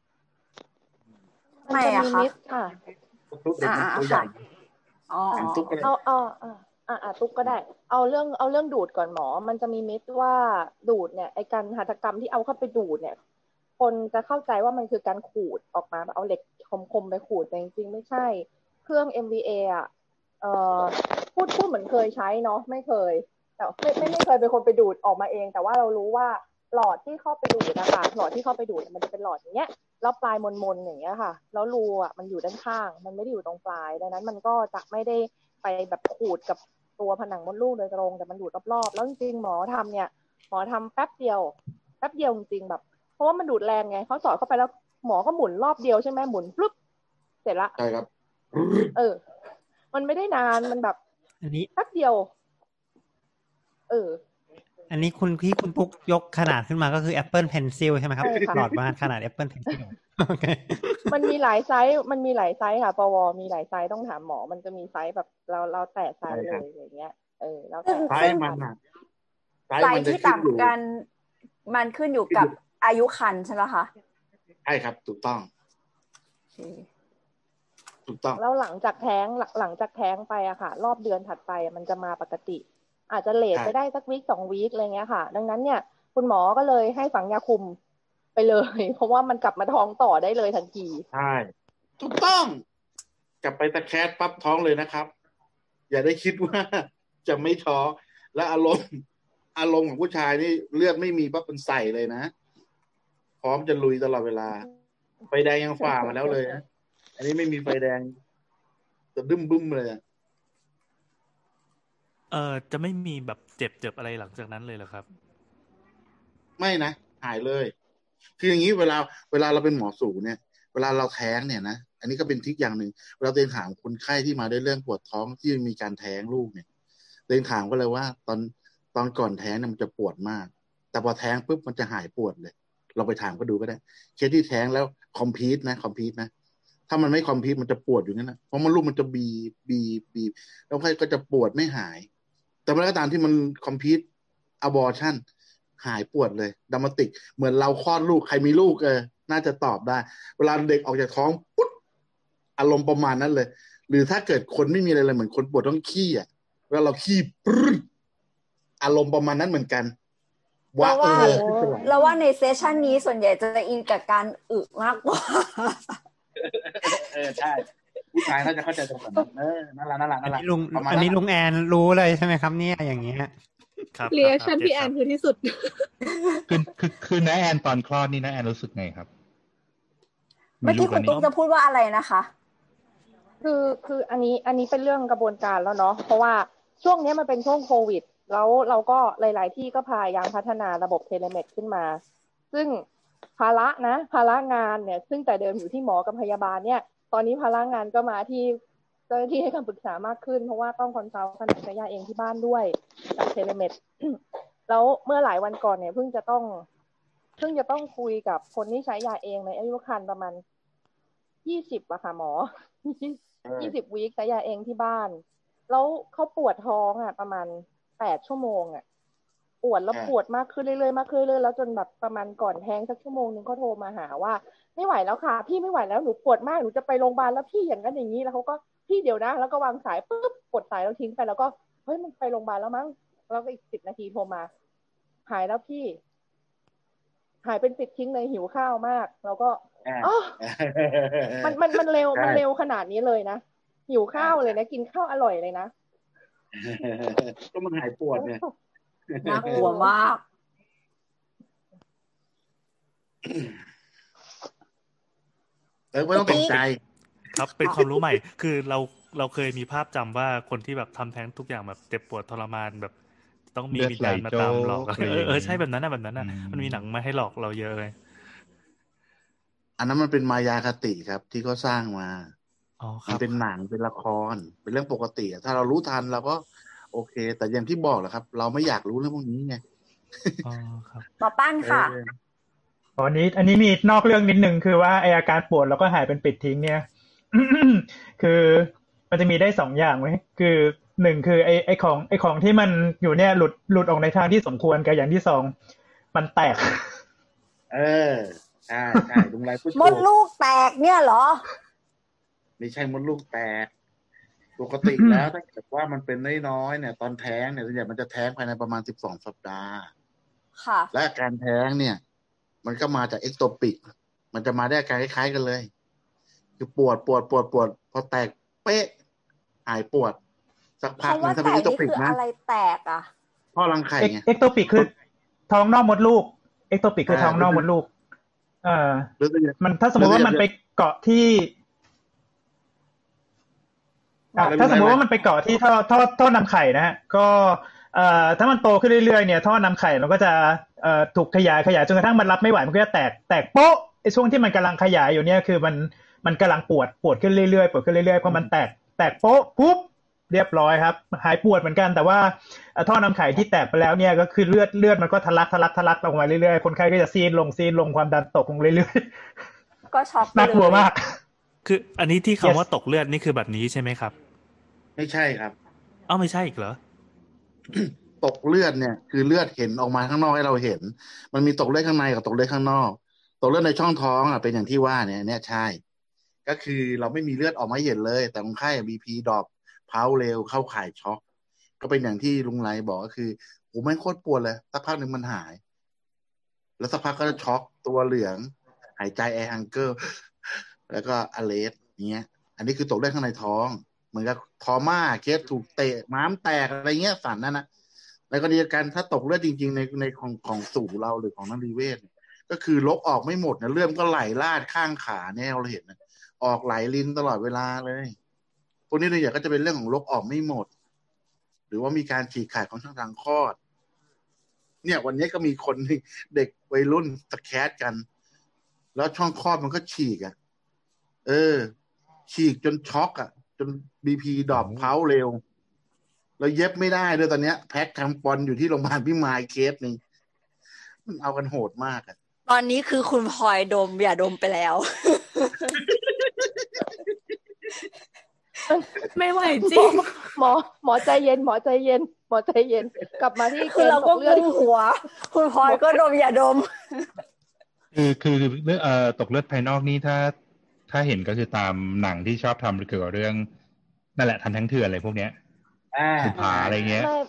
ไม่อะค่ะค่ะตุ๊กเด็กตัวใหญ่อ๋อเอาเอาเอาอ่าตุ๊กก็ได้เอาเรื่องเอาเรื่องดูดก่อนหมอมันจะมีมิตว่าดูดเนี่ยไอการหัตถกรรมที่เอาเข้าไปดูดเนี่ยคนจะเข้าใจว่ามันคือการขูดออกมาเอาเหล็กคมๆไปขูดแต่จริงๆไม่ใช่เครื่อง เอ็ม วี เอ อ่ะเอ่อพูดพูดเหมือนเคยใช้เนาะไม่เคยแต่ไม่ไม่ไม่เคยเป็นคนไปดูดออกมาเองแต่ว่าเรารู้ว่าหลอดที่เข้าไปดูดนะคะหลอดที่เข้าไปดูดมันจะเป็นหลอดอย่างเงี้ยแล้วปลายมนๆอย่างเงี้ยค่ะแล้วรูอ่ะมันอยู่ด้านข้างมันไม่ได้อยู่ตรงปลายดังนั้นมันก็จะไม่ได้ไปแบบขูดกับตัวผนังมดลูกโดยตรงแต่มันดูดรอบๆแล้วจริงๆหมอทำเนี่ยหมอทำแป๊บเดียวแป๊บเดียวจริงๆแบบเพราะว่ามันดูดแรงไงเขาสอดเข้าไปแล้วหมอก็หมุนรอบเดียวใช่ไหมหมุนปุ๊บเสร็จละใช่ครับเออมันไม่ได้นานมันแบบอันนี้แป๊บเดียวเอออันนี้คุณที่คุณปุ๊กยกขนาดขึ้นมาก็คือ Apple Pencil ใช่ไหมครับหลอดวาดขนาด Apple Pencil โอเคมันมีหลายไซส์มันมีหลายไซส์ค่ะปวมีหลายไซส์ต้องถามหมอมันจะมีไซส์แบบเราเราแตะไซส์เลยอย่างเงี้ยเออแล้วแต่ไซส์มันอ่ะไซส์ที่ต่างกันมันขึ้นอยู่กับอายุครรภ์ใช่ไหมคะใช่ครับถูกต้องถูกต้องแล้วหลังจากแท้งหลังจากแท้งไปอะค่ะรอบเดือนถัดไปมันจะมาปกติอาจจะเลทไปได้สักวีคสองวีคอะไรเงี้ยค่ะดังนั้นเนี่ยคุณหมอก็เลยให้ฝังยาคุมไปเลยเพราะว่ามันกลับมาท้องต่อได้เลยทันทีใช่ถูกต้องกลับไปตะแคสปั๊บท้องเลยนะครับอย่าได้คิดว่าจะไม่ท้องและอารมณ์อารมณ์ของผู้ชายนี่เลือดไม่มีปั๊บเป็นใส่เลยนะพร้อมจะลุยตลอดเวลาไฟแดงยังฝ่ามาแล้วเลยนะอันนี้ไม่มีไฟแดงจะดึ้มบึ้มเลยเออจะไม่มีแบบเจ็บเจ็บอะไรหลังจากนั้นเลยเหรอครับไม่นะหายเลยคืออย่างนี้เวลาเวลาเราเป็นหมอสูเนี่ยเวลาเราแท้งเนี่ยนะอันนี้ก็เป็นทริคอย่างหนึ่งเวลาเดินถามคนไข้ที่มาด้วยเรื่องปวดท้องที่มีการแท้งลูกเนี่ยเดินถามก็เลยว่าตอนตอนก่อนแท้งเนี่ยมันจะปวดมากแต่พอแท้งปุ๊บมันจะหายปวดเลยเราไปถามก็ดูก็ได้เคสที่แท้งแล้วคอมพีทนะคอมพีทนะถ้ามันไม่คอมพีทมันจะปวดอยู่นั่นนะเพราะมันลูกมันจะบีบีบีแล้วไข้ก็จะปวดไม่หายแต่เมื่อก็ตามที่มันคอมพีทอะบอร์ชั่นหายปวดเลยดรามาติกเหมือนเราคลอดลูกใครมีลูกเออน่าจะตอบได้เวลาเด็กออกจากท้องปุ๊บอารมณ์ประมาณนั้นเลยหรือถ้าเกิดคนไม่มีอะไรเลยเหมือนคนปวดต้องขี้อ่ะเวลาเราขี้ปรึ๊ดอารมณ์ประมาณนั้นเหมือนกันว่าว่าเออแล้วว่าในเซสชันนี้ส่วนใหญ่จะอินกับการอึมากกว่าเออใช่ผู้ชายน่าจะเข้าใจตรงนั้นเออนั่นแหละนั่นแหละนั่นแหละอันนี้ลุงอันนี้ลุงแอนรู้เลยใช่ไหมครับเนี่ยอย่างเงี้ยครับรีแอคชั่นพี่แอนคือที่สุดคือคือคือน้าแอนตอนคลอดนี่น้าแอนรู้สึกไงครับเมื่อกี้คุณตุ๊กจะพูดว่าอะไรนะคะคือคืออันนี้อันนี้เป็นเรื่องกระบวนการแล้วเนาะเพราะว่าช่วงนี้มันเป็นช่วงโควิดแล้วเราก็หลายๆที่ก็พยายามพัฒนาระบบเทเลเมดขึ้นมาซึ่งภาระนะภาระงานเนี่ยซึ่งแต่เดิมอยู่ที่หมอกับพยาบาลเนี่ยตอนนี้ภาระงานก็มาที่เจ้าหน้าที่ให้คำปรึกษามากขึ้นเพราะว่าต้องคอนซัลท์ขนาดใช้ยาเองที่บ้านด้วยกับเทเลเมด แล้วเมื่อหลายวันก่อนเนี่ยเพิ่งจะต้องเพิ่งจะต้องคุยกับคนที่ใช้ยาเองในอายุครรภ์ประมาณยี่สิบอะค่ะหมอยี่สิบวีคใช้ยาเองที่บ้านแล้วเขาปวดท้องอะประมาณแปดชั่วโมงอะปวดแล้วปวดมากขึ้นเรื่อยๆมากขึ้นเรื่อยๆแล้วจนแบบประมาณก่อนแท้งสักชั่วโมงนึงเขาโทรมาหาว่าไม่ไหวแล้วค่ะพี่ไม่ไหวแล้วหนูปวดมากหนูจะไปโรงพยาบาลแล้วพี่อย่างนั้นอย่างนี้แล้วเขาก็พี่เดี๋ยวนะแล้วก็วางสายปุ๊บกดสายแล้วทิ้งไปแล้วก็เฮ้ยมันไปโรงพยาบาลแล้วมั้งแล้วก็อีกสิบนาทีโทรมาหายแล้วพี่หายเป็นปิดทิ้งเลยหิวข้าวมากแล้วก็อ๋อมันมันมันเร็วมันเร็วขนาดนี้เลยนะหิวข้าวเลยนะกินข้าวอร่อยเลยนะก็มันหายปวดไงน่ากลัวมากเออไม่ต้องตกใจครับเป็นความรู้ใหม่คือเราเราเคยมีภาพจำว่าคนที่แบบทำแท้งทุกอย่างแบบเจ็บปวดทรมานแบบต้องมีวิญญาณมาตามหลอกเออเออใช่แบบนั้นนะแบบนั้นนะมันมีหนังมาให้หลอกเราเยอะเลยอันนั้นมันเป็นมายาคติครับที่เขาสร้างมาอ๋อมันเป็นหนังเป็นละครเป็นเรื่องปกติถ้าเรารู้ทันเราก็โอเคแต่อย่างที่บอกแหละครับเราไม่อยากรู้เรื่องพวกนี้ไงอ๋อครับหมอปั้นค่ะอันนี้อันนี้มีนอกเรื่องนิดนึงคือว่าไออาการปวดแล้วก็หายเป็นปิดทิ้งเนี่ย คือมันจะมีได้สองอย่างไว้คือหนึ่งคือไอไอของไอของที่มันอยู่เนี่ยหลุดหลุดออกในทางที่สมควรกับอย่างที่สองมันแตกเออใช่ใช่ลุงไรพูดถูกมดลูกแตกเนี่ยเหรอไม่ใช่มดลูกแตกปกติแล้วถ้าเกิดว่ามันเป็นน้อยๆเนี่ยตอนแท้งเนี่ยส่วนใหญ่มันจะแท้งภายในประมาณสิบสองสัปดาห์ค่ะและการแท้งเนี่ยมันก็มาจากเอ็กโตปิกมันจะมาได้อาการคล้ายๆกันเลยคือปวดปวดปวดปวดพอแตกเป๊ะหายปวดสักพักนึงถ้าเป็นเอ็กโตปิกนะอะไรแตกอ่ะท่อรังไข่ไงเอ็กโตปิกคือท้องนอกมดลูกเอ็กโตปิกคือท้องนอกมดลูกเอ่อมันถ้าสมมติว่ามันไปเกาะที่ถ้าสมมติว่ามันไปเกาะที่ท่อท่อท่อนำไข่นะฮะก็เอ่อถ้ามันโตขึ้นเรื่อยๆเนี่ยท่อนำไข่มันก็จะเอ่อถูกขยายขยายจนกระทั่งมันรับไม่ไหวมันก็จะแตกแตกโป๊ะไอ้ช่วงที่มันกำลังขยายอยู่เนี่ยคือมันมันกำลังปวดปวดขึ้นเรื่อยๆปวดขึ้นเรื่อยๆพอมันแตกแตกโป๊ะปุ๊บเรียบร้อยครับหายปวดเหมือนกันแต่ว่าท่อนำไข่ที่แตกไปแล้วเนี่ยก็คือเลือดเลือดมันก็ทะลักทะลักทะลักลงมาเรื่อยๆคนไข้ก็จะซีดลงซีดลงความดันตกลงเรื่อยๆก็ช็อกน่ากลัวมากคืออันนี้ที่คำว่าตกเลือดนี่คือแบบนี้ใช่ไหมครับไม่ใช่ครับอ้าวไม่ใช่อีกเหรอตกเลือดเนี่ยคือเลือดเห็นออกมาข้างนอกให้เราเห็นมันมีตกเลือดข้างในกับตกเลือดข้างนอกตกเลือดในช่องท้องอ่ะเป็นอย่างที่ว่าเนี่ยเนี่ยใช่ก็คือเราไม่มีเลือดออกมาเห็นเลยแต่คนไข้ บี พี ดรอปเพาเร็วเข้าข่ายช็อกก็เป็นอย่างที่ลุงไรบอกก็คือโหแม่งโคตรปวดเลยสักพักนึงมันหายแล้วสักพักก็จะช็อกตัวเหลืองหายใจแอร์ฮังเกอร์แล้วก็อเลสเงี้ยอันนี้คือตกเลือดข้างในท้องเหมือนกับทอม่าเคสถูกเตะม้ามแตกอะไรเงี้ยฝันนั่นนะในกรณีการถ้าตกเลือดจริงๆในในของของสู่เราหรือของนักนิเวศก็คือลบออกไม่หมดนะเลือดก็ไหลลาดข้างขาเนี่ยเราเห็นนะออกไหลลิ้นตลอดเวลาเลยพวกนี้เนี่ยก็จะเป็นเรื่องของลบออกไม่หมดหรือว่ามีการฉีกขาดของช่องทางคลอดเนี่ยวันนี้ก็มีคนเด็กวัยรุ่นตะแคสกันแล้วช่องคลอดมันก็ฉีกอ่ะเออฉีกจนช็อกอ่ะจน บี พี ดรอปเพาเร็วแล้วเย็บไม่ได้ด้วยตอนเนี้ยแพ็คทำปอนอยู่ที่โรงพยาบาลพิมายเคสนึงมันเอากันโหดมากอ่ะตอนนี้คือคุณพลอยดมอย่าดมไปแล้วไม่ไหวจริงหมอหมอใจเย็นหมอใจเย็นหมอใจเย็นกลับมาที่คือเราก็กุมหัวคุณพลอยก็ดมอย่าดมคือคือเรื่องเอ่อตกเลือดภายนอกนี่ถ้าถ้าเห็นก็คือตามหนังที่ชอบทำเกี่ยวกับเรื่องนั่นแหละทำแท้งเถื่อนอะไรพวกเนี้ยสุภาอะไรเงี้ย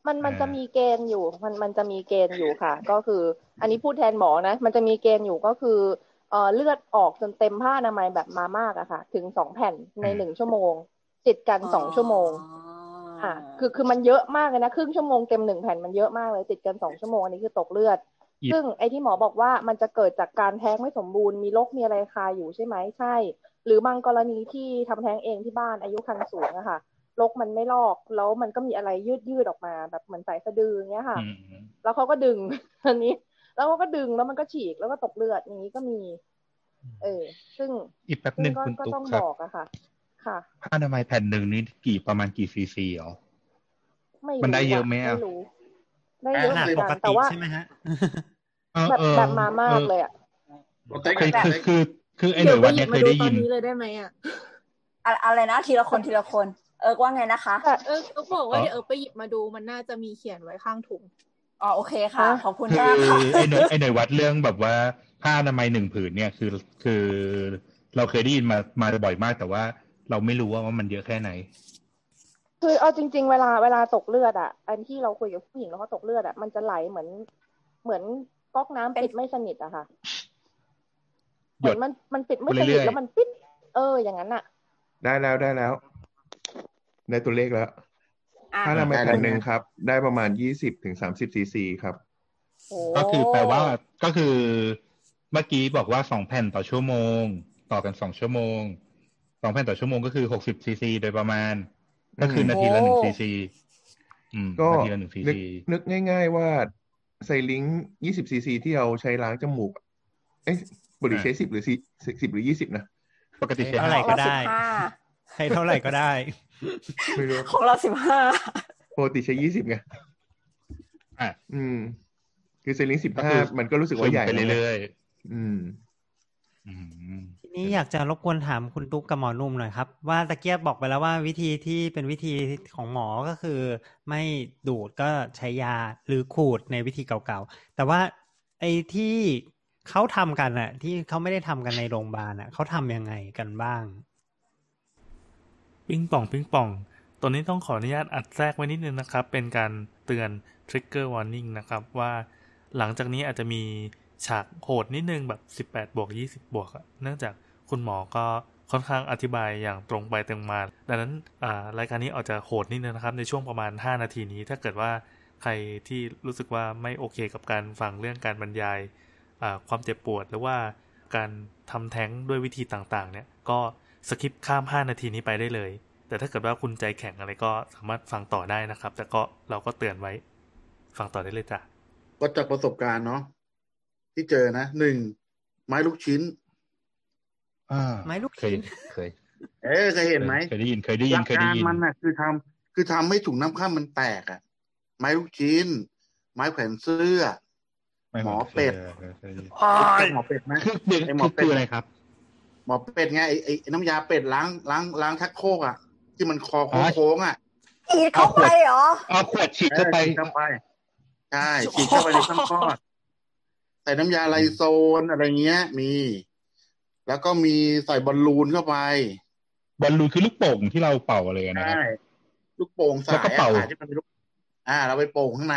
มันมันจะมีเกณฑ์อยู่มันมันจะมีเกณฑ์อยู่ค่ะก็คืออันนี้พูดแทนหมอนะมันจะมีเกณฑ์อยู่ก็คือเอ่อเลือดออกจนเต็มผ้าอนามัยแบบมามากอะค่ะถึงสองแผ่นในหนึ่งชั่วโมงติดกันสองชั่วโมงอ่าคือคือมันเยอะมากเลยนะครึ่งชั่วโมงเต็มหนึ่งแผ่นมันเยอะมากเลยติดกันสองชั่วโมงอันนี้คือตกเลือดซึ่งไอ้ที่หมอบอกว่ามันจะเกิดจากการแท้งไม่สมบูรณ์มีรกมีอะไรคาอยู่ใช่ไหมใช่หรือบางกรณีที่ทำแท้งเองที่บ้านอายุครรภ์สูงอะค่ะรกมันไม่ลอกแล้วมันก็มีอะไรยืดยืดออกมาแบบเหมือนสายสะดืออย่างเงี้ยค่ะแล้วเขาก็ดึงอันนี้แล้วเขาก็ดึงแล้วมันก็ฉีกแล้วก็ตกเลือดอย่างนี้ก็มีเออซึ่งอีกแป๊บนึงคุณตุ๊กครับค่ะค่ะผ้าอนามัยแผ่นหนึ่งนี่กี่ประมาณกี่ซีซีอ๋อมันได้เยอะไหมอ่ะไม่รู้ได้เยอะเหมือนกันแต่ว่าใช่ไหมฮะแบบแบบมามากเลยอ่ะคือคือคือคือไอ้หน่วยวัดเนี่ยเคยได้ยินนี้เลยได้ไหมอ่ะอะไรนะทีละคนทีละคนเออว่าไงนะคะเออเขาบอกว่าเดี๋ยวเออไปหยิบมาดูมันน่าจะมีเขียนไว้ข้างถุงอ๋อโอเคค่ะขอบคุณมากค่ะไอ้หน่วยไอ้หน่วยวัดเรื่องแบบว่าผ้าอนามัยหนึ่งผืนเนี่ยคือคือเราเคยได้ยินมามาบ่อยมากแต่ว่าเราไม่รู้ว่ามันเยอะแค่ไหนคือเอาจริงๆเวลาเวลาตกเลือดอ่ะอันที่เราคุยกับผู้หญิงแล้วเขาตกเลือดอ่ะมันจะไหลเหมือนเหมือนก๊อกน้ำปิดไม่สนิทอะค่ะเหมือนมันมันปิดไม่สนิทแล้วมันปิดเอออย่างนั้นอะได้แล้วได้แล้วได้ตัวเลขแล้วถ้าทำไปแผ่นหนึ่งครับได้ประมาณยี่สิบถึงสามสิบซีซีครับก็คือแปลว่าก็คือเมื่อกี้บอกว่าสองแผ่นต่อชั่วโมงต่อกันสองชั่วโมงสองแผ่นต่อชั่วโมงก็คือหกสิบซีซีโดยประมาณก็คือนาทีละหนึ่งซีซีก็นึกนึกง่ายๆว่าไซลิงค์ยี่สิบซีซีที่เราใช้ล้างจมูกเอ๊ะปกติใช้สิบหรือสิบหรือยี่สิบนะปกติใช้เท่าไหร่ก็ได้ให้เท่าไหร่ก็ได้ไม่รู้ของเราสิบห้าปกติใช้ยี่สิบไงอ่ะอืมคือไซลิงค์สิบห้ามันก็รู้สึกว่าใหญ่ไปเรื่อยๆอืมทีนี้อยากจะรบกวนถามคุณตุ๊กกับหมอนุ่มหน่อยครับว่าตะเกียบบอกไปแล้วว่าวิธีที่เป็นวิธีของหมอก็คือไม่ดูดก็ใช้ยาหรือขูดในวิธีเก่าๆแต่ว่าไอ้ที่เขาทำกันน่ะที่เขาไม่ได้ทำกันในโรงพยาบาลน่ะเขาทำยังไงกันบ้างปิ้งป่องปิ้งป่องตัวนี้ต้องขออนุญาตอัดแทรกไว้นิดนึงนะครับเป็นการเตือน trigger warning นะครับว่าหลังจากนี้อาจจะมีฉากโหดนิดนึงแบบสิบแปดบวกยี่สิบบวกอ่ะเนื่องจากคุณหมอก็ค่อนข้างอธิบายอย่างตรงไปตรงมาดังนั้นอ่ารายการนี้อาจจะโหดนิดนึงนะครับในช่วงประมาณห้านาทีนี้ถ้าเกิดว่าใครที่รู้สึกว่าไม่โอเคกับการฟังเรื่องการบรรยายอ่าความเจ็บปวดหรือว่าการทำแท้งด้วยวิธีต่างๆเนี่ยก็สคิปข้ามห้านาทีนี้ไปได้เลยแต่ถ้าเกิดว่าคุณใจแข็งอะไรก็สามารถฟังต่อได้นะครับแต่ก็เราก็เตือนไว้ฟังต่อได้เลยจ้ะก็จากประสบการณ์เนาะที่เจอนะหนึ่งไม้ลูกชิ้นอ่าไม้ลูกชิ้นเคยเอ๊ะเคยเห็นไหมเคยได้ยินเคยได้ยินเคยได้ยินมันน่ะคือทำคือทำให้ถุงน้ำข้ามมันแตกอ่ะไม้ลูกชิ้นไม้แขวนเสื้อหมอเป็ดหมอเป็ดไหมไอ้หมอเป็ดอะไรครับหมอเป็ดไงไอ้ไอ้น้ำยาเป็ดล้างล้างล้างชักโครกอ่ะที่มันคอโค้งๆอ่ะฉีดเข้าไปเหรอเอาขวดฉีดเข้าไปเข้าไปใช่ฉีดเข้าไปในช่องคลอดใส่น้ำยาไลโซนอะไรเงี้ยมีแล้วก็มีใส่บอลลูนเข้าไปบอลลูนคือลูกโป่งที่เราเป่าอะไรนะครับใช่ลูกโป่งสายอ่ะที่มันเป็นลูกอ่าเราไปโป่งข้างใน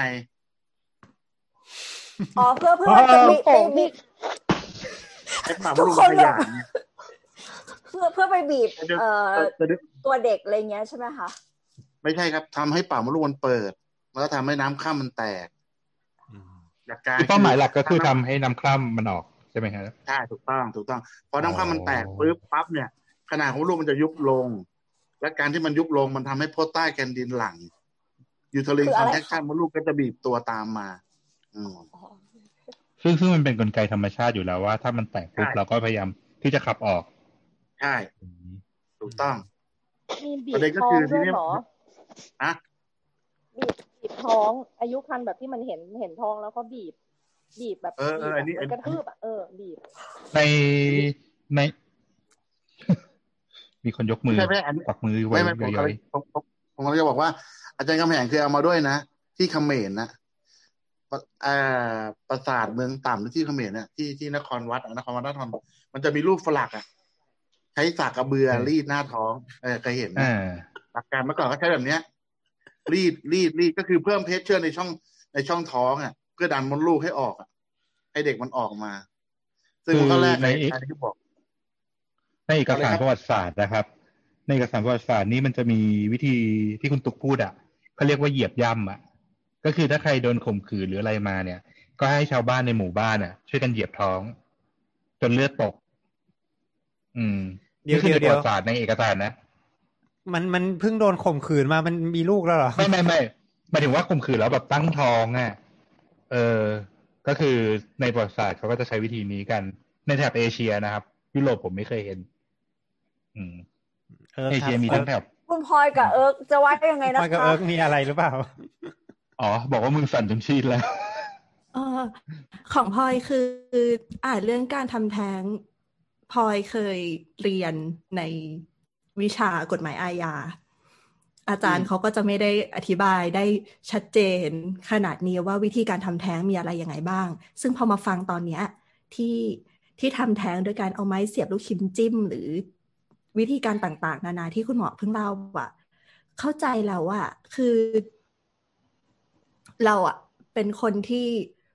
อ๋อเพื่อเพื่อจะมีมีทุกคนแบบเพื่อเพื่อไปบีบเอ่อตัวเด็กอะไรเงี้ยใช่ไหมคะไม่ใช่ครับทำให้ปากมดลูกมันเปิดแล้วทำให้น้ำข้ามมันแตกหลักการเป้าหมายหลักก็คือทำให้น้ำคร่ำมันออกใช่ไหมครับใช่ถูกต้องถูกต้องพอน้ำคร่ำมันแตกปุ๊บปั๊บเนี่ยขนาดของลูกมันจะยุบลงและการที่มันยุบลงมันทำให้โพใต้แกนดินหลั่งยูเทอรินคอนแทคชั่นมดลูกก็จะบีบตัวตามมาซึ่งซึ่งมันเป็นกลไกธรรมชาติอยู่แล้วว่าถ้ามันแตกปุ๊บเราก็พยายามที่จะขับออกใช่ถูกต้องมีบีบท้องด้วยหรออะบีบบีบท้องอายุครรภ์แบบที่มันเห็นเห็นท้องแล้วก็บีบบีบแบบบีบกระทืบอ่ะเออบีบในในมีคนยกมือปักมือไว้ย่อยๆผมผมก็จะบอกว่าอาจารย์กำแหงเคยเอามาด้วยนะที่เขมรนะอ่าปราสาทเมืองต่ำที่เขมรเนี่ยที่ที่นครวัดนครวัดนครมันจะมีรูปฝรั่งอ่ะใช้สากกระเบือรีดหน้าท้องเออเคยเห็นนะหลักการเมื่อก่อนเขาใช้แบบเนี้ยรีดรีดรีดก็คือเพิ่มเพชเชอร์ในช่องในช่องท้องอ่ะเพื่อดันมดลูกให้ออกอ่ะให้เด็กมันออกมาซึ่งมันก็แรกในการที่บอกในเอกสารประวัติศาสตร์นะครับในเอกสารประวัติศาสตร์นี่มันจะมีวิธีที่คุณตุ๊กพูดอ่ะเขาเรียกว่าเหยียบย่ำอ่ะก็คือถ้าใครโดนข่มขืนหรืออะไรมาเนี่ยก็ให้ชาวบ้านในหมู่บ้านอ่ะช่วยกันเหยียบท้องจนเลือดตกอืมนี่คือในประวัติศาสตร์ในเอกสารนะมันมันเพิ่งโดนข่มขืนมามันมีลูกแล้วเหรอไม่ไม่ไม่หมายถึงว่าข่มขืนแล้วแบบตั้งท้องอ่ะเออก็คือในประวัติศาสตร์เขาก็จะใช้วิธีนี้กันในแถบเอเชียนะครับยุโรปผมไม่เคยเห็นอืมเอเชียมีทั้งแถบคุณพลอยกับเอิร์กจะว่ายังไงนะคะพลอยกับเอิร์กมีอะไรหรือเปล่าอ๋อบอกว่ามือสั่นจนชีดแล้วเออของพลอยคืออ่านเรื่องการทำแท้งพลอยเคยเรียนในวิชากฎหมายอาญาอาจารย์เขาก็จะไม่ได้อธิบายได้ชัดเจนขนาดนี้ว่าวิธีการทำแท้งมีอะไรยังไงบ้างซึ่งพอมาฟังตอนเนี้ยที่ที่ทำแท้งโดยการเอาไม้เสียบลูกชิ้นจิ้มหรือวิธีการต่างๆนานาที่คุณหมอเพิ่งเล่าอ่ะเข้าใจแล้วว่าคือเราอ่ะเป็นคนที่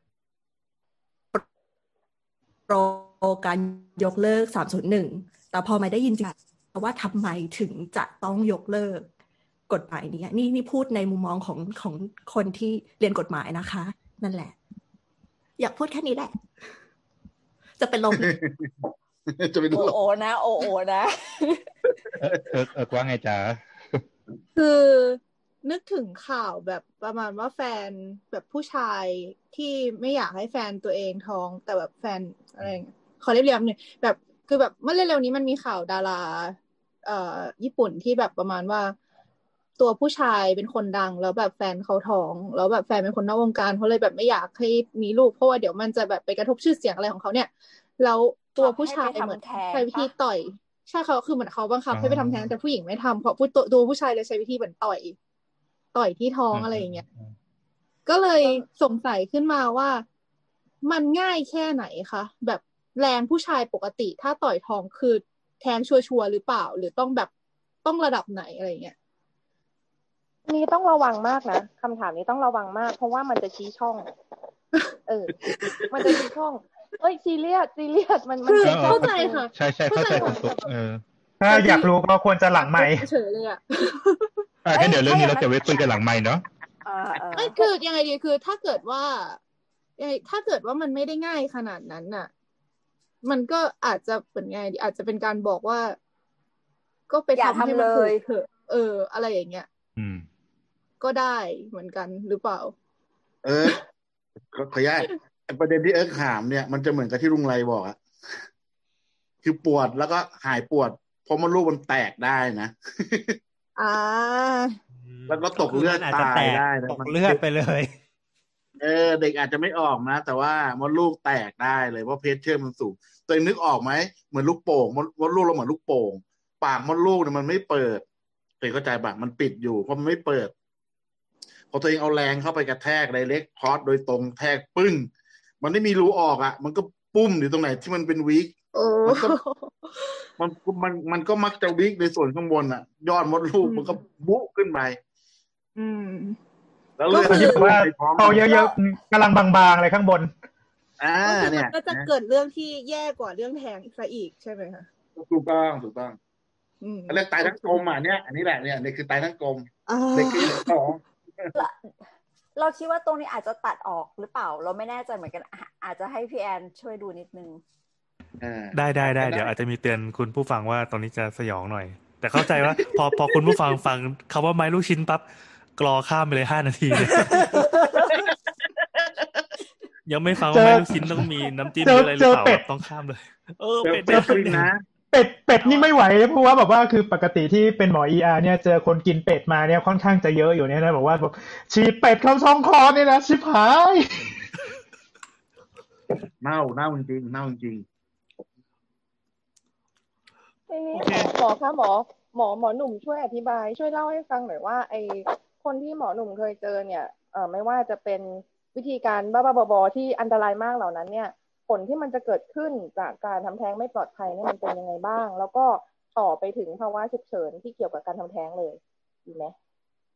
โปรการยกเลิกสามศูนย์หนึ่งแต่พอไม่ได้ยินจริงว่าทำไมถึงจะต้องยกเลิกกฎหมายนี้นี่นี่พูดในมุมมองของของคนที่เรียนกฎหมายนะคะนั่นแหละอยากพูดแค่นี้แหละจะเป็นลมจะเป็นลมโอโอนะโอโอนะเออเออเออว่าไงจ๊ะคือนึกถึงข่าวแบบประมาณว่าแฟนแบบผู้ชายที่ไม่อยากให้แฟนตัวเองท้องแต่แบบแฟนอะไรขอเรียบเรียบหน่อยแบบคือแบบเมื่อเร็วๆนี้มันมีข่าวดาราเอ่อญี่ปุ่นที่แบบประมาณว่าตัวผู้ชายเป็นคนดังแล้วแบบแฟนเขาท้องแล้วแบบแฟนเป็นคนนอกวงการเขาเลยแบบไม่อยากให้มีลูกเพราะว่าเดี๋ยวมันจะแบบไปกระทบชื่อเสียงอะไรของเขาเนี่ยแล้วตัวผู้ชายเหมือนใช้วิธีต่อยใช่เขาคือเหมือนเขาบังคับให้ไปทำแท้งแต่ผู้หญิงไม่ทำเพราะผู้ตัวผู้ชายเลยใช้วิธีเหมือนต่อยต่อยที่ท้องอะไรอย่างเงี้ยก็เลยสงสัยขึ้นมาว่ามันง่ายแค่ไหนคะแบบแรงผู้ชายปกติถ้าต่อยท้องคือแทงชัวร์ๆหรือเปล่าหรือต้องแบบต้องระดับไหนอะไรเงี้ยนี่ต้องระวังมากนะคำถามนี้ต้องระวังมากเพราะว่ามันจะชี้ช่องเออมันจะชี้ช่องเอ้ยซีเรียสซีเรียสมันมันเข้าใจค่ะใช่ใช่เข้าใจคุณตุ๊กเออถ้าอยากรู้ก็ควรจะหลังไมค์เฉยเลยอ่ะอ่ะงั้นเดี๋ยวเรื่องนี้เราจะไว้คุยกันหลังไมค์เนาะไม่คือยังไงดีคือถ้าเกิดว่าถ้าเกิดว่ามันไม่ได้ง่ายขนาดนั้นน่ะมันก็อาจจะเป็นไงดีอาจจะเป็นการบอกว่าก็ไปทำให้มันถูกเถอะเอออะไรอย่างเงี้ยอืมก็ได้เหมือนกันหรือเปล่าเออขออนุญาตประเด็นที่เอิร์กถามเนี่ยมันจะเหมือนกับที่ลุงไรบอกอะคือปวดแล้วก็หายปวดเพราะมันลูกมันแตกได้นะอ่าแล้วก็ตกเลือดตายได้นะตกเลือดไปเลยเออเด็กอาจจะไม่ออกนะแต่ว่ามดลูกแตกได้เลยเพราะเพชเชอร์มันสูงตัวเองนึกออกไหมเหมือนลูกโป่งมดมดลูกเราเหมือนลูกโป่งปากมดลูกเนี่ยมันไม่เปิดเด็กเข้าใจปะมันปิดอยู่เพราะมันไม่เปิดพอตัวเองเอาแรงเข้าไปกระแทกไดเรกพอสโดยตรงแทกปึ้งมันไม่มีรูออกอ่ะมันก็ปุ้มอยู่ตรงไหนที่มันเป็นวิกมันก็มันมันมันก็มักจะวิกในส่วนข้างบนอ่ะยอดมดลูกมันก็บุขึ้นไปอืมแล้วเลือดที่แบบว่าพอเยอะๆกำลังบางๆอะไรข้างบนอ่าเนี่ยก็จะเกิดเรื่องที่แย่กว่าเรื่องแทงซะอีกใช่ไหมคะถูกต้องถูกต้องอืมเรียกตายทั้งกลมอ่ะเนี่ยอันนี้แหละเนี่ยนี่คือตายทั้งกลมเด็กที่สองเราคิดว่าตรงนี้อาจจะตัดออกหรือเปล่าเราไม่แน่ใจเหมือนกันอาจจะให้พี่แอนช่วยดูนิดนึงได้ได้ได้เดี๋ยวอาจจะมีเตือนคุณผู้ฟังว่าตอนนี้จะสยองหน่อยแต่เข้าใจว่า พอพอคุณผู้ฟังฟังคำว่าไม้ลูกชิ้นปั๊บกรอข้ามไปเลยห้านาทีเลยยังไม่ฟังว่าไม้ลูกชิ้นต้องมีน้ำจิ้มอะไรหรือเปล่าต้องข้ามเลยเออเป็ดเป็ดนะเป็ดเป็ดนี่ไม่ไหวเพราะว่าแบบว่าคือปกติที่เป็นหมอ อี อาร์ เนี่ยเจอคนกินเป็ดมาเนี่ยค่อนข้างจะเยอะอยู่เนี่ยนะบอกว่าแบบฉีดเป็ดเข้าช่องคอเนี่ยนะชิบหายเน่าเน่าจริงเน่าจริงทีนี้หมอคะหมอหมอหมอหนุ่มช่วยอธิบายช่วยเล่าให้ฟังหน่อยว่าไอคนที่หมอหนุ่มเคยเจอเนี่ยเอ่อไม่ว่าจะเป็นวิธีการบ้าๆบอๆที่อันตรายมากเหล่านั้นเนี่ยผลที่มันจะเกิดขึ้นจากการทำแท้งไม่ปลอดภัยเนี่ยมันเป็นยังไงบ้างแล้วก็ต่อไปถึงภาวะฉุกเฉินที่เกี่ยวกับการทำแท้งเลยดีไหม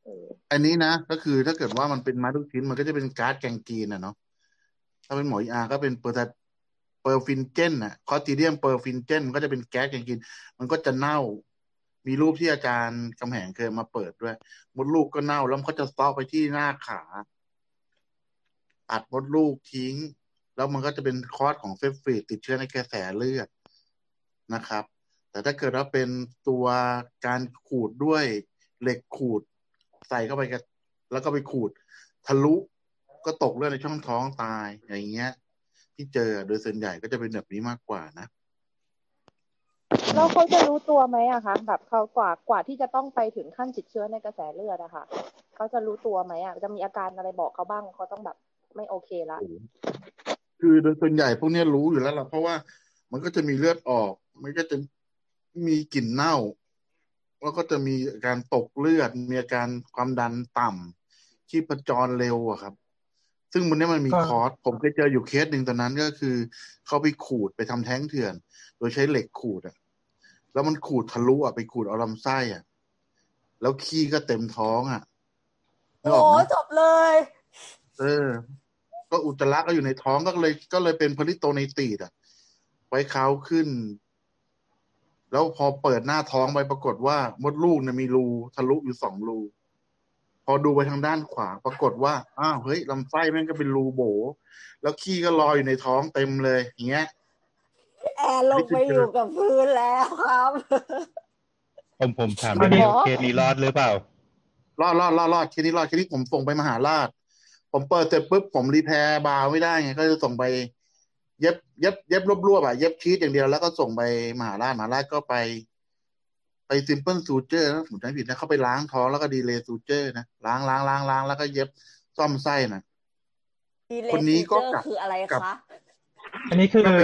อันนี้นะก็คือถ้าเกิดว่ามันเป็นไม้ทุกชิ้นมันก็จะเป็นก๊าซแกงกีนอ่ะเนาะถ้าเป็นหมออาก็เป็นเปอร์เปอร์ฟินเจนอ่ะคอติเดียมเปอร์ฟินเจนมันก็จะเป็นแก๊สแกงกีนมันก็จะเน่ามีรูปที่อาจารย์กำแหงเคยมาเปิดด้วยมดลูกก็เน่าแล้วมันก็จะซ้อไปที่หน้าขาตัดมดลูกทิ้งแล้วมันก็จะเป็นคอร์สของเซฟฟีดติดเชื้อในกระแสเลือดนะครับแต่ถ้าเกิดว่าเป็นตัวการขูดด้วยเหล็กขูดใส่เข้าไปกันแล้วก็ไปขูดทะลุก็ตกเลือดในช่องท้องตายอย่างเงี้ยที่เจอโดยส่วนใหญ่ก็จะเป็นแบบนี้มากกว่านะแล้วเขาจะรู้ตัวไหมอะคะแบบเขากว่ากว่าที่จะต้องไปถึงขั้นติดเชื้อในกระแสเลือดอะค่ะเขาจะรู้ตัวไหมอะจะมีอาการอะไรบอกเขาบ้างเขาต้องแบบไม่โอเคละคือโดยส่วนใหญ่พวกนี้รู้อยู่แล้วล่ะเพราะว่ามันก็จะมีเลือดออกมันก็จะมีกลิ่นเน่าแล้วก็จะมีอาการตกเลือดมีอาการความดันต่ำชีพจรเร็วอะครับซึ่งมันนี้มันมีคอร์สผมเคยเจออยู่เคสหนึ่งตอนนั้นก็คือเขาไปขูดไปทำแท้งเถื่อนโดยใช้เหล็กขูดอะแล้วมันขูดทะลุอะไปขูดเอาลำไส้อะแล้วขี้ก็เต็มท้องอะโอ้จบเลยเออก็อุจจาระก็อยู่ในท้องก็เลยก็เลยเป็นพาริโตไนตีดอะไว้เขาขึ้นแล้วพอเปิดหน้าท้องไปปรากฏว่ามดลูกเนี่ยมีรูทะลุอยู่สองรูพอดูไปทางด้านขวาปรากฏว่าอ้าวเฮ้ยลำไส้แม่งก็เป็นรูโบแล้วขี้ก็ลอยอยู่ในท้องเต็มเลยอย่างเงี้ยแอร์ลงไปอยู่กับพื้นแล้วครับผมผมถามได้เคสนี้รอดหรือเปล่ารอดรอดรอดรอดเคสนี้รอดเคสนี้ผมส่งไปมหาราชผมเปิดเสร็จปุ๊บผมรีแพร์บาร์ไม่ได้ไงก็จะส่งไปเย็บเย็บเย็บรวบๆอ่ะเย็บชีทอย่างเดียวแล้วก็ส่งไปมหาราชมหาราชก็ไปไปซิมเปิลซูเจอร์นะผมจำไม่ผิดนะเขาไปล้างท้องแล้วก็ดีเลย์ซูเจอร์นะล้างล้างล้างล้างแล้วก็เย็บซ่อมไส้นะคนนี้ก็คืออะไรคะอันนี้คือ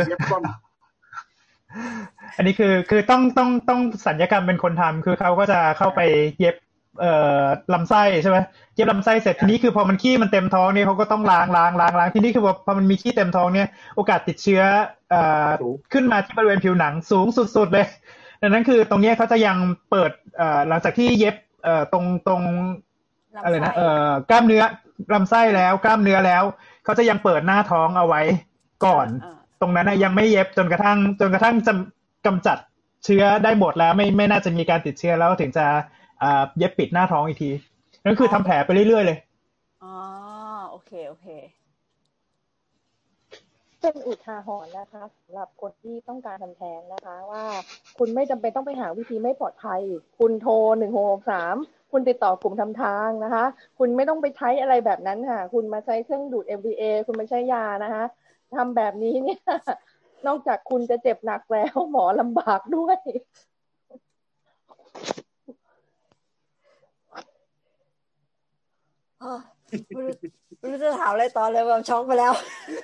อันนี้คือคือต้องต้องต้องสัญญกรรมเป็นคนทำคือเขาก็จะเข้าไปเย็บเอ่อลำไส้ใช่ไหมเย็บลำไส้เสร็จทีนี้คือพอมันขี้มันเต็มท้องเนี่ยเขาก็ต้องล้างล้างล้างล้างทีนี้คือพอมันมีขี้เต็มท้องเนี่ยโอกาสติดเชื้อเอ่อขึ้นมาที่บริเวณผิวหนังสูงสุดๆเลยดังนั้นคือตรงนี้เขาจะยังเปิดเอ่อหลังจากที่เย็บเอ่อตรงตรงอะไรนะเอ่อกล้ามเนื้อลำไส้แล้วกล้ามเนื้อแล้วเขาจะยังเปิดหน้าท้องเอาไว้ก่อนตรงนั้นนะยังไม่เย็บจนกระทั่งจนกระทั่งจะกำจัดเชื้อได้หมดแล้วไม่ไม่น่าจะมีการติดเชื้อแล้วถึงจะอ่าเย็บปิดหน้าท้องอีกทีนั่นคือทำแผลไปเรื่อยๆเลยอ๋อโอเคโอเคเป็นอุทาหรณ์นะคะสำหรับคนที่ต้องการทำแท้งนะคะว่าคุณไม่จำเป็นต้องไปหาวิธีไม่ปลอดภัยคุณโทรหนึ่งหกหกสามคุณติดต่อกลุ่มทำทางนะคะคุณไม่ต้องไปใช้อะไรแบบนั้นค่ะคุณมาใช้เครื่องดูด เอ็ม ดี เอ คุณไม่ใช้ยานะคะทำแบบนี้เนี่ยนอกจากคุณจะเจ็บหนักแล้วหมอลำบากด้วยไม่รู้ไม่รู้จะถามอะไรต่อเลยแบบช็อกไปแล้ว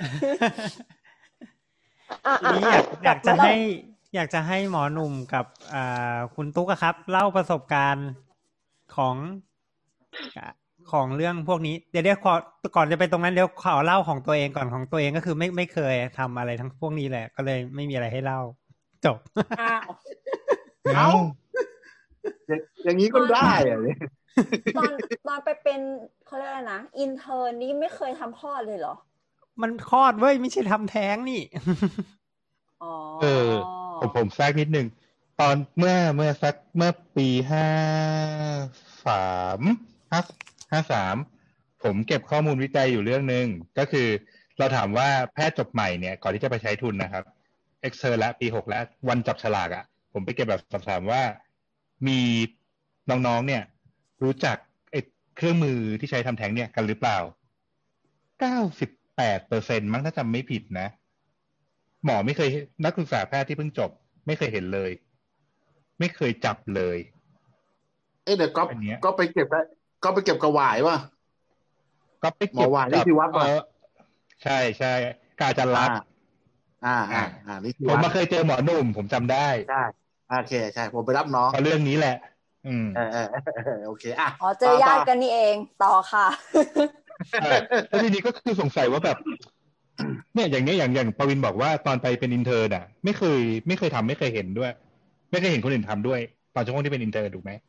นี่อยากอยากจะให้อยากจะให้หมอหนุ่มกับอ่าคุณตุ๊กครับเล่าประสบการณ์ของของเรื่องพวกนี้เดี๋ยวเดี๋ยวก่อนจะไปตรงนั้นเดี๋ยวขอเล่าของตัวเองก่อนของตัวเองก็คือไม่ไม่เคยทำอะไรทั้งพวกนี้แหละก็เลยไม่มีอะไรให้เล่าจบอ้าวเอ้าอย่างนี้ก็ได้อะตอนตอนไปเป็นเขาเรียกอะไรนะอินเทอร์นี่ไม่เคยทำคลอดเลยเหรอมันคลอดเว้ยไม่ใช่ทำแท้งนี่อ๋อเออผมผมแทรกนิดนึงตอนเมื่อเมื่อสักเมื่อปีห้าสามห้าห้าสามผมเก็บข้อมูลวิจัยอยู่เรื่องนึงก็คือเราถามว่าแพทย์จบใหม่เนี่ยก่อนที่จะไปใช้ทุนนะครับเอ็กเซอร์และปีหกแล้ววันจับฉลากอ่ะผมไปเก็บแบบสอบถามว่ามีน้องๆเนี่ยรู้จักไอ้เครื่องมือที่ใช้ทำแท้งเนี่ยกันหรือเปล่า เก้าสิบแปดเปอร์เซ็นต์ มั้งถ้าจำไม่ผิดนะหมอไม่เคยนักศึกษาแพทย์ที่เพิ่งจบไม่เคยเห็นเลยไม่เคยจับเลยเอ๊ะเดี๋ยวก็ก็ไปเก็บก็ไปเก็บกระหวายว่ะก็ไปเก็บหวายนี่ที่วัดป่ะใช่ใช่กาจะรัดอ่าอ่าอ่านี่ที่วัดผมมาเคยเจอหมอหนุ่มผมจำได้ใช่โอเคใช่ผมไปรับน้องเพราะเรื่องนี้แหละอืมเออเออโอเคอ่ะอ๋อเจอญาติกันนี่เองต่อค่ะแล้วทีนี้ก็คือสงสัยว่าแบบเนี่ยอย่างนี้อย่างอย่างปวินบอกว่าตอนไปเป็นอินเทอร์น่ะไม่เคยไม่เคยทำไม่เคยเห็นด้วยไม่เคยเห็นคนอื่นทำด้วยตอนช่วงที่เป็นอินเทอร์ถูกไหม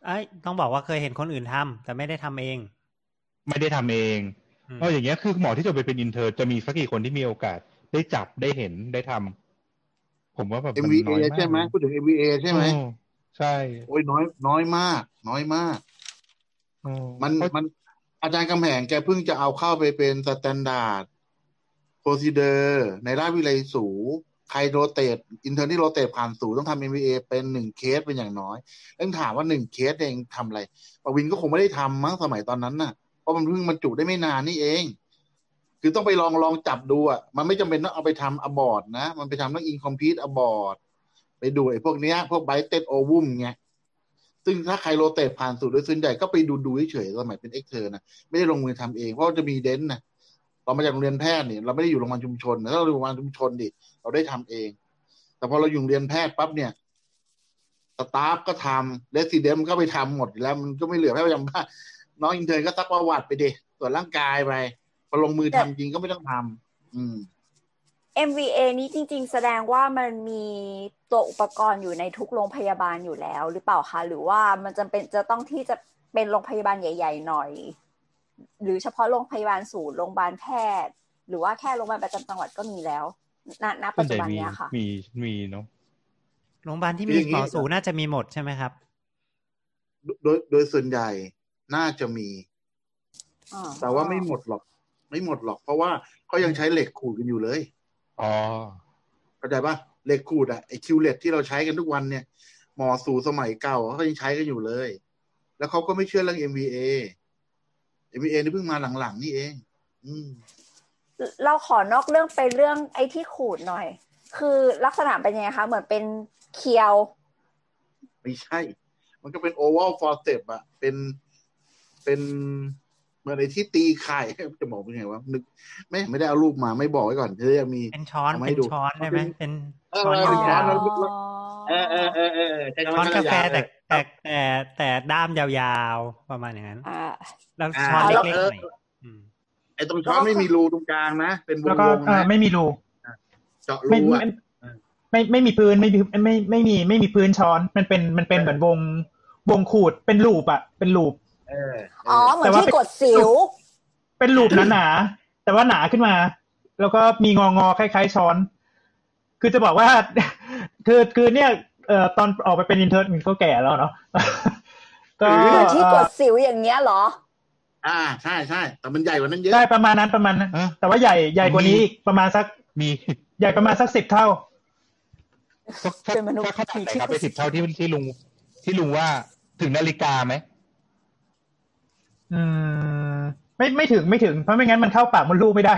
เอ้ยต้องบอกว่าเคยเห็นคนอื่นทำแต่ไม่ได้ทำเองไม่ได้ทำเองเพราะอย่างเงี้ยคือหมอที่จบไปเป็นอินเทอร์จะมีสักกี่คนที่มีโอกาสได้จับได้เห็นได้ทำผมว่าแบบเอ็ม วี เอ ใช่ไหมพูดถึง เอ็ม วี เอ ใช่ไหมใช่โอ้ยน้อยน้อยมากน้อยมากมันมันอาจารย์กำแหงแกเพิ่งจะเอาเข้าไปเป็นสแตนดาร์ดโปรซีเดอร์ในราชวิทยาลัยสูใครโรเตทอินเทอร์ที่โรเตทผ่านสูต้องทำ เอ็ม วี เอ เป็นหนึ่งเคสเป็นอย่างน้อยต้องถามว่าหนึ่งเคสเองทำอะไรปวินก็คงไม่ได้ทำมั้งสมัยตอนนั้นน่ะเพราะมันเพิ่งบรรจุได้ไม่นานนี่เองคือต้องไปลองลองจับดูอ่ะมันไม่จำเป็นต้องเอาไปทำอบอร์ตนะมันไปทำเรื่อง incomplete abort ไปดูไอ้พวกเนี้ยพวก bited ovum เงี้ยซึ่งถ้าใครโรเตทผ่านสูตรโดยส่วนใหญ่ก็ไปดูดูเฉยๆสมัยเป็นเอ็กเทอร์นะไม่ได้ลงมือทำเองเพราะจะมีเดนนะเรามาจากโรงเรียนแพทย์เนี่ยเราไม่ได้อยู่โรงพยาบาลชุมชนถ้าเราอยู่โรงพยาบาลชุมชนดิเราได้ทำเองแต่พอเราอยู่เรียนแพทย์ปั๊บเนี่ยสตาฟก็ทำเรสซิเดนต์ก็ไปทำหมดแล้วมันก็ไม่เหลือแพทย์ประจำบ้านน้องอินเทอร์ก็ซักประวัติไปดิตรวจร่างกายไปพอลงมือทำจริงก็ไม่ต้องทำอืมเอ็ม วี เอ นี้จริงๆแสดงว่ามันมีตัวอุปกรณ์อยู่ในทุกโรงพยาบาลอยู่แล้วหรือเปล่าคะหรือว่ามันจำเป็นจะต้องที่จะเป็นโรงพยาบาลใหญ่ๆหน่อยหรือเฉพาะโรงพยาบาลศูนย์โรงพยาบาลแพทย์หรือว่าแค่โรงพยาบาลประจำจังหวัดก็มีแล้วณณปัจจุบันเนี้ยค่ะมีมีเนาะโรงพยาบาลที่มีหมอสูน่าจะมีหมดใช่ไหมครับโดยโดยส่วนใหญ่น่าจะมีแต่ว่าไม่หมดหรอกไม่หมดหรอกเพราะว่าเขายังใช้เหล็กขูดกันอยู่เลยอ๋อเข้าใจป่ะเหล็กขูดอะไอคิวเลตที่เราใช้กันทุกวันเนี่ยหมอสูสมัยเก่าเขายังใช้กันอยู่เลยแล้วเขาก็ไม่เชื่อเรื่อง เอ็ม วี เอ เอ็ม วี เอ นี่เพิ่งมาหลังๆนี่เองอืมเราขอนอกเรื่องไปเรื่องไอ้ที่ขูดหน่อยคือลักษณะเป็นยังไงคะเหมือนเป็นเคียวไม่ใช่มันก็เป็นโอวัลฟอร์เซปอะเป็นเป็นเหมือนไอ้ที่ตีไข่จะบอกเป็นไงวะนึกไม่ไม่ได้เอารูปมาไม่บอกไว้ก่อนจะยังมีเป็นช้อนเป็นช้อนได้ไหมเป็นช้อนยาวเออเออเออเออช้อนกาแฟแต่แต่แต่แต่ด้ามยาวๆประมาณอย่างนั้นแล้วช้อนเล็กๆหน่อยไอ้ตรงช้อนไม่มีรูตรงกลางนะเป็นวงๆนะไม่มีรูเจาะรูอ่ะไม่ไม่มีพื้นไม่ไม่ไม่มีไม่มีพื้นช้อนมันเป็นมันเป็นเหมือนวงวงขูดเป็นลูปอ่ะเป็นลูปอ๋อเหมือนที่กดสิวเป็นลูปหนาๆแต่ว่าหนาขึ้นมาแล้วก็มีงองอคล้ายๆช้อนคือจะบอกว่าคือคือเนี่ยเอ่อตอนออกไปเป็นอินเทอร์มันก็แก่แล้วเนาะก็เหมือนที่กดสิวอย่างเงี้ยเหรออ่าใช่ใช่แต่มันใหญ่กว่านั้นเยอะได้ประมาณนั้นประมาณนั้นแต่ว่าใหญ่ใหญ่กว่านี้ประมาณสักมีใหญ่ประมาณสักสิบเท่าเป็นมนุษย์ที่ครับเป็นสิบเท่าที่ที่ลุงที่ลุงว่าถึงนาฬิกาไหมอืมไม่ไม่ถึงไม่ถึงเพราะไม่งั้นมันเข้าปากมดลูกไม่ได้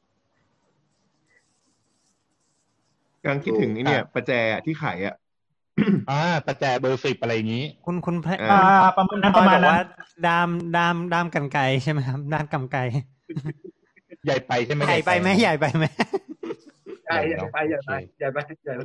กำลังคิดถึงไอ้เนี่ยประแจที่ไขอ่ะอ่าประแจเบอร์สิบอะไรอย่างนี้คุณคุณอ่าประมาณนั้นประมาณนั้นดามดามดามกรรไกรใช่ไหมครับด้านกรรไกรใหญ่ไปใช่ไหมใหญ่ไปไหมใหญ่ไปไหมใหญ่ไปใหญ่ไปใหญ่ไปใหญ่ไป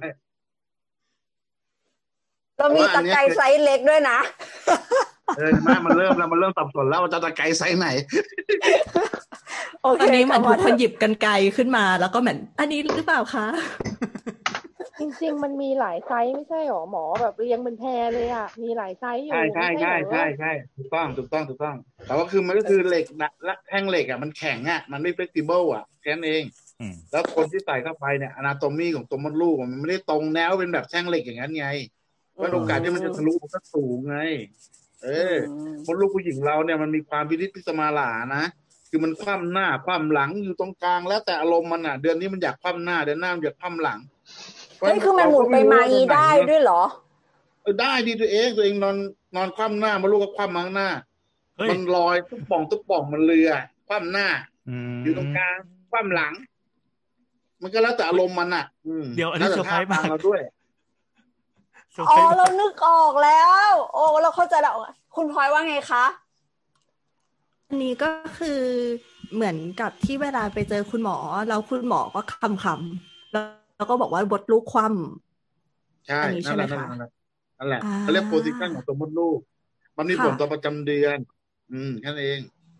เรามีตะไคร้ไซส์เล็กด้วยนะเออมามันเริ่มแล้วมันเริ่มสับสนแล้วว่าจะตะไคร้ไซส์ไหนโอเคอันนี้เหมือนทุกคนหยิบกรรไกรขึ้นมาแล้วก็เหมือนอันนี้หรือเปล่าคะจริงๆมันมีหลายไซส์ไม่ใช่หรอหมอแบบเรียงเป็นแพรเลยอ่ะมีหลายไซส์อยู่ใช่ใช่ใช่ใช่ใช่ถูกต้องถูกต้องถูกต้องแต่ว่าคือมันก็คือเหล็กและแท่งเหล็กอ่ะมันแข็งอ่ะมันไม่ flexible อ่ะแค่นั้นเองแล้วคนที่ใส่เข้าไปเนี่ย anatomy ของตัวมดลูกมันไม่ได้ตรงแนวเป็นแบบแท่งเหล็กอย่างนั้นไงว่าโอกาสที่มันจะทะลุมันก็สูงไงเออมดลูกผู้หญิงเราเนี่ยมันมีความพิริพิสมาลานะคือมันคว่ำหน้าคว่ำหลังอยู่ตรงกลางแล้วแต่อารมณ์มันอ่ะเดือนนี้มันอยากคว่ำหน้าเดือนหน้ามันอยากคว่ำหลังเฮ้ยคือมันหมุนไปมาอีได้ด้วยเหรอเออได้ดีตัวเองตัวเองนอนนอนคว่ำหน้ามดลูกก็คว่ำข้างหน้ามันลอยตุ๊บป่องตุ๊บป่องมันเรือคว่ำหน้าอยู่ตรงกลางคว่ำหลังมันก็แล้วแต่อารมณ์มันอ่ะเดี๋ยวอันนี้เซอร์ไพรส์มากเราด้วยอ๋อเรานึกออกแล้วโอ้เราเข้าใจแล้วคุณพลอยว่าไงคะอันนี้ก็คือเหมือนกับที่เวลาไปเจอคุณหมอแล้วคุณหมอก็คำคำแล้วแล้วก็บอกว่าบดลูกคว่ำใช่นั่นแหละนั่นแหละเขาเรียกโพซิชั่นของตัวมดลูกมันมีผลต่อประจำเดือนอืมแค่นั้นเอง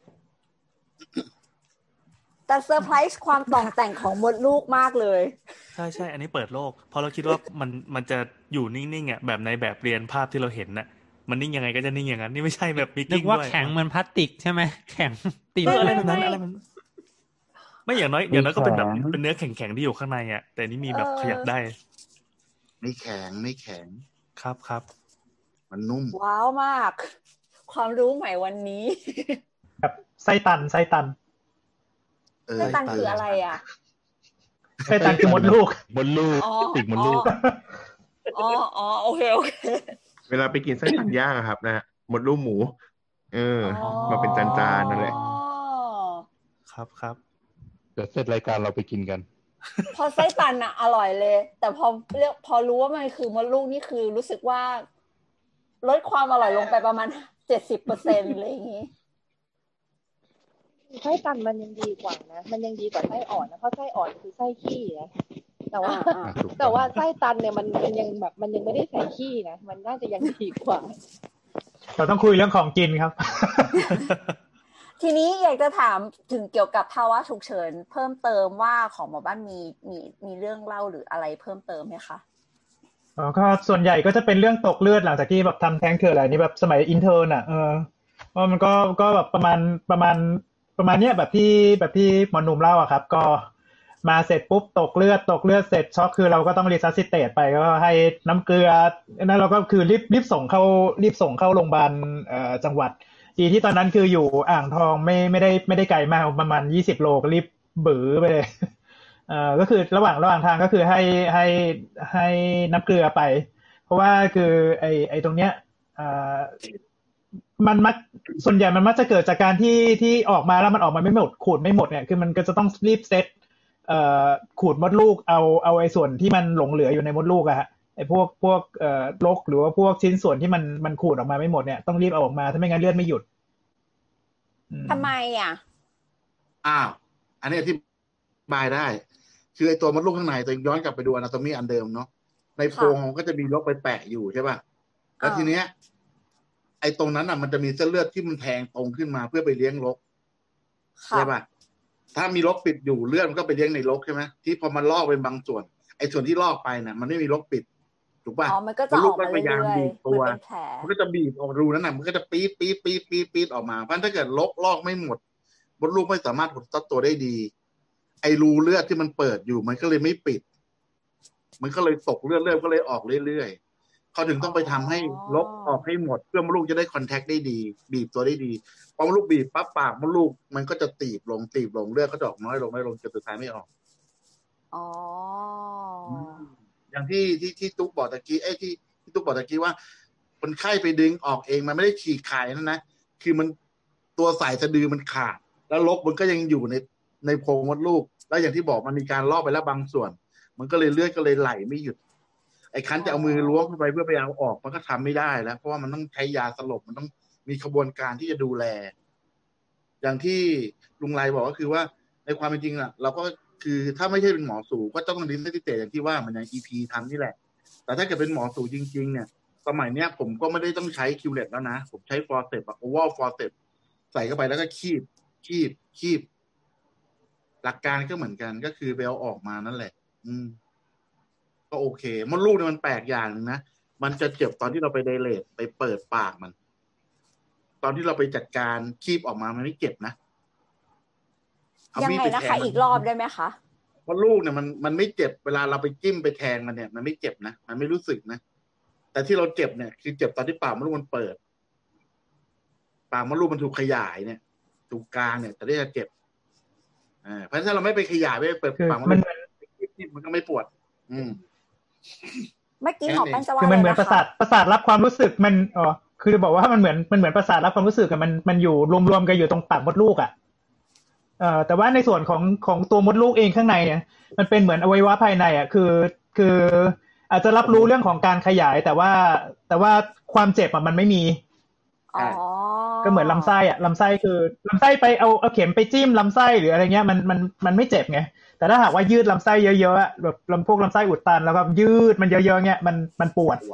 แต่เซอร์ไพรส์ความต่องแต่งของมดลูกมากเลยใช่ใช่อันนี้เปิดโลกเพราะเราคิดว่ามันมันจะอยู่นิ่งๆอ่ะแบบในแบบเรียนภาพที่เราเห็นน่ะมันนิ่งยังไงก็จะนิ่งอย่างนั้นนี่ไม่ใช่แบบมีนึกิ้กงว่าด้วยแข็งเหมือนพลาสติกใช่ไหมแข็งติดเอออะไรแบบนั้นอะไรแบบนั้นไม่อย่างน้อยอย่างน้อยก็เป็นแบบเป็นเนื้อแข็งๆที่อยู่ข้างในอ่ะแต่นี่มีแบบขยับได้ไม่แข็งไม่แข็งครับครับมันนุ่มว้าวมากความรู้ใหม่วันนี้แบบไส้ตันไส้ตันไส้ตันคืออะไรอ่ะไส้ตันคือมดลูกมดลูกติดมดลูกอ๋ออ๋อโอเคโอเคเวลาไปกินไส้ตันย่างอะครับนะมดลูกหมูเออมาเป็นจานๆนั่นแหละครับครับเดี๋ยวเสร็จรายการเราไปกินกันพอไส้ตันอ่ะอร่อยเลยแต่พอเรียกพอรู้ว่ามันคือมดลูกนี่คือรู้สึกว่าลดความอร่อยลงไปประมาณ เจ็ดสิบเปอร์เซ็นต์ อะไรอย่างงี้ไส้ตันมันยังดีกว่านะมันยังดีกว่าไส้อ่อนนะเพราะไส้อ่อนคือไส้ขี้นะแต่ว่าแต่ว่าไส้ตันเนี่ยมันมันยังแบบมันยังไม่ได้ใส่ขี้นะมันน่าจะยังดีกว่าเราต้องคุยเรื่องของกินครับทีนี้อยากจะถามถึงเกี่ยวกับภาวะฉุกเฉินเพิ่มเติมว่าของหมอบ้านมีมีมีเรื่องเล่าหรืออะไรเพิ่มเติมไหมคะอ๋อก็ส่วนใหญ่ก็จะเป็นเรื่องตกเลือดหลังจากที่แบบทำแท้งเถื่อนอะไรนี่แบบสมัยอินเทอร์น่ะเออว่ามันก็ก็แบบประมาณประมาณประมาณเนี้ยแบบที่แบบที่หมอหนุ่มเล่าอะครับก็มาเสร็จปุ๊บตกเลือดตกเลือดเสร็จช็อกคือเราก็ต้องรีซัสซิเตตไปก็ให้น้ำเกลือนั้นเราก็คือรีบรีบส่งเข้ารีบส่งเข้าโรงพยาบาลเอ่อจังหวัดดีที่ตอนนั้นคืออยู่อ่างทองไม่ไม่ได้ไม่ได้ไกลมากประมาณยี่สิบโลก็รีบบื้อไปเลยเอ่อก็คือระหว่างระหว่างทางก็คือให้ให้ให้น้ำเกลือไปเพราะว่าคือไอไอตรงเนี้ยเอ่อมันมักส่วนใหญ่มันมักจะเกิดจากการที่ที่ออกมาแล้วมันออกมาไม่หมดขูดไม่หมดเนี่ยคือมันก็จะต้องรีบเซตเอ่อขูดมดลูกเอาเอาไอ้ส่วนที่มันหลงเหลืออยู่ในมดลูกอะฮะไอ้พวกพวกเอ่อรกหรือว่าพวกชิ้นส่วนที่มันมันขูดออกมาไม่หมดเนี่ยต้องรีบเอาออกมาถ้าไม่งั้นเลือดไม่หยุดทำไมอ่ะอ้าวอันนี้อธิบายได้คือไอ้ตัวมดลูกข้างในตัวย้อนกลับไปดูอนาโตมีอันเดิมเนาะในโพรงมันก็จะมีรกไปแปะอยู่ใช่ป่ะแล้วทีเนี้ยไอ้ตรงนั้นอ่ะมันจะมีเส้นเลือดที่มันแทงตรงขึ้นมาเพื่อไปเลี้ยงรกใช่ป่ะถ้ามีรกปิดอยู่เลือดมันก็ไปเลี้ยงในรกใช่ไหมที่พอมันลอกเป็นบางส่วนไอ้ส่วนที่ลอกไปน่ะมันไม่มีรกปิดถูกป่ะอ๋อมันก็จะออกมาเรื่อยๆตัวมันก็จะบีบออกรูนั้นน่ะมันก็จะปี๊ดปี๊ดปี๊ดปี๊ดปี๊ดออกมาเพราะถ้าเกิดรกลอกไม่หมดมดลูกไม่สามารถหดซัดตัวได้ดีไอ้รูเลือดที่มันเปิดอยู่มันก็เลยไม่ปิดมันก็เลยตกเลือดเลือดก็เลยออกเรื่อยๆเขาถึงต้องไปทำให้รกออกให้หมดเพื่อมดลูกจะได้คอนแทคได้ดีบีบตัวได้ดีพอมดลูกบีบปั๊บปากมดลูกมันก็จะตีบลงตีบลงเลือดก็จะออกน้อยลงน้อยลงจนสุดท้ายไม่ออกอ๋ออย่างที่ที่ที่ตุ๊กบอกตะกี้ไอ้ที่ที่ตุ๊กบอกตะกี้ว่าคนไข้ไปดึงออกเองมันไม่ได้ฉีกขาดนั่นนะคือมันตัวสายสะดือมันขาดแล้วรกมันก็ยังอยู่ในในโพรงมดลูกแล้วอย่างที่บอกมันมีการลอกไปแล้วบางส่วนมันก็เลยเลือดก็เลยไหลไม่หยุดไอ้คันจะเอามือล้วงเข้าไปเพื่อไปเอาออกมันก็ทำไม่ได้แล้วเพราะว่ามันต้องใช้ยาสลบมันต้องมีขบวนการที่จะดูแลอย่างที่ลุงไลบอกก็คือว่าในความเป็นจริงอ่ะเราก็คือถ้าไม่ใช่เป็นหมอสูก็ต้องดินสติเตอย่างที่ว่ามันอย่าง อี พี ทำนี่แหละแต่ถ้าเกิดเป็นหมอสูจริงๆเนี่ยสมัยเนี้ยผมก็ไม่ได้ต้องใช้คิวเลตแล้วนะผมใช้ฟอร์เซปอะโอเวอร์ฟอร์เซปใส่เข้าไปแล้วก็คีบคีบคีบหลักการก็เหมือนกันก็คือไปเอาออกมานั่นแหละอืมก็โอเคมดลูกเนี่ยมันแปลกอย่างนึงนะมันจะเจ็บตอนที่เราไปไดเลทไปเปิดปากมันตอนที่เราไปจัดการคีบออกมามันไม่เจ็บนะยังไงนะคะอีกรอบได้ไหมคะมดลูกเนี่ยมันมันไม่เจ็บเวลาเราไปจิ้มไปแทงมันเนี่ยมันไม่เจ็บนะมันไม่รู้สึกนะแต่ที่เราเจ็บเนี่ยคือเจ็บตอนที่ปากมดลูกมันเปิดปากมดลูกมันถูกขยายเนี่ยตรงกลางเนี่ยจะได้จะเจ็บอ่าเพราะถ้าเราไม่ไปขยายไม่ไปเปิดปากมดลูกมันก็ไม่ปวดอืมเมื่อกี้หมอแป้งจะว่าคือมันเหมือนประสาทประสาทรับความรู้สึกมันอ๋อคือจะบอกว่ามันเหมือนมันเหมือนประสาทรับความรู้สึกกับมันมันอยู่รวมๆกันอยู่ตรงปากมดลูกอ่ะเอ่อแต่ว่าในส่วนของของตัวมดลูกเองข้างในเนี่ยมันเป็นเหมือนอวัยวะภายในอ่ะคือคืออาจจะรับรู้เรื่องของการขยายแต่ว่าแต่ว่าความเจ็บอ่ะมันไม่มีอ๋อก็เหมือนลำไส้อ่ะลำไส้คือลำไส้ไปเอาเอาเข็มไปจิ้มลำไส้หรืออะไรเงี้ยมันมันมันไม่เจ็บไงแต่ถ้าหากว่ายืดลำไส้เยอะๆอ่ะแบบลำพวกลำไส้อุดตันแล้วก็ยืดมันเยอะๆเงี้ยมันมันปวด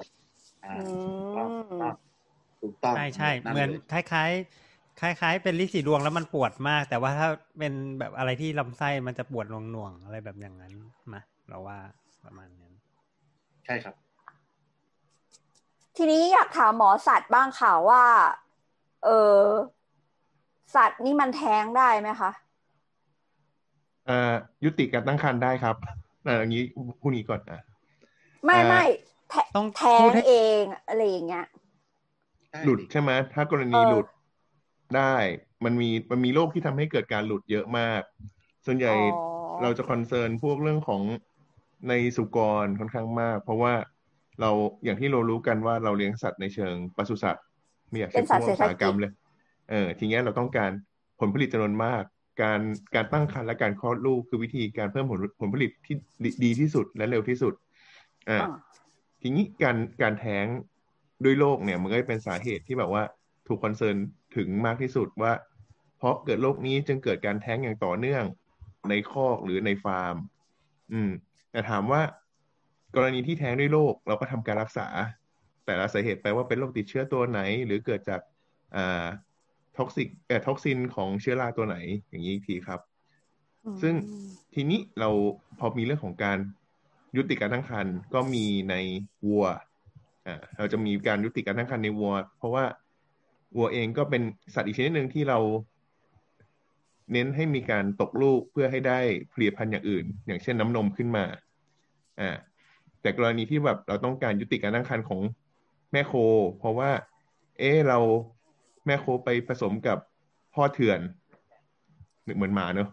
ใช่ใช่เหมือนคล้ายๆคล้ายๆเป็นลิ้นปี่ดวงแล้วมันปวดมากแต่ว่าถ้าเป็นแบบอะไรที่ลำไส้มันจะปวดหน่วงๆอะไรแบบอย่างนั้นมาเราว่าประมาณนั้นใช่ครับทีทีนี้อยากถามหมอสัตว์บ้างค่ะว่าเออสัตว์นี่มันแท้งได้ไหมคะอ่ายุติการตั้งครรภ์ได้ครับอ่าอย่างนี้พูดนี้ก่อนอ่ะไม่ไม่ต้องแท้งพูดให้เองอะไรอย่างเงี้ยหลุดใช่ไหมถ้ากรณีหลุดได้มันมีมันมีโรคที่ทำให้เกิดการหลุดเยอะมากส่วนใหญ่เราจะคอนเซิร์นพวกเรื่องของในสุกรค่อนข้างมากเพราะว่าเราอย่างที่เรารู้กันว่าเราเลี้ยงสัตว์ในเชิงปศุสัตว์ไม่อยากใช้คำว่าอุตสาหกรรมเลยเออทีนี้เราต้องการผลผลิตจำนวนมากการการตั้งครรภ์และการคลอดลูกคือวิธีการเพิ่มผลผลผลิตที่ดีที่สุดและเร็วที่สุดอ่าทีนี้การการแท้งด้วยโรคเนี่ยมันก็เป็นสาเหตุที่แบบว่าถูกคอนเซิร์นถึงมากที่สุดว่าเพราะเกิดโรคนี้จึงเกิดการแท้งอย่างต่อเนื่องในคอกหรือในฟาร์มอืมแต่ถามว่ากรณีที่แท้งด้วยโรคเราก็ทำการรักษาแต่ละสาเหตุไปว่าเป็นโรคติดเชื้อตัวไหนหรือเกิดจากอ่าท็อกซิกเอ่อท็อกซินของเชื้อราตัวไหนอย่างนี้อีกทีครับซึ่งทีนี้เราพอมีเรื่องของการยุติการตั้งครรภ์ก็มีในวัวอ่าเราจะมีการยุติการตั้งครรภ์ในวัวเพราะว่าวัวเองก็เป็นสัตว์อีกชนิดหนึ่งที่เราเน้นให้มีการตกลูกเพื่อให้ได้ผลิตภัณฑ์อย่างอื่นอย่างเช่นน้ำนมขึ้นมาอ่าแต่กรณีที่แบบเราต้องการยุติการตั้งครรภ์ของแม่โคเพราะว่าเออเราแม่โคไปผสมกับพ่อเถื่อนเหมือนหมาเนอะ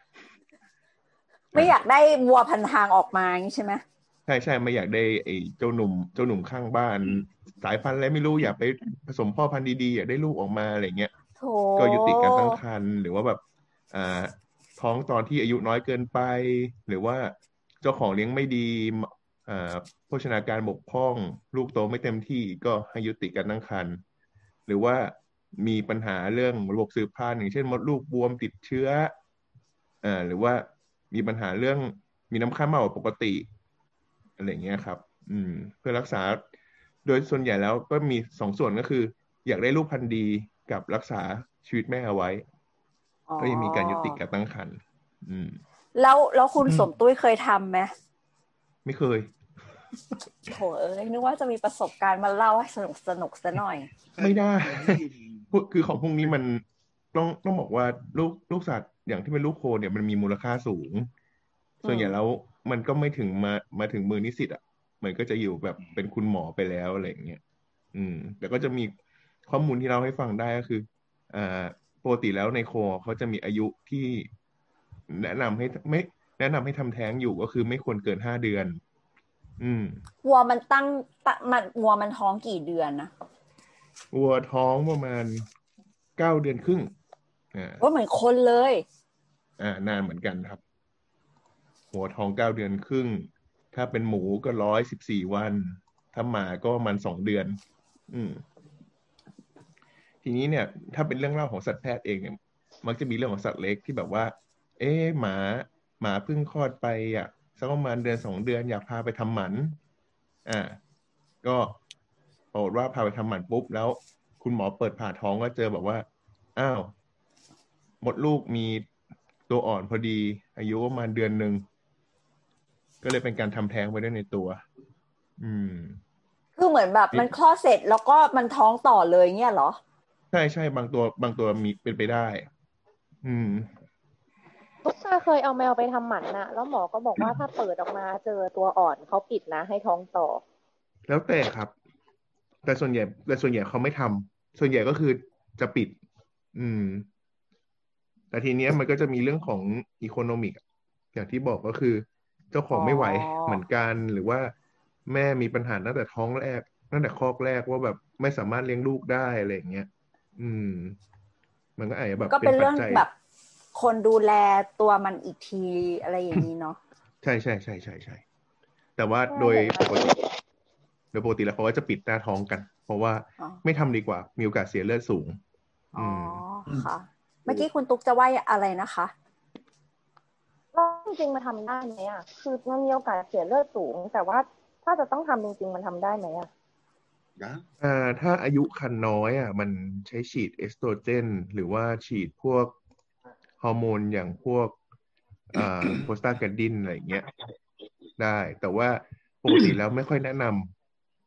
ไม่อยากได้วัวพันทางออกมาใช่ไหมใช่ใช่ไม่อยากได้ไอ้เจ้าหนุ่มเจ้าหนุ่มข้างบ้านสายพันธุ์อะไรไม่รู้อยากไปผสมพ่อพันธุ์ดีๆอยากได้ลูกออกมาอะไรเงี้ยก็ยุติการตั้งครรภ์หรือว่าแบบอ่าท้องตอนที่อายุน้อยเกินไปหรือว่าเจ้าของเลี้ยงไม่ดีอ่าโภชนาการบกพร่องลูกโตไม่เต็มที่ก็ให้ยุติการตั้งครรภ์หรือว่ามีปัญหาเรื่องระบบสืบพันธุ์อย่างเช่นมดลูกบวมติดเชื้ออ่าหรือว่ามีปัญหาเรื่องมีน้ำข้ามมากกว่าปกติอะไรเงี้ยครับอืมเพื่อรักษาโดยส่วนใหญ่แล้วก็มีสองส่วนก็คืออยากได้ลูกพันธุ์ดีกับรักษาชีวิตแม่เอาไว้ก็ยังมีการยุติการตั้งครรภ์อืมแล้วแล้วคุณสมตุ้ยเคยทำไหมไม่เคยโถเอ้ยนึกว่าจะมีประสบการณ์มาเล่าให้สนุกสนุกซะหน่อยไม่ได้คือของพวกนี้มันต้องต้องบอกว่าลูกลูกสัตว์อย่างที่เป็นลูกโคเนี่ยมันมีมูลค่าสูงส่วนใหญ่แล้วมันก็ไม่ถึงมามาถึงมือนิสิตอ่ะมันก็จะอยู่แบบเป็นคุณหมอไปแล้วอะไรอย่างเงี้ยอืมแต่ก็จะมีข้อมูลที่เราให้ฟังได้ก็คืออ่าปกติแล้วในโคเขาจะมีอายุที่แนะนำให้ไม่แนะนำให้ทำแท้งอยู่ก็คือไม่ควรเกินห้าเดือนอืมวัวมันตั้งมันวัวมันท้องกี่เดือนนะวัวท้องประมาณเก้าเดือนครึ่งอ่าว่าเหมือนคนเลยอ่านานเหมือนกันครับหัวท้องเก้าเดือนครึ่งถ้าเป็นหมูก็ร้อยสิบสี่วันถ้าหมาก็ประมาณสองเดือนอืมทีนี้เนี่ยถ้าเป็นเรื่องเล่าของสัตวแพทย์เองเนี่ยมักจะมีเรื่องของสัตว์เล็กที่แบบว่าเอ๊ะหมาหมาเพิ่งคลอดไปอ่ะสักประมาณเดือนสองเดือนอยากพาไปทำหมันอ่าก็ปรากฏว่าพาไปทำหมันปุ๊บแล้วคุณหมอเปิดผ่าท้องก็เจอแบบว่าอ้าวมดลูกมีตัวอ่อนพอดีอายุประมาณเดือนหนึ่งก็เลยเป็นการทำแท้งไปด้วยในตัวอืมคือเหมือนแบบมันคลอดเสร็จแล้วก็มันท้องต่อเลยเงี้ยเหรอใช่ใช่บางตัวบางตัวมีเป็นไปได้อืมลูกค้าเคยเอาแมวไปทำหมันน่ะแล้วหมอก็บอกว่าถ้าเปิดออกมาเจอตัวอ่อนเขาปิดนะให้ท้องต่อแล้วแต่ครับแต่ส่วนใหญ่แต่ส่วนใหญ่เขาไม่ทำส่วนใหญ่ก็คือจะปิดอืมแต่ทีเนี้ยมันก็จะมีเรื่องของอีโคโนมิกอย่างที่บอกก็คือเจ้าของไม่ไหวเหมือนกันหรือว่าแม่มีปัญหาตั้งแต่ท้องแรกตั้งแต่คลอดแรกว่าแบบไม่สามารถเลี้ยงลูกได้อะไรอย่างเงี้ยอืมมันก็อาจจะแบบก็เป็นเรื่องแบบคนดูแลตัวมันอีกทีอะไรอย่างนี้เนาะใช่ใช่ใช่ใช่ใช่แต่ว่าโดยปกติโดยปกติแล้วเขาก็จะปิดหน้าท้องกันเพราะว่าไม่ทำดีกว่ามีโอกาสเสียเลือดสูงอ๋อค่ะเมื่อกี้คุณตุ๊กจะว่าอะไรนะคะแล้วจริงๆมันทำได้ไหมอ่ะคือมันมีโอกาสเสียเลือดสูงแต่ว่าถ้าจะต้องทำจริงๆมันทำได้ไหมอ่ะอ่าถ้าอายุครรภ์น้อยอ่ะมันใช้ฉีดเอสโตรเจนหรือว่าฉีดพวกฮอร์โมนอย่างพวกอ่าโพสตาแกลนดินอะไรอย่างเงี้ยได้แต่ว่าปกติแล้วไม่ค่อยแนะน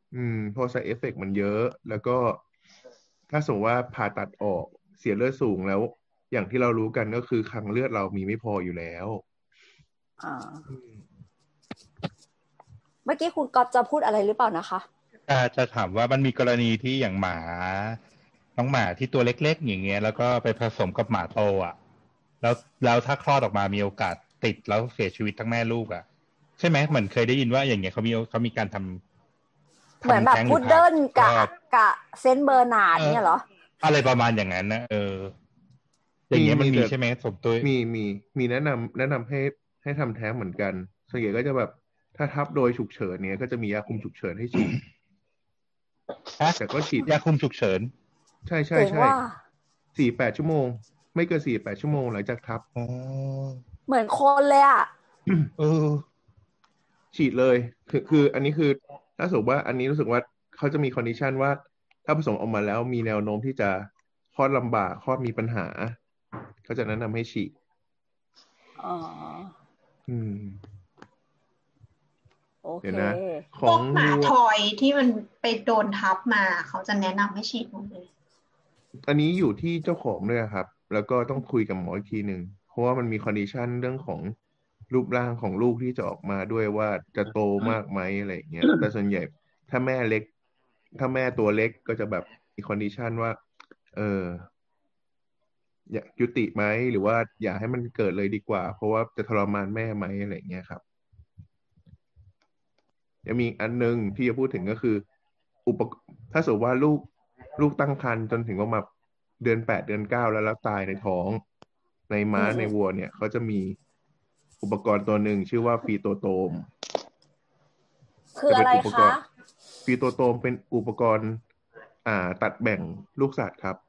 อืมเพราะ side effect มันเยอะแล้วก็ถ้าสมมติว่าผ่าตัดออกเสียเลือดสูงแล้วอย่างที่เรารู้กันก็คือคลังเลือดเรามีไม่พออยู่แล้วอ่าเมื่อกี้คุณก๊อฟจะพูดอะไรหรือเปล่านะคะอ่าจะถามว่ามันมีกรณีที่อย่างหมาน้องหมาที่ตัวเล็กๆอย่างเงี้ยแล้วก็ไปผสมกับหมาโตอ่ะแล้วแล้วถ้าคลอดออกมามีโอกาสติดแล้วเสียชีวิตทั้งแม่ลูกอ่ะใช่ไหมเหมือนเคยได้ยินว่าอย่างเงี้ยเขามีเขามีการทำเหมือนแบบพุดเดิ้ลกับกับเซนต์เบอร์นาร์ดเนี่ยเหรออะไรประมาณอย่างนั้นนะเอออย่างเงี้ยมันมีใช่ไหมสมตัวมีมีมีแนะนำแนะนำให้ให้ทำแท้งเหมือนกันส่วนใหญ่ก็จะแบบถ้าทับโดยฉุกเฉินเนี้ยก็จะมียาคุมฉุกเฉินให้ฉีดแต่ก็ฉีดยาคุมฉุกเฉินใช่ใช่ใช่สี่แปดชั่วโมงไม่เกินสี่แปดชั่วโมงหลังจากทับเหมือนคนเลยอ่ะเออฉีดเลยคือคืออันนี้คือถ้าสมมติว่าอันนี้รู้สึกว่าเขาจะมีคอนดิชันว่าถ้าผสมออกมาแล้วมีแนวโน้มที่จะคลอดลำบากคลอดมีปัญหาเขาจะแนะนำให้ฉีดอ๋ออืมโอเคนะพวกหมาทอยที่มันไปโดนทับมาเขาจะแนะนำให้ฉีดหมดเลยอันนี้อยู่ที่เจ้าของด้วยครับแล้วก็ต้องคุยกับหมออีกทีหนึ่งเพราะว่ามันมีคอนดิชันเรื่องของรูปร่างของลูกที่จะออกมาด้วยว่าจะโตมากไหมอะไรอย่างเงี้ยแต่ส่วนใหญ่ถ้าแม่เล็กถ้าแม่ตัวเล็กก็จะแบบมีคอนดิชันว่าเอออยากยุติไหมหรือว่าอยากให้มันเกิดเลยดีกว่าเพราะว่าจะทรมานแม่ไหมอะไรอย่างเงี้ยครับยังมีอันนึงที่จะพูดถึงก็คืออุปถ้าสมมติว่าลูกลูกตั้งครรภ์จนถึงว่ามาเดือนแปดเดือนเก้าแล้วแล้วตายในท้องในม้าในวัวเนี่ยเขาจะมีอุปกรณ์ตัวหนึ่งชื่อว่าฟีโตโตมคืออะไรคะฟีโตโตมเป็นอุปกรณ์อ่าตัดแบ่งลูกสัตว์ครับ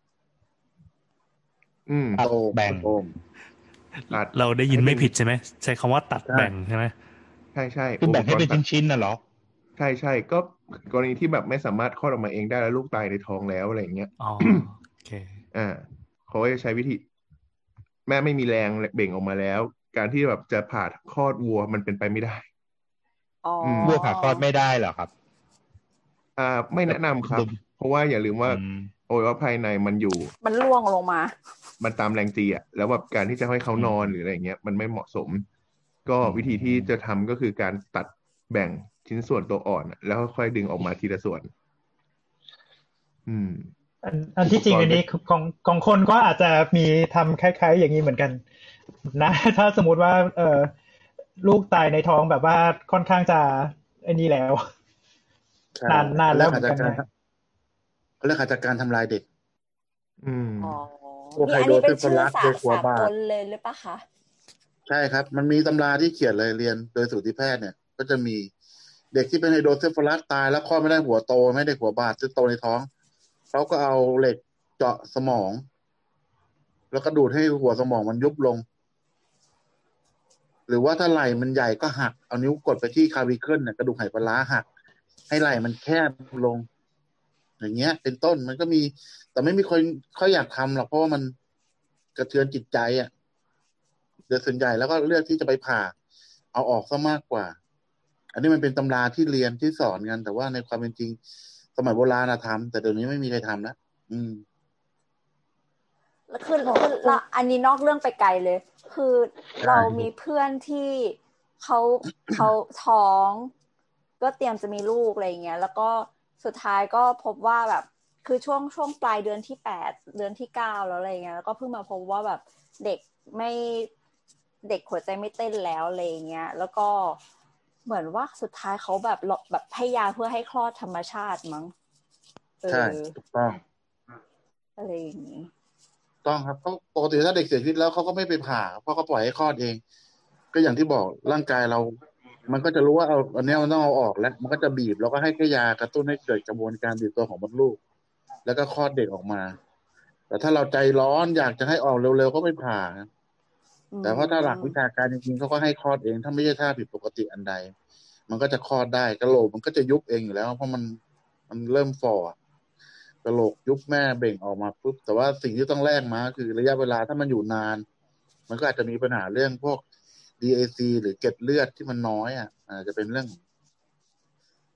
อืมตัดแบ่งเราได้ยินไม่ผิดใช่ไหมใช้คำว่าตัดแบ่งใช่ไหมใช่ใช่คือแบ่งให้เป็นชิ้นๆน่ะเหรอใช่ใช่ก็กรณีที่แบบไม่สามารถคลอดออกมาเองได้แล้วลูกตายในท้องแล้วอะไรอย่างเงี้ยอ๋อโอเคอ่าเขาจะใช้วิธีแม่ไม่มีแรงเบ่งออกมาแล้วการที่แบบจะผ่าคลอดวัวมันเป็นไปไม่ได้อ๋อวัวผ่าคลอดไม่ได้เหรอครับอ่าไม่แนะนำครับเพราะว่าอย่าลืมว่าอวัยวะภายในมันอยู่มันร่วงลงมามันตามแรงจีอ่ะแล้วแบบการที่จะให้เขานอนหรืออะไรเงี้ยมันไม่เหมาะสมก็วิธีที่จะทำก็คือการตัดแบ่งชิ้นส่วนตัวอ่อนแล้วค่อยดึงออกมาทีละส่วนอืมอันอันที่จริงอันนี้ของของคนก็อาจจะมีทำคล้ายๆอย่างนี้เหมือนกันนะถ้าสมมติว่าเออลูกตายในท้องแบบว่าค่อนข้างจะไอ้นี่แล้วนานนานแล้วเหมือนกันนะเขาเรียกจากการทำลายเด็กอืมอ๋อนี่อันนี้เป็นชื่อสากลเลยหรือเปล่าคะใช่ครับมันมีตำราที่เขียนเลยเรียนโดยสูติแพทย์เนี่ยก็จะมีเด็กที่เป็นไฮโดรเซฟาลัสตายแล้วคลอดไม่ได้หัวโตไม่ได้หัวบาดจะโตในท้องเขาก็เอาเหล็กเจาะสมองแล้วก็ดูดให้หัวสมองมันยุบลงหรือว่าถ้าไหล่มันใหญ่ก็หักเอานิ้วกดไปที่คาวิเคิลเนี่ยกระดูกไหปลาร้าหักให้ไหล่มันแคบลงอย่างเงี้ยเป็นต้นมันก็มีแต่ไม่มีคนเขาอยากทำหรอกเพราะว่ามันกระเทือนจิตใจอ่ะโดยส่วนใหญ่แล้วก็เลือกที่จะไปผ่าเอาออกซะมากกว่าอันนี้มันเป็นตำราที่เรียนที่สอนกันแต่ว่าในความเป็นจริงสมัยโบราณทำแต่เดี๋ยวนี้ไม่มีใครทำนะอืมแล้วคือเราอันนี้นอกเรื่องไปไกลเลยคือเรามีเพื่อนที่เขาเขาท้องก็เตรียมจะมีลูกอะไรเงี้ยแล้วก็สุดท้ายก็พบว่าแบบคือช่วงช่วงปลายเดือนที่แปดเดือนที่เก้าแล้วอะไรเงี้ยแล้วก็เพิ่งมาพบว่าแบบเด็กไม่เด็กหัวใจไม่เต้นแล้วอะไรเงี้ยแล้วก็เหมือนว่าสุดท้ายเขาแบบแบบให้ยาเพื่อให้คลอดธรรมชาติมั้งใช่ถูกต้องอะไรอย่างนี้ต้องครับเขาปกติถ้าเด็กเสียชีวิตแล้วเขาก็ไม่ไปผ่าเพราะเขาปล่อยให้คลอดเองก็อย่างที่บอกร่างกายเรามันก็จะรู้ว่าเอาอันนี้มันต้องเอาออกแล้วมันก็จะบีบแล้วก็ให้แค่ยากระตุ้นให้เกิดกระบวนการบีบตัวของมดลูกแล้วก็คลอดเด็กออกมาแต่ถ้าเราใจร้อนอยากจะให้ออกเร็วๆก็ไม่ผ่าแต่เพราะถ้าหลักวิชาการจริงๆเขาก็ให้คลอดเองถ้าไม่ใช่ท่าผิดปกติอันใดมันก็จะคลอดได้กะโหลกมันก็จะยุบเองอยู่แล้วเพราะมันมันเริ่มฝ่อกะโหลกยุบแม่เบ่งออกมาปุ๊บแต่ว่าสิ่งที่ต้องแลกมาคือระยะเวลาถ้ามันอยู่นานมันก็อาจจะมีปัญหาเรื่องพวก ดี เอ ซี หรือเกล็ดเลือดที่มันน้อยอ่ะอาจจะเป็นเรื่อง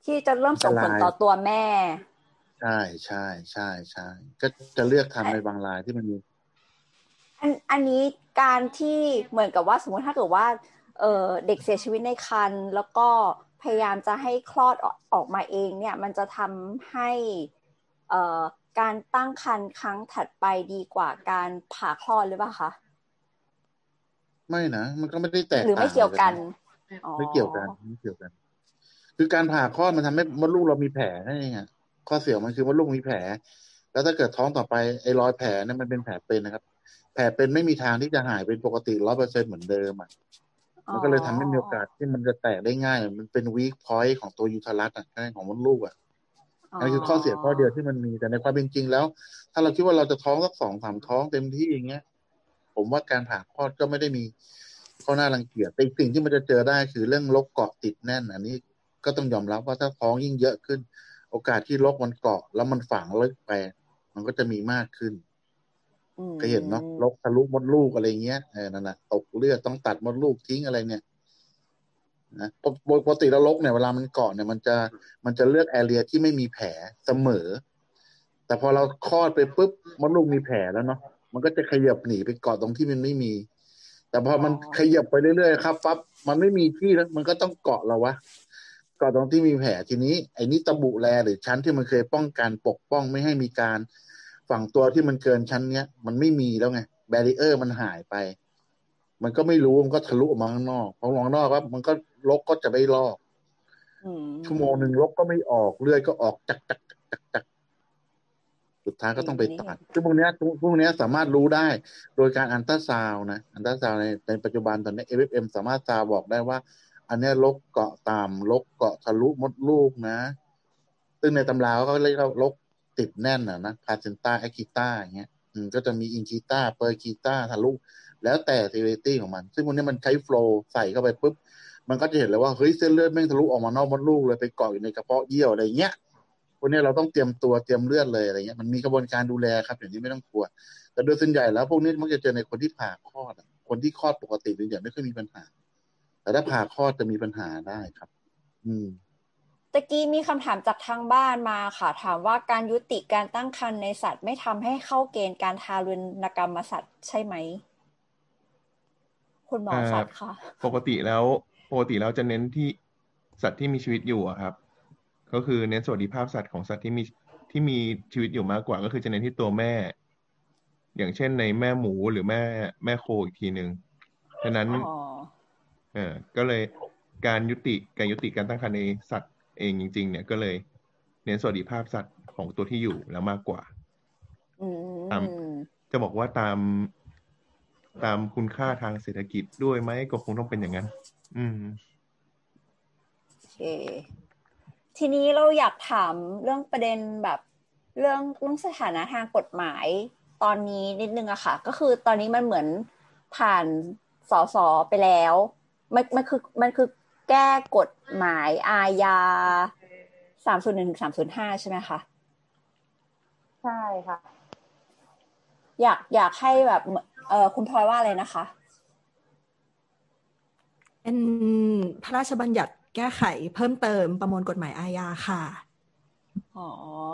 ที่จะเริ่มส่งผลต่อตัวแม่ใช่ใช่ใช่ใช่ก็จะเลือกทำในบางรายที่มันมีอันอันนี้การที่เหมือนกับว่าสมมติถ้าเกิดว่าเอ่อเด็กเสียชีวิตในครรภ์แล้วก็พยายามจะให้คลอดออกมาเองเนี่ยมันจะทำให้เอ่อการตั้งครรภ์ครั้งถัดไปดีกว่าการผ่าคลอดหรือเปล่าคะไม่นะมันก็ไม่ได้แตกต่างหรือไม่เกี่ยวกันไม่เกี่ยวกันไม่เกี่ยวกันคือการผ่าคลอดมันทำให้มดลูกเรามีแผลนั่นเองอ่ะข้อเสียมันคือมดลูกมีแผลแล้วถ้าเกิดท้องต่อไปไอ้รอยแผลเนี่ยมันเป็นแผลเป็นนะครับแผลเป็นไม่มีทางที่จะหายเป็นปกติ ร้อยเปอร์เซ็นต์ เหมือนเดิมอ่ะมันก็เลยทำให้มีโอกาสที่มันจะแตกได้ง่ายมันเป็น weak point ของตัวยูทารัสอ่ะของมดลูกอ่ะอันนี้คือข้อเสียข้อเดียวที่มันมีแต่ในความเป็นจริงแล้วถ้าเราคิดว่าเราจะท้องสักสองสามท้องเต็มที่อย่างเงี้ยผมว่าการผ่าคลอดก็ไม่ได้มีข้อน่ารังเกียจแต่สิ่งที่มันจะเจอได้คือเรื่องรกเกาะติดแน่นอันนี้ก็ต้องยอมรับว่าถ้าท้องยิ่งเยอะขึ้นโอกาสที่รกมันเกาะแล้วมันฝังลึกไปมันก็จะมีมากขึ้นเคยเห็นเนาะรกทะลุมดลูกอะไรเงี้ยเออนั่นแหละตกเลือดต้องตัดมดลูกทิ้งอะไรเนี่ยนะปกติแล้วรกเนี่ยเวลามันเกาะเนี่ยมันจะมันจะเลือกแอเรียที่ไม่มีแผลเสมอแต่พอเราคลอดไปปุ๊บมดลูกมีแผลแล้วเนาะมันก็จะขยับหนีไปเกาะตรงที่มันไม่มีแต่พอมันขยับไปเรื่อยๆครับปั๊บมันไม่มีที่แล้วมันก็ต้องเกาะเราวะเกาะตรงที่มีแผลทีนี้ไอ้นี่ตะบุแลหรือชั้นที่มันเคยป้องกันปกป้องไม่ให้มีการฝั่งตัวที่มันเกินชั้นเนี้ยมันไม่มีแล้วไงแบรีเออร์มันหายไปมันก็ไม่รู้มันก็ทะลุออกมาข้างนอกพอมองนอกครับมันก็ลกก็จะไม่ลอกชั่วโมงหนึ่งลกก็ไม่ออกเลือดก็ออกจักจักจักจักสุดท้ายก็ต้องไปตัดซึ่งพวกนี้พวกนี้สามารถรู้ได้โดยการอัลตราซาวน์นะอัลตราซาวน์ในในปัจจุบันตอนนี้ เอ เอฟ เอ็ม สามารถซาวบอกได้ว่าอันนี้ลกเกาะต่ำลกเกาะทะลุมดลูกนะซึ่งในตำราเขาเรียกว่าลกติดแน่นนะนะพาเซนต้าแอคิต้าอย่างเงี้ยก็จะมีอินคิต้าเปอร์คิต้าทะลุแล้วแต่ซีเวตี้ของมันซึ่งพวกนี้มันใช้โฟลว์ใส่เข้าไปปุ๊บมันก็จะเห็นเลยว่าเฮ้ยเส้นเลือดแม่งทะลุออกมานอกมดลูกเลยไปเกาะอยู่ในกระเพาะเยี่ยวอะไรเงี้ยพวกนี้เราต้องเตรียมตัวเตรียมเลือดเลยอะไรเงี้ยมันมีกระบวนการดูแลครับอย่างนี้ไม่ต้องกลัวแต่โดยส่วนใหญ่แล้วพวกนี้มักจะเจอในคนที่ผ่าคลอดคนที่คลอดปกติหรืออย่างไม่ค่อยมีปัญหาแต่ถ้าผ่าคลอดจะมีปัญหาได้ครับอืมตะกี้มีคำถามจากทางบ้านมาค่ะถามว่าการยุติการตั้งครรภ์ในสัตว์ไม่ทำให้เข้าเกณฑ์การทารุณกรรมสัตว์ใช่ไหมคุณหมอสัตว์ค่ะปกติแล้วปกติแล้วจะเน้นที่สัตว์ที่มีชีวิตอยู่อะครับก็คือเน้นสวัสดิภาพสัตว์ของสัตว์ที่มีที่มีชีวิตอยู่มากกว่าก็คือจะเน้นที่ตัวแม่อย่างเช่นในแม่หมูหรือแม่แม่โคอีกทีนึงฉะนั้นเออก็เลยการยุติการยุติการตั้งครรภ์ในสัตว์เองจริงๆเนี่ยก็เลยเน้นสวัสดิภาพสัตว์ของตัวที่อยู่แล้วมากกว่าตามจะบอกว่าตามตามคุณค่าทางเศรษฐกิจด้วยไหมก็คงต้องเป็นอย่างนั้นอืมโอเคทีนี้เราอยากถามเรื่องประเด็นแบบเรื่องเรื่องสถานะทางกฎหมายตอนนี้นิดนึงอะค่ะก็คือตอนนี้มันเหมือนผ่านสสไปแล้วมันมันคือมันคือแก้กฎหมายอาญาสามศูนย์หนึ่งถึงสามศูนย์ห้าใช่ไหมคะใช่ค่ะอยากอยากให้แบบเออคุณพลอยว่าอะไรนะคะเป็นพระราชบัญญัติแก้ไขเพิ่มเติมประมวลกฎหมายอาญาค่ะอ๋อ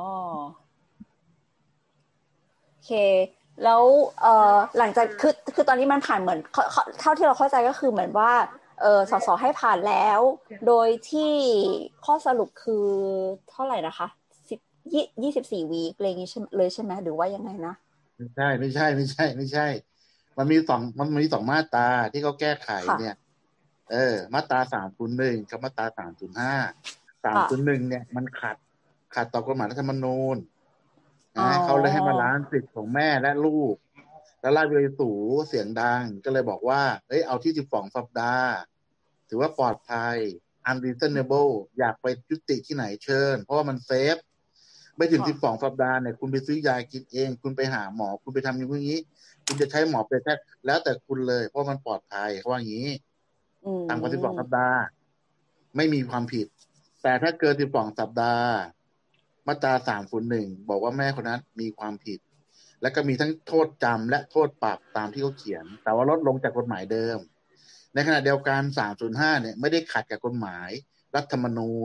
โอเคแล้วเอ่อหลังจากคือคือตอนนี้มันผ่านเหมือนเท่าที่เราเข้าใจก็คือเหมือนว่าเออสสให้ผ่านแล้วโดยที่ข้อสรุปคือเท่าไหร่นะคะสิบยี่สิบสี่วีคอะไรอย่างงี้ใช่เลยใช่ไหมหรือว่ายังไงนะไม่ใช่ไม่ใช่ไม่ใช่ไม่ใช่มันมีสองมันมีสองมาตราที่เขาแก้ไขเนี่ยเออมาตราสามศูนย์หนึ่งกับมาตราสามศูนย์ห้าสามศูนย์หนึ่งเนี่ยมันขัดขัดต่อกฎหมายรัฐธรรมนูญนะเขาเลยให้มาล้างสิทธิ์ของแม่และลูกแล้วราชบุรีสูเสียงดังก็เลยบอกว่าเฮ้ยเอาที่สิบสองสัปดาห์ถือว่าปลอดภัย unreasonable อยากไปยุติที่ไหนเชิญเพราะว่ามันเซฟไม่ถึงสิบสองสัปดาห์เนี่ยคุณไปซื้อยากินเองคุณไปหาหมอคุณไปทำอย่างนี้คุณจะใช้หมอเป็นแพทย์แล้วแต่คุณเลยเพราะมันปลอดภัยเขาว่าอย่างนี้ต่ำกว่าสิบสองสัปดาห์ไม่มีความผิดแต่ถ้าเกินสิบสองสัปดาห์มาตราสามศูนย์หนึ่งบอกว่าแม่คนนั้นมีความผิดและก็มีทั้งโทษจำและโทษปรับตามที่เขาเขียนแต่ว่าลดลงจากกฎหมายเดิมในขณะเดียวกันสามศูนย์ห้าเนี่ยไม่ได้ขัดกับกฎหมายรัฐธรรมนูญ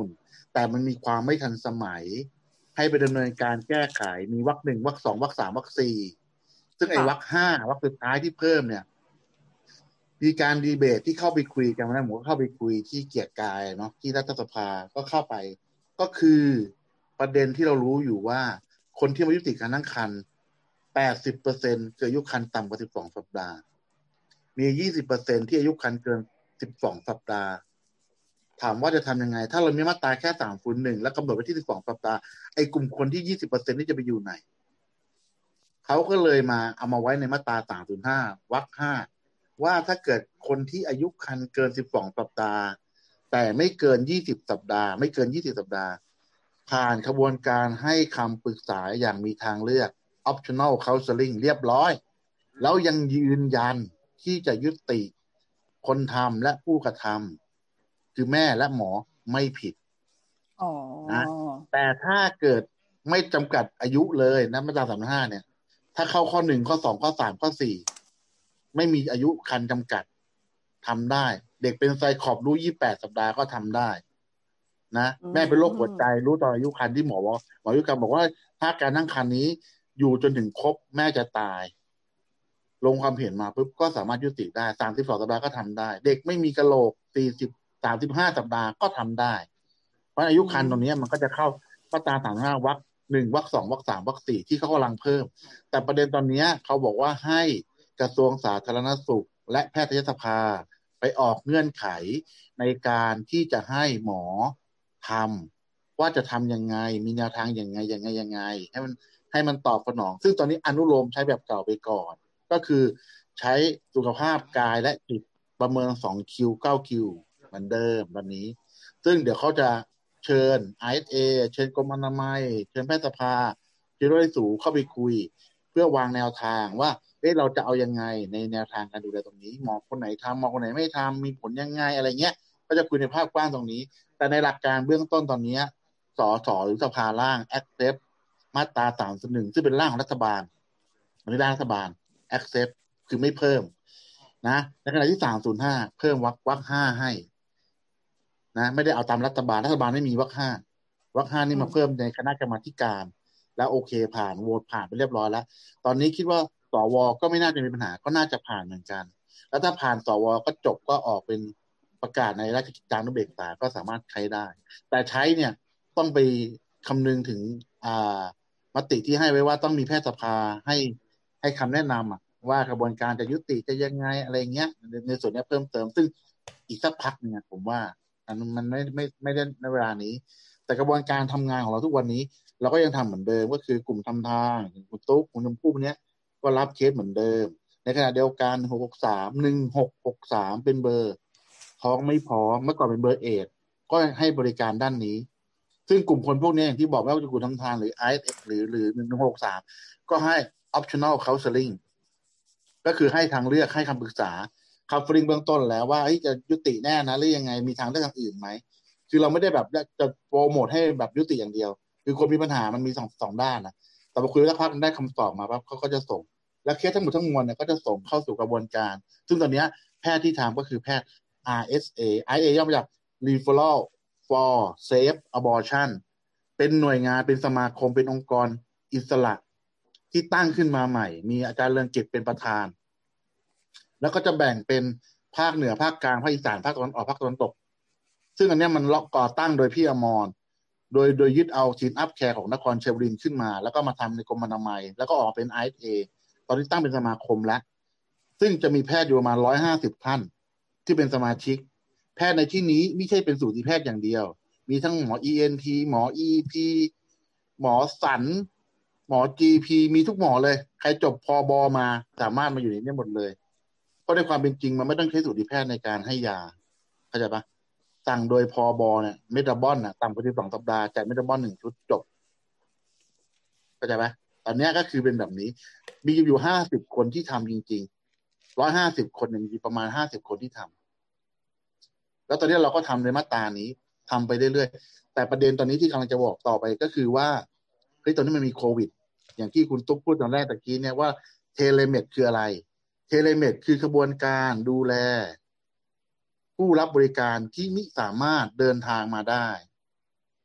แต่มันมีความไม่ทันสมัยให้ไปดำเนินการแก้ไขมีวรรคหนึ่งวรรคสองวรรคสามวรรคสี่ซึ่งไอ้วรรคห้าวรรคสุดท้ายที่เพิ่มเนี่ยมีการดีเบตที่เข้าไปคุยกันนะผมก็เข้าไปคุยที่เกียรติกายเนาะที่รัฐสภาก็เข้าไปก็คือประเด็นที่เรารู้อยู่ว่าคนที่มายุติการตั้งครรภ์ แปดสิบเปอร์เซ็นต์ เกิดอายุครรภ์ต่ำกว่าสิบสองสัปดาห์มี ยี่สิบเปอร์เซ็นต์ ที่อายุครรภ์เกินสิบสองสัปดาห์ถามว่าจะทำยังไงถ้าเรามีมาตราแค่สามศูนย์หนึ่งแล้วกำหนดไว้ที่สิบสองสัปดาห์ไอ้กลุ่มคนที่ ยี่สิบเปอร์เซ็นต์ นี่จะไปอยู่ไหนเขาก็เลยมาเอามาไว้ในมาตราสามศูนย์ห้าวรรคห้าว่าถ้าเกิดคนที่อายุครรภ์เกินสิบสองสัปดาห์แต่ไม่เกินยี่สิบสัปดาห์ไม่เกินยี่สิบสัปดาห์ผ่านกระบวนการให้คำปรึกษาอย่างมีทางเลือก optional counseling เรียบร้อยแล้วยังยืนยันที่จะยุติคนทำและผู้กระทำคือแม่และหมอไม่ผิดนะแต่ถ้าเกิดไม่จำกัดอายุเลยนะมาตราสามสิบห้าเนี่ยถ้าเข้าข้อหนึ่งข้อสองข้อสามข้อสี่ไม่มีอายุครรภ์จำกัดทำได้เด็กเป็นไซคอบรู้ยี่สิบแปดสัปดาห์ก็ทำได้นะแม่เป็นโรคหัวใจรู้ตอนอายุครรภ์ที่หมอบอกหมออายุครรภ์บอกว่าถ้าการตั้งครรภ์นี้อยู่จนถึงครบแม่จะตายลงความเห็นมาปุ๊บก็สามารถยุติได้สามสิบสองสัปดาห์ก็ทำได้เด็กไม่มีกะโหลกสี่สิบ สามสิบห้าสัปดาห์ก็ทำได้เพราะอายุครรภ์ตรงนี้มันก็จะเข้ามาตราสามสิบห้าวรรคหนึ่งวรรคสองวรรคสามวรรคสี่ที่เขากำลังเพิ่มแต่ประเด็นตอนนี้เขาบอกว่าให้กระทรวงสาธารณสุขและแพทยสภาไปออกเงื่อนไขในการที่จะให้หมอทำว่าจะทำยังไงมีแนวทางยังไงยังไงยังไงให้มันให้มันตอบสนองซึ่งตอนนี้อนุโลมใช้แบบเก่าไปก่อนก็คือใช้สุขภาพกายและจิตประเมินสองคิวเก้าคิวเหมือนเดิมวันนี้ซึ่งเดี๋ยวเขาจะเชิญ ไอ เอส เอ เชิญกรมอนามัยเชิญแพทยสภาเชิญโรคติดสูเข้าไปคุยเพื่อวางแนวทางว่าเอ๊ะเราจะเอายังไงในแนวทางการดูแลตรงนี้หมอคนไหนทำหมอคนไหนไม่ทำมีผลยังไงอะไรเงี้ยก็จะคุยในภาพกว้างตรงนี้แต่ในหลักการเบื้องต้นตอนนี้สสหรือสภาล่าง accept มาตราสามสิบเอ็ดซึ่งเป็นร่างของรัฐบาลอันนี้ร่างรัฐบาล accept คือไม่เพิ่มนะในขณะที่สามศูนย์ห้าเพิ่มวรรควรรคห้าให้นะไม่ได้เอาตามรัฐบาลรัฐบาลไม่มีวรรคห้าวรรคห้านี่มาเพิ่มในคณะกรรมาธิการแล้วโอเคผ่านโหวตผ่านไปเรียบร้อยแล้วตอนนี้คิดว่าสวก็ไม่น่าจะมีปัญหาก็น่าจะผ่านเหมือนกันแล้วถ้าผ่านสวก็จบก็ออกเป็นประกาศในราชกิจจานุเบกษาก็สามารถใช้ได้แต่ใช้เนี่ยต้องไปคำนึงถึงอ่ามติที่ให้ไว้ว่าต้องมีแพทยสภาให้ให้คำแนะนำอะว่ากระบวนการจะยุติจะยังไงอะไรเงี้ยในส่วนนี้เพิ่มเติมซึ่งอีกสักพักนึงผมว่าอันมันไม่ไม่ไม่ได้ในเวลานี้แต่กระบวนการทำงานของเราทุกวันนี้เราก็ยังทำเหมือนเดิมก็คือกลุ่มทำทางคุณตุ๊กคุณชมพู่พวกนี้ก็รับเคสเหมือนเดิมในขณะเดียวกันหก หก สาม หนึ่ง หก หก สามเป็นเบอร์ท้องไม่พอเมื่อก่อนเป็นเบอร์เอดก็ให้บริการด้านนี้ซึ่งกลุ่มคนพวกนี้อย่างที่บอกว่าจะกลุ่มทำทางหรือ ไอ เอส เอ หรือหรือหนึ่ง หก สามก็ให้ optional counseling ก็คือให้ทางเลือกให้คำปรึกษา counseling เบื้องต้นแล้วว่าจะยุติแน่นะหรือยังไงมีทางเลือกอื่นไหมคือเราไม่ได้แบบจะโปรโมทให้แบบยุติอย่างเดียวคือคนมีปัญหามันมีสองสองด้านนะแต่พอคุยสักพักได้คำตอบมาปั๊บเขาก็จะส่งและเคสทั้งหมดทั้งมวลเนี่ยก็จะส่งเข้าสู่กระบวนการซึ่งตอนนี้แพทย์ที่ทำก็คือแพทย์ อาร์ เอส เอ ไอ เอ ย่อมาจาก Referral for Safe Abortion เป็นหน่วยงานเป็นสมาคมเป็นองค์กรอิสระที่ตั้งขึ้นมาใหม่มีอาจารย์เรืองกิจเป็นประธานแล้วก็จะแบ่งเป็นภาคเหนือภาคกลางภาคอีสานภาคตะวันออกภาคตะวันตกซึ่งอันนี้มันล็อกก่อตั้งโดยพี่อมรโดยโดยยึดเอาทีมอัพแคร์ของนครเชลรินขึ้นมาแล้วก็มาทำในกรมอนามัยแล้วก็ออกเป็น ไอ เอส เอ ตอนนี้ตั้งเป็นสมาคมแล้วซึ่งจะมีแพทย์อยู่ประมาณหนึ่งร้อยห้าสิบท่านที่เป็นสมาชิกแพทย์ในที่นี้ไม่ใช่เป็นสูติแพทย์อย่างเดียวมีทั้งหมอ อี เอ็น ที หมอ อี พี หมอสันหมอ จี พี มีทุกหมอเลยใครจบพบมาสามารถมาอยู่ในนี้หมดเลยเพราะในความเป็นจริงมันไม่ต้องใช้สูติแพทย์ในการให้ยาเข้าใจปะสั่งโดยพบเนี่ยเมตาบอลน่ะต่ำกว่าสิบสองสัปดาห์จ่ายเมตาบอลหนึ่งชุดจบเข้าใจปะตอนนี้ก็คือเป็นแบบนี้มีอยู่ห้าสิบคนที่ทำจริงๆหนึ่งร้อยห้าสิบคนเนี่ยมีประมาณห้าสิบคนที่ทำแล้วตอนนี้เราก็ทำในมาตรานี้ทำไปเรื่อยๆแต่ประเด็นตอนนี้ที่กำลังจะบอกต่อไปก็คือว่าเฮ้ยตอนนี้มันมีโควิดอย่างที่คุณตุ๊กพูดตอนแรกตะกี้เนี่ยว่าเทเลเมดคืออะไรเทเลเมดคือกระบวนการดูแลผู้รับบริการที่มิสามารถเดินทางมาได้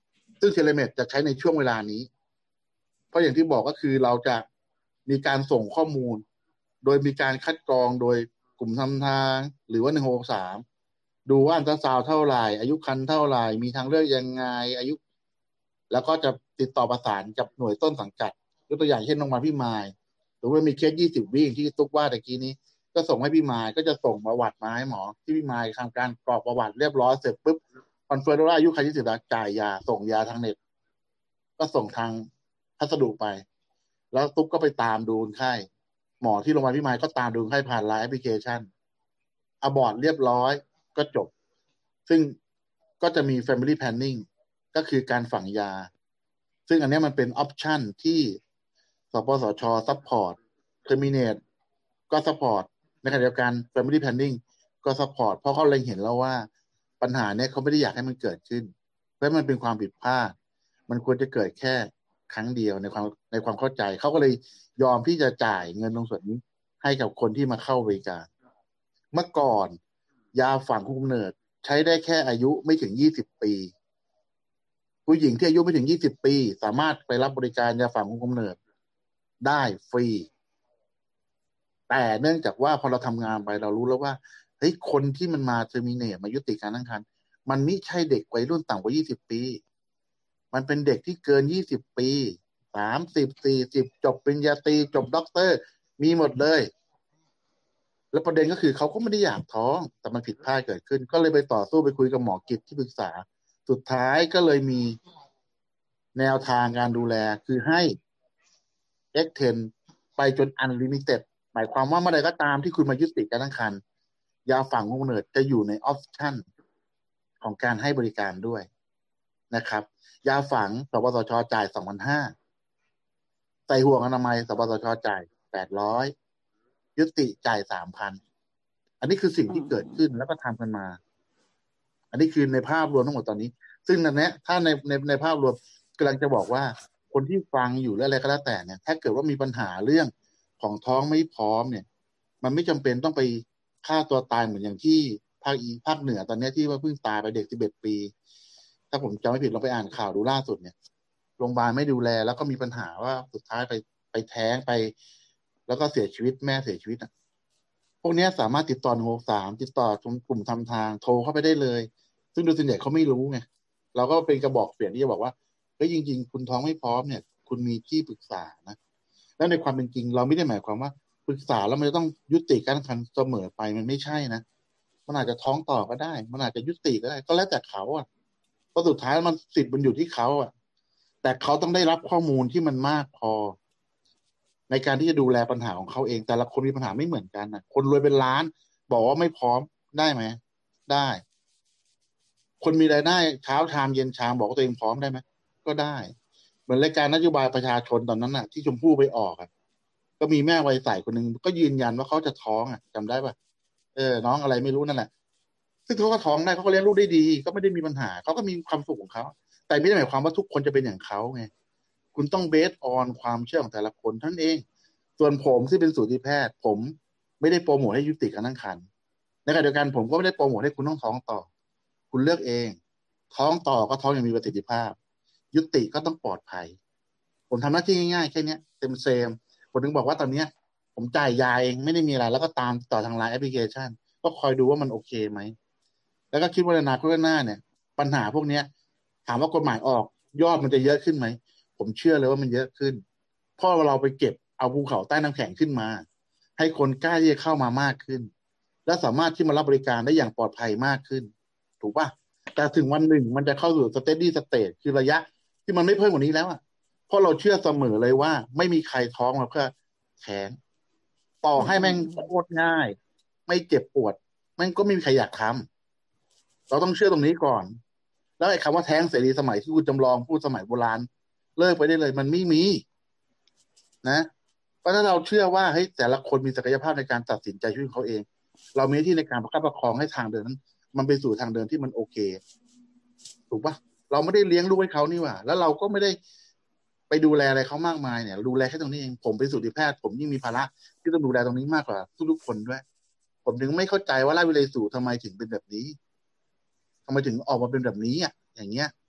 ซึ่งเทเลเมดจะใช้ในช่วงเวลานี้เพราะอย่างที่บอกก็คือเราจะมีการส่งข้อมูลโดยมีการคัดกรองโดยกลุ่มทำทางหรือว่าหนึ่งหกสามดูว่าอันตราซาวด์เท่าไหร่อายุครรภ์เท่าไหร่มีทางเลือกยังไงอายุแล้วก็จะติดต่อประสานกับหน่วยต้นสังกัดยกตัวอย่างเช่นโรงพยาบาลพี่มายหรือว่ามีเคสยี่สิบวิ่งที่ตุ๊กว่าตะกี้นี้ก็ส่งให้พี่มายก็จะส่งประวัติมาให้หมอที่พี่มายทำการกรอกประวัติเรียบร้อยเสร็จปุ๊บคอนเฟิร์มว่าอายุครรภ์ยี่สิบแล้วจ่ายยาส่งยาทางเน็ตก็ส่งทางพัสดุไปแล้วตุ๊กก็ไปตามดูคนไข้หมอที่โรงพยาบาลพี่มายก็ตามดูคนไข้ผ่านไลน์แอปพลิเคชันอบอร์ตเรียบร้อยก็จบซึ่งก็จะมี Family Planning ก็คือการฝังยาซึ่งอันนี้มันเป็นออปชันที่สปสช Support Terminate ก็ Support ในขณะเดียวกัน Family Planning ก็ Support เพราะเขาเล็งเห็นแล้วว่าปัญหาเนี้ยเขาไม่ได้อยากให้มันเกิดขึ้นเพราะมันเป็นความผิดพลาดมันควรจะเกิดแค่ครั้งเดียวในความในความเข้าใจเขาก็เลยยอมที่จะจ่ายเงินตรงส่วนนี้ให้กับคนที่มาเข้าบริการเมื่อก่อนยาฝังคุมกำเนิดใช้ได้แค่อายุไม่ถึงยี่สิบปีผู้หญิงที่อายุไม่ถึงยี่สิบปีสามารถไปรับบริการยาฝังคุมกำเนิดได้ฟรีแต่เนื่องจากว่าพอเราทำงานไปเรารู้แล้วว่าเฮ้ยคนที่มันมาเทอร์มิเนตมายุติการตั้งครรภ์มันไม่ใช่เด็กวัยรุ่นต่ำกว่ายี่สิบปีมันเป็นเด็กที่เกินยี่สิบปีสามสิบ สี่สิบจบปริญญาตรีจบด็อกเตอร์มีหมดเลยแล้วประเด็นก็คือเขาก็ไม่ได้อยากท้องแต่มันผิดพลาดเกิดขึ้นก็เลยไปต่อสู้ไปคุยกับหมอกิจที่ปรึกษาสุดท้ายก็เลยมีแนวทางการดูแลคือให้ เอ็กซ์ เท็น ไปจน Unlimited หมายความว่าเมื่อใดก็ตามที่คุณมายุติการตั้งครรภ์ยาฝังคุมกำเนิดจะอยู่ในออปชั่นของการให้บริการด้วยนะครับยาฝังสปสชจ่าย สองพันห้าร้อย ใส่ห่วงอนามัยสปสชจ่ายแปดร้อยยุติจ่าย สามพัน อันนี้คือสิ่งที่เกิดขึ้นแล้วก็ทำกันมาอันนี้คือในภาพรวมทั้งหมดตอนนี้ซึ่งนั่นแหละถ้าในในในภาพรวมกำลังจะบอกว่าคนที่ฟังอยู่แล้วอะไรก็แล้วแต่เนี่ยถ้าเกิดว่ามีปัญหาเรื่องของท้องไม่พร้อมเนี่ยมันไม่จำเป็นต้องไปฆ่าตัวตายเหมือนอย่างที่ภาคอีภาคเหนือตอนนี้ที่ว่าเพิ่งตายไปเด็กสิบเอ็ดปีถ้าผมจำไม่ผิดเราไปอ่านข่าวดูล่าสุดเนี่ยโรงพยาบาลไม่ดูแลแล้วก็มีปัญหาว่าสุดท้ายไปไปแท้งไปแล้วก็เสียชีวิตแม่เสียชีวิตอ่ะพวกนี้สามารถติดต่อหนึ่งหกสามติดต่อกลุ่มทำทางโทรเข้าไปได้เลยซึ่งโดยส่วนใหญ่เขาไม่รู้ไงเราก็เป็นกระบอกเสียงที่จะบอกว่าเฮ้ยจริงๆคุณท้องไม่พร้อมเนี่ยคุณมีที่ปรึกษานะแล้วในความเป็นจริงเราไม่ได้หมายความว่าปรึกษาแล้วมันจะต้องยุติการตั้งครรภ์เสมอไปมันไม่ใช่นะมันอาจจะท้องต่อก็ได้มันอาจจะยุติก็ได้ก็แล้วแต่เขาอ่ะเพราะสุดท้ายมันสิทธิ์มันอยู่ที่เขาอ่ะแต่เขาต้องได้รับข้อมูลที่มันมากพอในการที่จะดูแลปัญหาของเขาเองแต่ละคนมีปัญหาไม่เหมือนกันนะคนรวยเป็นล้านบอกว่าไม่พร้อมได้ไหมได้คนมีรายได้เช้าชามเย็นชามบอกว่าตัวเองพร้อมได้ไหมก็ได้เหมือนรายการนโยบายประชาชนตอนนั้นน่ะที่ชมพู่ไปออกอ่ะก็มีแม่วัยใสคนหนึ่งก็ยืนยันว่าเขาจะท้องอ่ะจำได้ป่ะเออน้องอะไรไม่รู้นั่นแหละซึ่งเขาก็ท้องได้เขาก็เลี้ยงลูกได้ดีก็ไม่ได้มีปัญหาเขาก็มีความสุขของเขาแต่ไม่ได้หมายความว่าทุกคนจะเป็นอย่างเขาไงคุณต้องเบสออนความเชื่อของแต่ละคนท่านเองส่วนผมที่เป็นสูติแพทย์ผมไม่ได้โปรโมทให้ยุติการตั้งครรภ์ในขณะเดียวกันผมก็ไม่ได้โปรโมทให้คุณต้องท้องต่อคุณเลือกเองท้องต่อก็ท้องอย่างมีประสิทธิภาพยุติก็ต้องปลอดภัยผมทำหน้าที่ง่ายๆแค่นี้เต็มเซมผมถึงบอกว่าตอนนี้ผมจ่ายยาเองไม่ได้มีอะไรแล้วก็ตามต่อทางไลน์แอปพลิเคชันก็คอยดูว่ามันโอเคไหมแล้วก็คิดว่าในอนาคตข้างหน้าเนี่ยปัญหาพวกนี้ถามว่ากฎหมายออกยอดมันจะเยอะขึ้นไหมผมเชื่อเลยว่ามันเยอะขึ้นเพราะเราไปเก็บเอาภูเขาใต้น้ำแข็งขึ้นมาให้คนกล้าที่จะเข้ามามากขึ้นและสามารถที่มารับบริการได้อย่างปลอดภัยมากขึ้นถูกป่ะแต่ถึงวันหนึ่งมันจะเข้าสู่สเตดี้สเตจคือระยะที่มันไม่เพิ่มกว่านี้แล้วอ่ะเพราะเราเชื่อเสมอเลยว่าไม่มีใครท้องมาเพื่อแท้งต่อให้แม่งโคตรง่ายไม่เจ็บปวดแม่งก็ไม่มีใครอยากทำเราต้องเชื่อตรงนี้ก่อนแล้วไอ้คำว่าแท้งเสรีสมัยที่คุณจำลองพูดสมัยโบราณเลิกไปได้เลยมันไม่มีนะเพราะถ้าเราเชื่อว่าเฮ้ยแต่ละคนมีศักยภาพในการตัดสินใจชีวิตของเขาเองเรามีหน้าที่ในการประคับประคองให้ทางเดินนั้นมันไปสู่ทางเดินที่มันโอเคถูกปะเราไม่ได้เลี้ยงลูกให้เขานี่หว่าแล้วเราก็ไม่ได้ไปดูแลอะไรเขามากมายเนี่ยดูแลแค่ตรงนี้เองผมเป็นสูติแพทย์ผมยิ่งมีภาระที่ต้องดูแลตรงนี้มากกว่าทุกๆคนด้วยผมถึงไม่เข้าใจว่าราชวิไลสู่ทำไมถึงเป็นแบบนี้ทำไมถึงออกมาเป็นแบบนี้อ่ะอย่างเงี้ย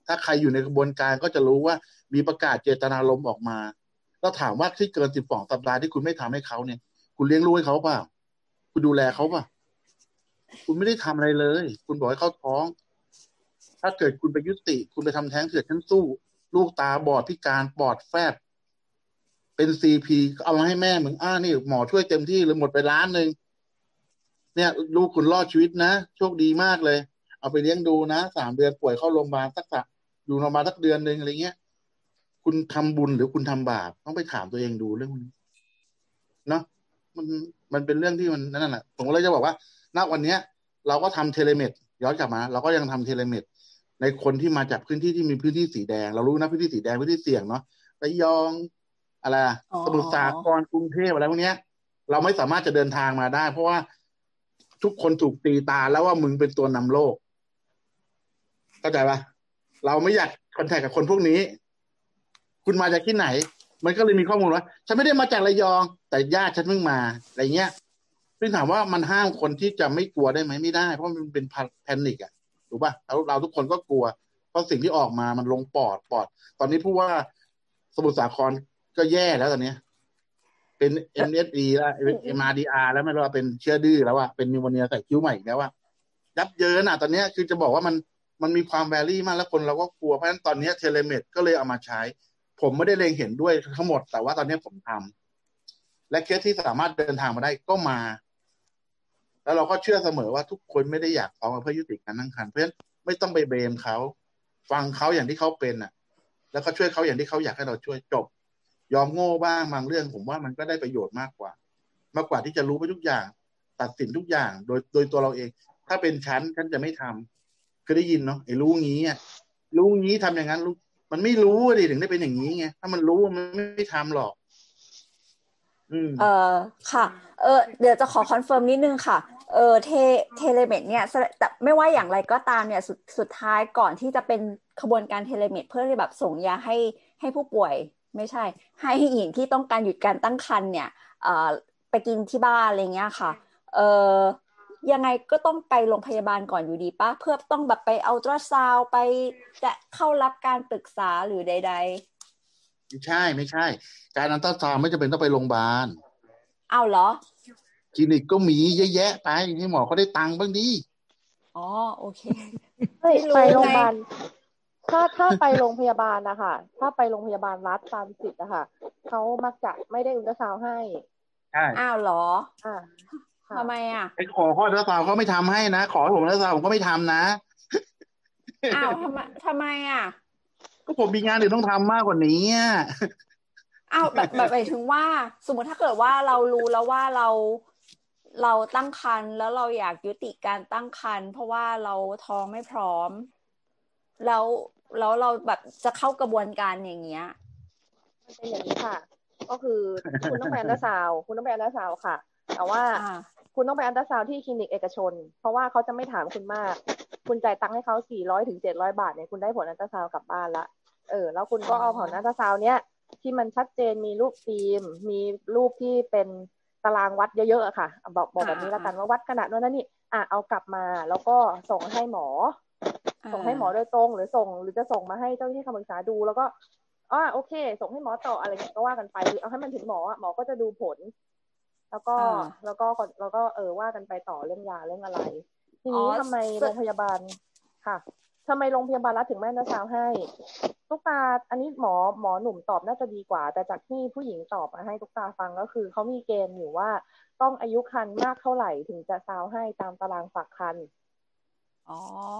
ถ้าใครอยู่ในกระบวนการก็จะรู้ว่ามีประกาศเจตนารมณ์ออกมาแล้วถามว่าที่เกินสิบสองสัปดาห์ที่คุณไม่ทำให้เขาเนี่ยคุณเลี้ยงลูกให้เขาเปล่าคุณดูแลเขาเปล่าคุณไม่ได้ทำอะไรเลยคุณบอกให้เขาท้องถ้าเกิดคุณไปยุติคุณไปทำแท้งเถื่อนฉันสู้ลูกตาบอดพิการปอดแฟบเป็น ซี พี เอามาให้แม่มึงอ้านี่หมอช่วยเต็มที่เลยหมดไปล้านนึงเนี่ยลูกคุณรอดชีวิตนะโชคดีมากเลยเอาไปเลี้ยงดูนะสามเดือนป่วยเข้าโรงพยาบาลสักสักอยู่โรงพยาบาลสักเดือนนึงอะไรเงี้ยคุณทำบุญหรือคุณทำบาปต้องไปถามตัวเองดูเรื่องนี้เนาะมันมันเป็นเรื่องที่มันนั่นแหละผมก็เลยจะบอกว่าณวันนี้เราก็ทำเทเลเมดย้อนกลับมาเราก็ยังทำเทเลเมดในคนที่มาจากพื้นที่ที่มีพื้นที่สีแดงเรารู้นะพื้นที่สีแดงพื้นที่เสี่ยงเนาะระยองอะไรสมุทรสาครกรุงเทพอะไรพวกนี้เราไม่สามารถจะเดินทางมาได้เพราะว่าทุกคนถูกตีตาแล้วว่ามึงเป็นตัวนำโลกเข้าใจปะเราไม่อยากคอนแทคกับคนพวกนี้คุณมาจากที่ไหนมันก็เลยมีข้อมูลว่าฉันไม่ได้มาจากระยองแต่ญาติฉันเพิ่งมาอะไรเงี้ยซึ่งถามว่ามันห้ามคนที่จะไม่กลัวได้ไหมไม่ได้เพราะมันเป็นแพนิคอะถูกป่ะเราเราทุกคนก็กลัวเพราะสิ่งที่ออกมามันลงปอดปอดตอนนี้พูดว่าสมุทรสาครก็แย่แล้วตอนนี้เป็น เอ็ม เอส อี แล้ว เอ็ม อาร์ ดี อาร์ แล้วไม่รู้ว่าเป็นเชื้อดื้อแล้วว่าเป็นนิวโมเนียใส่คิ้วใหม่อีกแล้วว่ายับเยินอ่ะตอนนี้คือจะบอกว่ามันมันมีความแวรี่มากแล้วคนเราก็กลัวเพราะฉะนั้นตอนนี้เทเลเมดก็เลยเอามาใช้ผมไม่ได้เล็งเห็นด้วยทั้งหมดแต่ว่าตอนนี้ผมทำและเคสที่สามารถเดินทางมาได้ก็มาแล้วเราก็เชื่อเสมอว่าทุกคนไม่ได้อยากท้องเพื่อยุติการตั้งครรภ์เพราะฉะนั้นไม่ต้องไปเบมเขาฟังเขาอย่างที่เขาเป็นอ่ะแล้วก็ช่วยเขาอย่างที่เขาอยากให้เราช่วยจบยอมโง่บ้างบางเรื่องผมว่ามันก็ได้ประโยชน์มากกว่ามากกว่าที่จะรู้ไปทุกอย่างตัดสินทุกอย่างโดยโดยตัวเราเองถ้าเป็นฉันฉันจะไม่ทำเคยได้ยินเนาะไอ้รู้งี้อ่ะรู้งี้ทำอย่างนั้นรู้มันไม่รู้ดิถึงได้เป็นอย่างนี้ไงถ้ามันรู้มันไม่ทำหรอกอืมเออค่ะเออเดี๋ยวจะขอคอนเฟิร์มนิดนึงค่ะเออเทเทเลเมดเนี่ยแต่ไม่ว่าอย่างไรก็ตามเนี่ยสุดสุดท้ายก่อนที่จะเป็นขบวนการเทเลเมดเพื่อที่แบบส่งยาให้ให้ผู้ป่วยไม่ใช่ให้หญิงที่ต้องการหยุดการตั้งครรภ์เนี่ยเอ่อไปกินที่บ้านอะไรเงี้ยค่ะเออยังไงก็ต้องไปโรงพยาบาลก่อนอยู่ดีป่ะเพื่อต้องแบบไปอัลตราซาวด์ไปจะเข้ารับการปรึกษาหรือใดๆไม่ใช่ไม่ใช่การอัลตราซาวด์ไม่จำเป็นต้องไปโรงพยาบาลอ้าวเหรอคลินิกก็มีเยอะแยะไปให้หมอเขาได้ตังค์บ้างดิอ๋อโอเคไปไปโรงพยาบาลถ้าถ้าไปโรงพยาบาลนะคะถ้าไปโรงพยาบาลรัฐตามสิทธิ์นะคะเขามักจะไม่ได้อุลตราซาวด์ให้ใช่อ้าวเหรออ่าทำไมอ่ะไอ้ขอข้ออัลตราซาวด์เขาไม่ทำให้นะขอให้ผมอัลตราซาวด์ผมก็ไม่ทำนะอ้าวทำไมทำไมอ่ะก็ผมมีงานอื่นต้องทำมากกว่านี้อ้าวแบบแบบหมายถึงว่าสมมติถ้าเกิดว่าเรารู้แล้วว่าเราเราตั้งครรภ์แล้วเราอยากยุติการตั้งครรภ์เพราะว่าเราท้องไม่พร้อมแล้วแล้วเราแบบจะเข้ากระบวนการอย่างเงี้ยมันเป็นอย่างนี้ค่ะก็คือคุณต้องไปอัลตราซาวด์คุณต้องไปอัลตราซาวด์ค่ะแต่ว่าคุณต้องไปอัลตราซาวด์ที่คลินิกเอกชนเพราะว่าเขาจะไม่ถามคุณมากคุณจ่ายตังค์ให้เขาสี่ร้อยถึงเจ็ดร้อยบาทเนี่ยคุณได้ผลอัลตราซาวด์กลับบ้านละเออแล้วคุณก็เอาผลอัลตราซาวด์เนี้ยที่มันชัดเจนมีรูปฟิล์มมีรูปที่เป็นตารางวัดเยอะๆค่ะบอกบอกแบบนี้ละกันว่าวัดขนาดนั้นนี่อ่ะเอากลับมาแล้วก็ส่งให้หมอส่งให้หมอโดยตรงหรือส่งหรือจะส่งมาให้เจ้าหน้าที่คำปรึกษาดูแล้วก็อ๋อโอเคส่งให้หมอต่ออะไรเงี้ยก็ว่ากันไปหรือเอาให้มันถึงหมอหมอก็จะดูผลแล้วก็แล้วก็แล้วก็เออว่ากันไปต่อเรื่องยาเรื่องอะไรทีนี้ทำไมโรงพยาบาลค่ะทำไมโรงพยาบาลรัฐถึงไม่อัลตราซาวด์ให้ตุ๊กตาอันนี้หมอหมอหนุ่มตอบน่าจะดีกว่าแต่จากที่ผู้หญิงตอบมาให้ตุ๊กตาฟังก็คือเขามีเกณฑ์อยู่ว่าต้องอายุครรภ์มากเท่าไหร่ถึงจะซาวให้ตามตารางฝากครรภ์อ๋อ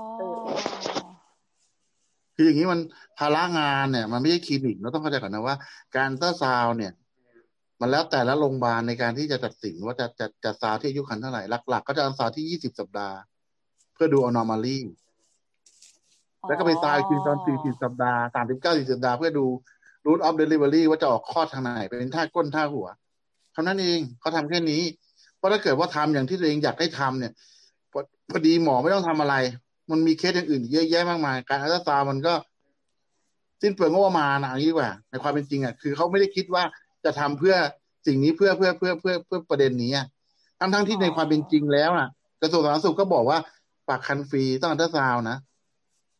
คืออย่างนี้มันภาระงานเนี่ยมันไม่ใช่คลินิกเราต้องเข้าใจก่อนนะว่าการอัลตราซาวเนี่ยมันแล้วแต่ละโรงพยาบาลในการที่จะตัดสินว่าจะจะจะซาวที่อายุครรภ์เท่าไหร่หลักๆก็จะอัลตราซาวที่ยี่สิบสัปดาห์เพื่อดู anomalyแล้วก็ไปซาวอีกทีตอนสี่สิบสัปดาห์สามสิบเก้า สี่สิบสัปดาห์เพื่อดู route of delivery ว่าจะออกคลอดทางไหนเป็นท่าก้นท่าหัวเท่านั้นเองเขาทำแค่นี้เพราะถ้าเกิดว่าทำอย่างที่ตัวเองอยากให้ทำเนี่ยพอดีหมอไม่ต้องทำอะไรมันมีเคสอย่างอื่นเยอะแยะมากมายการอัลตราซาวด์มันก็สิ้นเปลืองงบประมาณอย่างนี้ดีกว่าในความเป็นจริงอ่ะคือเขาไม่ได้คิดว่าจะทำเพื่อสิ่งนี้เพื่อเพื่อเพื่อเพื่อเพื่อประเด็นนี้ทั้งทั้งที่ในความเป็นจริงแล้วอ่ะกระทรวงสาธารณสุขก็บอกว่าฝากคันฟรีต้องอัลตราซาวด์นะ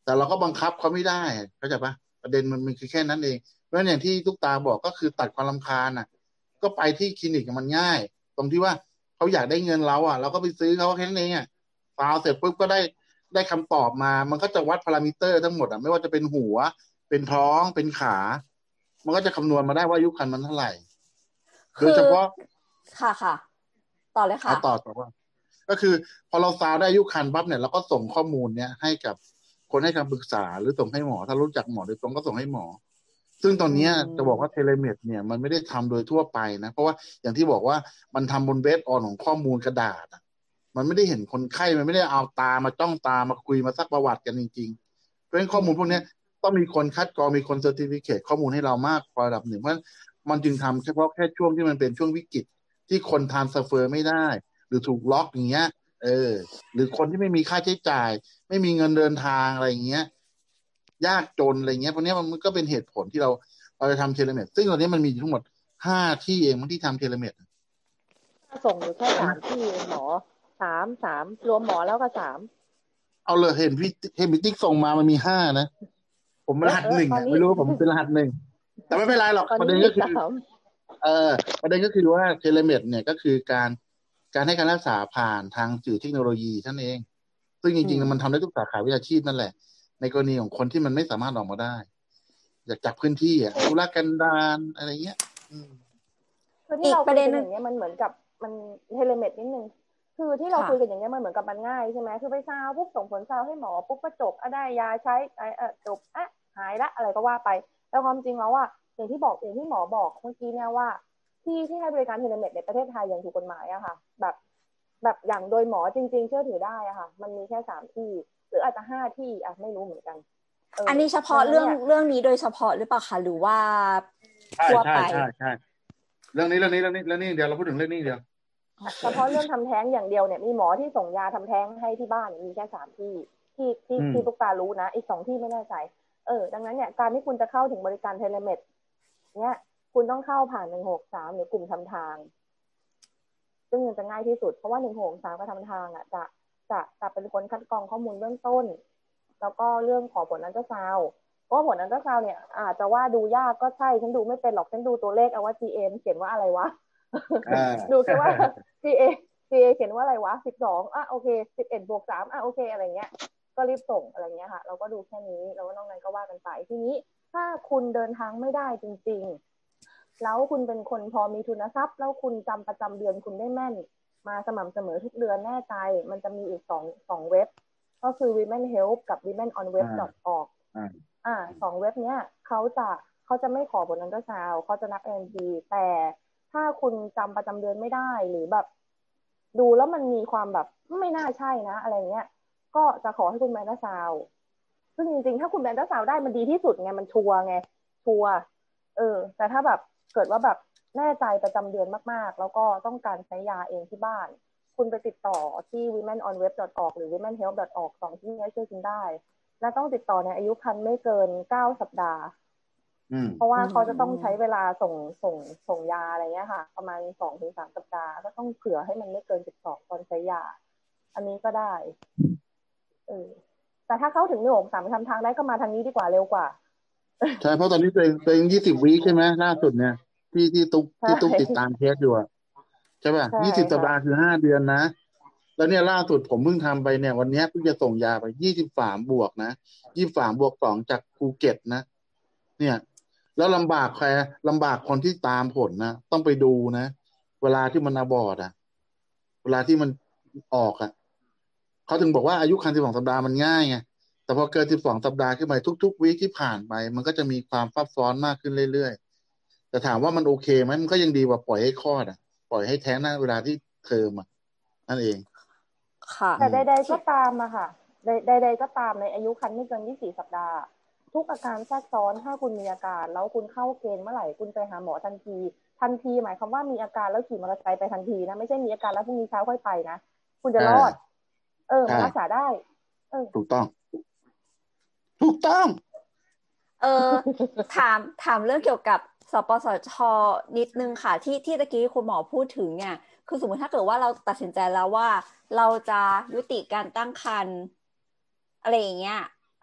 แต่เราก็บังคับเขาไม่ได้เข้าใจปะประเด็นมันมันคือแค่นั้นเองเพราะฉะนั้นอย่างที่ทุกตาบอกก็คือตัดความรำคาญอ่ะก็ไปที่คลินิกมันง่ายตรงที่ว่าเขาอยากได้เงินเราอ่ะเราก็ไปซื้อเขาแค่นั้นเองอ่ะฟาวเสร็จปุ๊บก็ได้ได้คำตอบมามันก็จะวัดพารามิเตอร์ทั้งหมดอ่ะไม่ว่าจะเป็นหัวเป็นท้องเป็นขามันก็จะคำนวณมาได้ว่าอายุครรภ์มันเท่าไหร่โดยเฉพาะค่ะค่ะต่อเลยค่ะต่อต่อว่าก็คือพอเราซาวได้อายุครรภ์ปั๊บเนี่ยเราก็ส่งข้อมูลเนี้ยให้กับคนให้คำปรึกษาหรือส่งให้หมอถ้ารู้จักหมอโดยตรงก็ส่งให้หมอซึ่งตอนนี้จะบอกว่าเทเลเมดเนี่ยมันไม่ได้ทำโดยทั่วไปนะเพราะว่าอย่างที่บอกว่ามันทำบนเบสออนของข้อมูลกระดาษมันไม่ได้เห็นคนไข้มันไม่ได้เอาตามาจ้องตามาคุยมาซักประวัติกันจริงๆเพราะฉะนั้นข้อมูลพวกนี้ต้องมีคนคัดกรองมีคนเซอร์ติฟิเคตข้อมูลให้เรามากพอระดับหนึ่งเพราะฉะนั้นมันจึงทำเฉพาะแค่ช่วงที่มันเป็นช่วงวิกฤตที่คนทรานสเฟอร์ไม่ได้หรือถูกล็อกอย่างเงี้ยเออหรือคนที่ไม่มีค่าใช้จ่ายไม่มีเงินเดินทางอะไรอย่างเงี้ยยากจนอะไรเงี้ยพวกนี้มันก็เป็นเหตุผลที่เราเราจะทำเทเลเมดซึ่งตอนนี้มันมีทั้งหมดห้าที่เองที่ทำเทเลเมดส่งอยู่แค่สามที่หมอสามสามรวมหมอแล้วก็สามเอาเลยเห็นพี่เห็นพี่ติ๊กส่งมามันมีห้านะผมรหัสหนึ่งไม่รู้ว่าผมเป็นรหัสหนึ่งแต่ไม่เป็นไรหรอกประเด็นก็คือเออประเด็นก็คือว่าเทเลเมดเนี่ยก็คือการการให้การรักษาผ่านทางสื่อเทคโนโลยีท่านเองซึ่งจริงๆมันทำได้ทุกสาขาวิชาชีพนั่นแหละในกรณีของคนที่มันไม่สามารถออกมาได้อยากจับพื้นที่อ่ะธุรกันดารอะไรเงี้ยคือที่เราคุยกันอย่างเงี้ยมันเหมือนกับมันเทเลเมดนิดนึงคือที่เราคุยกันอย่างเงี้ยมันเหมือนกับมันง่ายใช่ไหมคือไปซาวปุ๊บส่งผลซาวให้หมอปุ๊บก็จบอ่ะได้ยาใช้เออจบอ่ะหายละอะไรก็ว่าไปแต่ความจริงแล้วอ่ะอย่างที่บอกอย่างที่หมอบอกเมื่อกี้เนี่ยว่าที่ที่ให้บริการเทเลเมดในประเทศไทยอย่างถูกกฎหมายอะค่ะแบบแบบอย่างโดยหมอจริงๆเชื่อถือได้อะค่ะมันมีแค่สามที่หรืออาจจะห้าที่อ่ะไม่รู้เหมือนกันอันนี้เฉพาะเรื่องเรื่องนี้โดยเฉพาะหรือเปล่าคะหรือว่าทั่วไปใช่ใช่ใช่เรื่องนี้เรื่องนี้เรื่องนี้เรื่องนี้เดี๋ยวเราพูดถึงเรื่องนี้เดียวเฉพาะเรื่องทำแท้งอย่างเดียวเนี่ยมีหมอที่ส่งยาทำแท้งให้ที่บ้านมีแค่สามที่ที่ที่ที่ทุกตารู้นะอีกสองที่ไม่แน่ใจเออดังนั้นเนี่ยการที่คุณจะเข้าถึงบริการเทเลเมดเนี่ยคุณต้องเข้าผ่านหนึ่งหกสามหรือกลุ่มทำทางซึ่งมันจะง่ายที่สุดเพราะว่าหนึ่งหกสามกับทำทางอ่ะจะจะจะเป็นคนคัดกรองข้อมูลเบื้องต้นแล้วก็เรื่องขอผลอัลตราซาวด์เพราะผลอัลตราซาวด์เนี่ยอาจจะว่าดูยากก็ใช่ฉันดูไม่เป็นหรอกฉันดูตัวเลขเอาว่า จี เอ เขียนว่าอะไรวะ ดูแค่ว่า จี เอ จี เอ เขียนว่าอะไรวะสิบสองอ่ะโอเคสิบเอ็ดบวกสามอ่ะโอเคอะไรเงี้ยก็รีบส่งอะไรเงี้ยค่ะเราก็ดูแค่นี้แล้วนอกนั้นก็ว่ากันไปทีนี้ถ้าคุณเดินทางไม่ได้จริงๆแล้วคุณเป็นคนพอมีทุนทรัพย์แล้วคุณจำประจำเดือนคุณได้แม่นมาสม่ำเสมอทุกเดือนแน่ใจมันจะมีอีกสองสองเว็บก็คือ Women Help กับ วี เมน ออน เว็บ ดอท ออร์ก อ่าสองเว็บเนี้ยเขาจะเขาจะไม่ขอผลอัลตราซาวด์เขาจะนับ เอ็น พี แต่ถ้าคุณจำประจำเดือนไม่ได้หรือแบบดูแล้วมันมีความแบบไม่น่าใช่นะอะไรเงี้ยก็จะขอให้คุณแมนด้าซาวด์ซึ่งจริงๆถ้าคุณแมนด้าซาวด์ได้มันดีที่สุดไงมันชัวร์ไงชัวร์เออแต่ถ้าแบบเกิดว่าแบบแน่ใจประจำเดือนมากๆแล้วก็ต้องการใช้ยาเองที่บ้านคุณไปติดต่อที่ วี เมน ออน เว็บ ดอท ออร์ก หรือ วี เมน เฮลป์ ดอท ออร์ก สองที่นี้ช่วยคุณได้และต้องติดต่อในอายุครรภ์ไม่เกินเก้าสัปดาห์เพราะว่าเขาจะต้องใช้เวลาส่งส่งส่งยาอะไรเงี้ยค่ะประมาณ สองถึงสาม สัปดาห์ก็ต้องเผื่อให้มันไม่เกินสิบสองตอนใช้ยาอันนี้ก็ได้เออแต่ถ้าเข้าถึงหนึ่ง หก สามทำทางได้ก็มาทางนี้ดีกว่าเร็วกว่าใช่เพราะตอนนี้ตัวเองตัวเองยี่สิบวีคใช่ไหมล่าสุดเนี่ยที่ที่ตุ๊กที่ตุ๊กติดตามเคสอยู่ใช่ป่ะยี่สิบสัปดาห์คือห้าเดือนนะแล้วเนี่ยล่าสุดผมเพิ่งทำไปเนี่ยวันนี้เพิ่งจะส่งยาไปยี่สิบสามบวกนะยี่สิบสามบวกสองจากภูเก็ตนะเนี่ยแล้วลำบากใครลำบากคนที่ตามผลนะต้องไปดูนะเวลาที่มันอบอร์ตอ่ะเวลาที่มันออกอ่ะเขาถึงบอกว่าอายุครรภ์สิบสองสัปดาห์มันง่ายไงแต่พอเกินสิบสองสัปดาห์ขึ้นไปทุกๆวีคที่ผ่านไปมันก็จะมีความซับซ้อนมากขึ้นเรื่อยๆแต่ถามว่ามันโอเคไหมมันก็ยังดีกว่าปล่อยให้คลอดอ่ะปล่อยให้แท้งหน้าเวลาที่เทอมอ่ะนั่นเองค่ะแต่ใดๆก็ตามอะค่ะใดๆก็ตามในอายุครรภ์ไม่เกินยี่สิบสี่สัปดาห์ทุกอาการแทรกซ้อนถ้าคุณมีอาการแล้วคุณเข้าเกณฑ์เมื่อไหร่คุณไปหาหมอทันทีทันทีหมายความว่ามีอาการแล้วขี่มอเตอร์ไซค์ไปทันทีนะไม่ใช่มีอาการแล้วพรุ่งนี้เช้าค่อยไปนะคุณจะรอดเออมันรักษาได้เออถูกต้องถูกต้องเออถามถามเรื่องเกี่ยวกับสปสช.นิดนึงค่ะที่ที่ตะกี้คุณหมอพูดถึงเนี่ยคือสมมติถ้าเกิดว่าเราตัดสินใจแล้วว่าเราจะยุติการตั้งครรภ์อะไรอย่างเงี้ย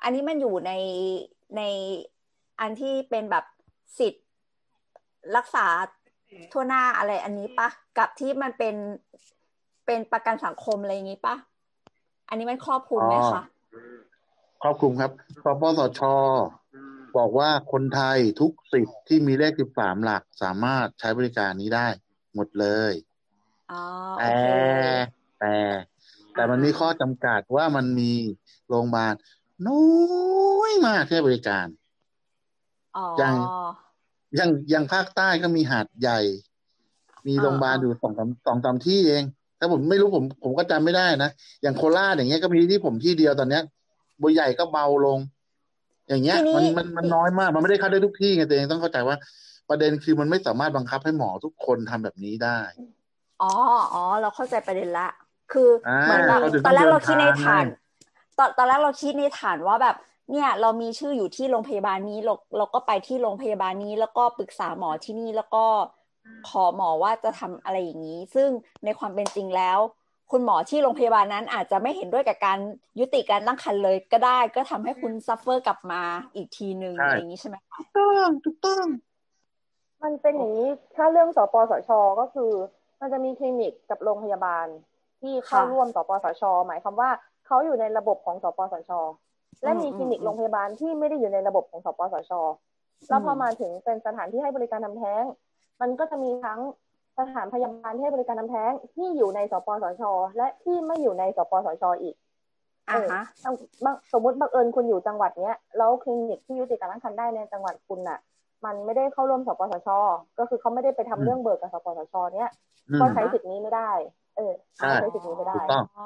อันนี้มันอยู่ในในอันที่เป็นแบบสิทธิ์รักษาทั่วหน้าอะไรอันนี้ปะกับที่มันเป็นเป็นประกันสังคมอะไรอย่างนี้ปะอันนี้มันครอบคลุมไหมคะครอบคลุมครับสปสชบอกว่าคนไทยทุกสิทธิ์ที่มีเลขสิบสามหลักสามารถใช้บริการนี้ได้หมดเลยแต่แต่แต่มันมีข้อจำกัดว่ามันมีโรงพยาบาลน้อยมากที่ให้บริการอย่างอย่างอย่างภาคใต้ก็มีหาดใหญ่มีโรงพยาบาลอยู่สองสามสองสามที่เองถ้าผมไม่รู้ผมผมก็จำไม่ได้นะอย่างโคราชอย่างเงี้ยก็มีที่ผมที่เดียวตอนเนี้ยบัวใหญ่ก็เบาลงอย่างเงี้ยมันมันมันน้อยมากมันไม่ได้เข้าได้ทุกที่ไงตัวเองต้องเข้าใจว่าประเด็นคือมันไม่สามารถบังคับให้หมอทุกคนทำแบบนี้ได้อ๋ออ๋อเราเข้าใจประเด็นละคือเหมือนแบบตอนแรกเราคิดในฐานตอนตอนแรกเราคิดในฐานว่าแบบเนี่ยเรามีชื่ออยู่ที่โรงพยาบาลนี้เราเราก็ไปที่โรงพยาบาลนี้แล้วก็ปรึกษาหมอที่นี่แล้วก็ขอหมอว่าจะทำอะไรอย่างนี้ซึ่งในความเป็นจริงแล้วคุณหมอที่โรงพยาบาลนั้นอาจจะไม่เห็นด้วยกับการยุติการตั้งครรภ์เลยก็ได้ก็ทำให้คุณซัฟเฟอร์กลับมาอีกทีนึงอะไรอย่างนี้ใช่ไหมถูกต้องถูกต้องมันเป็นอย่างนี้ถ้าเรื่องสปสชก็คือมันจะมีคลินิกกับโรงพยาบาลที่เข้าร่วมสปสชหมายความว่าเขาอยู่ในระบบของสปสชและมีคลินิกโรงพยาบาลที่ไม่ได้อยู่ในระบบของสปสชแล้วพอมาถึงเป็นสถานที่ให้บริการทำแท้งมันก็จะมีทั้งสถานพยาบาลที่ให้บริการทำแท้งที่อยู่ในสปสชและที่ไม่อยู่ในสปสชอีกอ่าฮะสมมติบังเอิญคุณอยู่จังหวัดเนี้ยแล้วคลินิกที่ยุติการตั้งครรภ์ได้ในจังหวัดคุณน่ะมันไม่ได้เข้าร่วมสปสชก็คือเขาไม่ได้ไปทำเรื่องเบิกกับสปสชเนี้ยก็ใช้สิทธิ์นี้ไม่ได้เออใช้สิทธิ์นี้ไม่ได้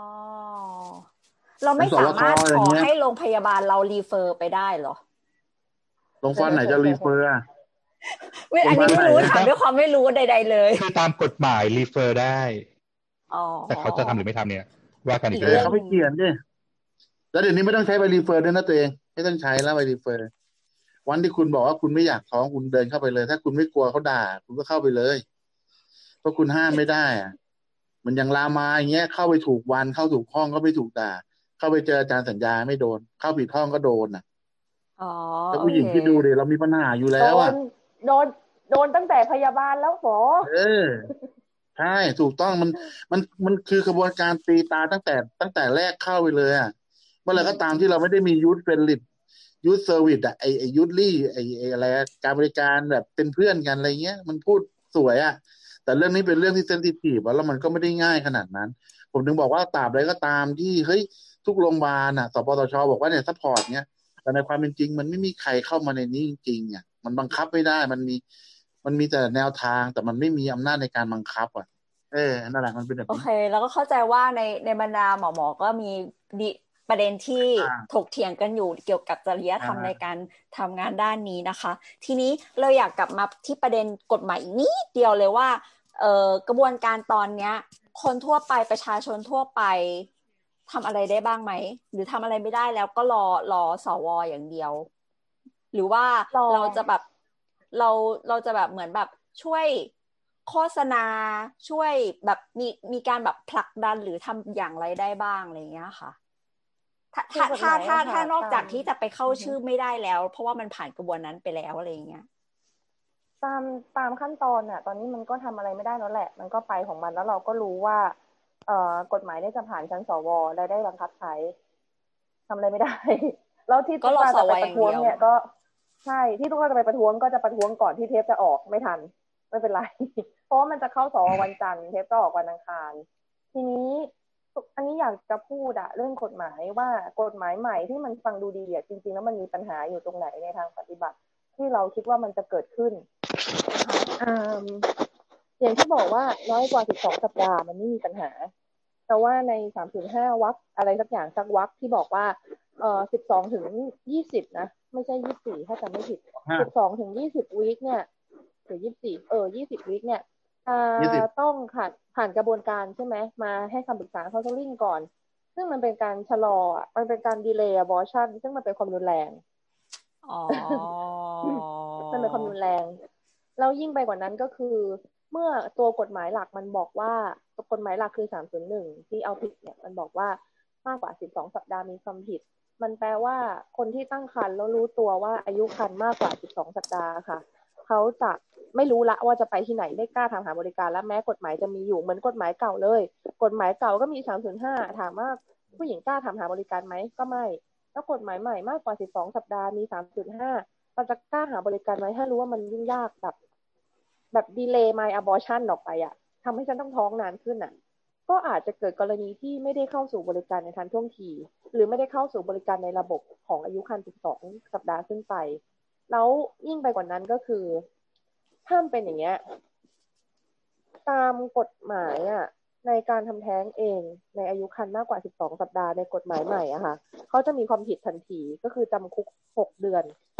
เราไม่สามารถขอให้โรงพยาบาลเรารีเฟอร์ไปได้หรอโรงพยาบาลไหนจะรีเฟอร์อ่ะไม่อันนี้ไม่รู้ถามด้วยความไม่รู้ใดๆเลยคือตามกฎหมายรีเฟอร์ได้แต่เขาจะทำหรือไม่ทำเนี่ยว่ากันอีกเรื่องเขาไม่เขียนดิแล้วเดี๋ยวนี้ไม่ต้องใช้ใบรีเฟอร์ด้วยนะตัวเองไม่ต้องใช้แล้วใบรีเฟอร์วันที่คุณบอกว่าคุณไม่อยากท้องคุณเดินเข้าไปเลยถ้าคุณไม่กลัวเขาด่าคุณก็เข้าไปเลยเพราะคุณห้ามไม่ได้อ่ะมันอย่างรามาอย่างเงี้ยเข้าไปถูกวันเข้าถูกห้องก็ไม่ถูกด่าเข้าไปเจออาจารย์สัญญาไม่โดนเข้าผิดห้องก็โดนอ่ะอ๋อแล้วผู้หญิงที่ดูดิเรามีปัญหาอยู่แล้วอ่ะโดนโดนตั้งแต่พยาบาลแล้วหมอเออใช่ถูกต้องมันมันมันคือกระบวนการตีตาตั้งแต่ตั้งแต่แรกเข้าไปเลยอ่ะเมื่อไหร่ก็ตามที่เราไม่ได้มียูทเฟรนลิตยูทเซอร์วิสอ่ะไอไอยูทลี่ไอไออะไรการบริการแบบเป็นเพื่อนกันอะไรเงี้ยมันพูดสวยอ่ะแต่เรื่องนี้เป็นเรื่องที่เซนซิทีฟแล้วมันก็ไม่ได้ง่ายขนาดนั้นผมถึงบอกว่าตราบใดก็ตามที่เฮ้ยทุกโรงพยาบาลอ่ะสปสชบอกว่าเนี่ยซัพพอร์ตเนี้ยแต่ในความเป็นจริงมันไม่มีใครเข้ามาในนี้จริงๆอ่ะมันบังคับไม่ได้มันมีมันมีแต่แนวทางแต่มันไม่มีอำนาจในการบังคับอ่ะเออนั่นแหละมันเป็นแบบนี้โอเคแล้วก็เข้าใจว่าในในบรรดาหมอหมอก็มีประเด็นที่ถกเถียงกันอยู่เกี่ยวกับจริยธรรมในการทำงานด้านนี้นะคะทีนี้เราอยากกลับมาที่ประเด็นกฎหมายอีกนิดเดียวเลยว่าเอ่อกระบวนการตอนเนี้ยคนทั่วไปประชาชนทั่วไปทำอะไรได้บ้างไหมหรือทำอะไรไม่ได้แล้วก็รอรอสวอย่างเดียวหรือว่าเราจะแบบเราเราจะแบบเหมือนแบบช่วยโฆษณาช่วยแบบมีมีการแบบผลักดันหรือทำอย่างไรได้บ้างอะไรอย่างเงี้ยค่ะถ้าถ้าถ้าถ้าถ้านอกจากที่จะไปเข้าชื่อไม่ได้แล้วเพราะว่ามันผ่านกระบวนนั้นไปแล้วอะไรอย่างเงี้ยตามตามขั้นตอนน่ะตอนนี้มันก็ทำอะไรไม่ได้แล้วแหละมันก็ไปของมันแล้วเราก็รู้ว่าเอ่อกฎหมายได้จะผ่านชั้นสวและได้บังคับใช้ทำอะไรไม่ได้แล้วที่ตุ๊กตาจะไปประท้วงเนี่ยก็ใช่ที่ตุ๊กตาจะไปประท้วงก็จะประท้วงก่อนที่เทปจะออกไม่ทันไม่เป็นไรเพราะว่ามันจะเข้าสววันจันทร์เทปจะออกวันอังคารทีนี้อันนี้อยากจะพูดอะเรื่องกฎหมายว่ากฎหมายใหม่ที่มันฟังดูดีอะจริงๆแล้วมันมีปัญหาอยู่ตรงไหนในทางปฏิบัติที่เราคิดว่ามันจะเกิดขึ้นอ่าอย่างที่บอกว่าน้อยกว่าสิบสองสัปดาห์มันไม่มีปัญหาแต่ว่าใน สามถึงห้า วรรคอะไรสักอย่างสักวรรคที่บอกว่าเอ่อสิบสองถึงยี่สิบนะไม่ใช่ยี่สิบสี่ถ้าจำไม่ผิดสิบสองถึงยี่สิบวีคเนี่ยหรือยี่สิบสี่เออยี่สิบวีคเนี่ยอ่าต้องผ่านผ่านกระบวนการใช่ไหมมาให้คำปรึกษาเคาน์เซลลิ่งก่อนซึ่งมันเป็นการชะลอมันเป็นการดีเลย์ abortion ซึ่งมันเป็นความรุนแรงอ๋อมันเป็นความรุนแรงแล้วยิ่งไปกว่านั้นก็คือเมื่อตัวกฎหมายหลักมันบอกว่ากฎหมายหลักคือสามศูนย์หนึ่งที่เอาผิดเนี่ยมันบอกว่ามากกว่าสิบสองสัปดาห์มีความผิดมันแปลว่าคนที่ตั้งครรภ์แล้วรู้ตัวว่าอายุครรภ์มากกว่าสิบสองสัปดาห์ค่ะเขาจะไม่รู้ละว่าจะไปที่ไหนไม่กล้าถามหาบริการและแม้กฎหมายจะมีอยู่เหมือนกฎหมายเก่าเลยกฎหมายเก่าก็มีสามศูนย์ห้าถามว่าผู้หญิงกล้าถามหาบริการไหมก็ไม่แล้วกฎหมายใหม่มากกว่าสิบสองสัปดาห์มีสามศูนย์ห้าเราจะกล้าหาบริการไหมถ้ารู้ว่ามันยุ่งยากแบบแบบดีเลย์ my abortion ออกไปอะทำให้ฉันต้องท้องนานขึ้นอะก็อาจจะเกิดกรณีที่ไม่ได้เข้าสู่บริการในทันท่วงทีหรือไม่ได้เข้าสู่บริการในระบบของอายุครรภ์สิบสองสัปดาห์ขึ้นไปแล้วยิ่งไปกว่านั้นก็คือถ้าเป็นอย่างเงี้ยตามกฎหมายอ่ะในการทำแท้งเองในอายุครรภ์มากกว่าสิบสองสัปดาห์ในกฎหมายใหม่อ่ะค่ะเขาจะมีความผิดทันทีก็คือจำคุกหกเดือน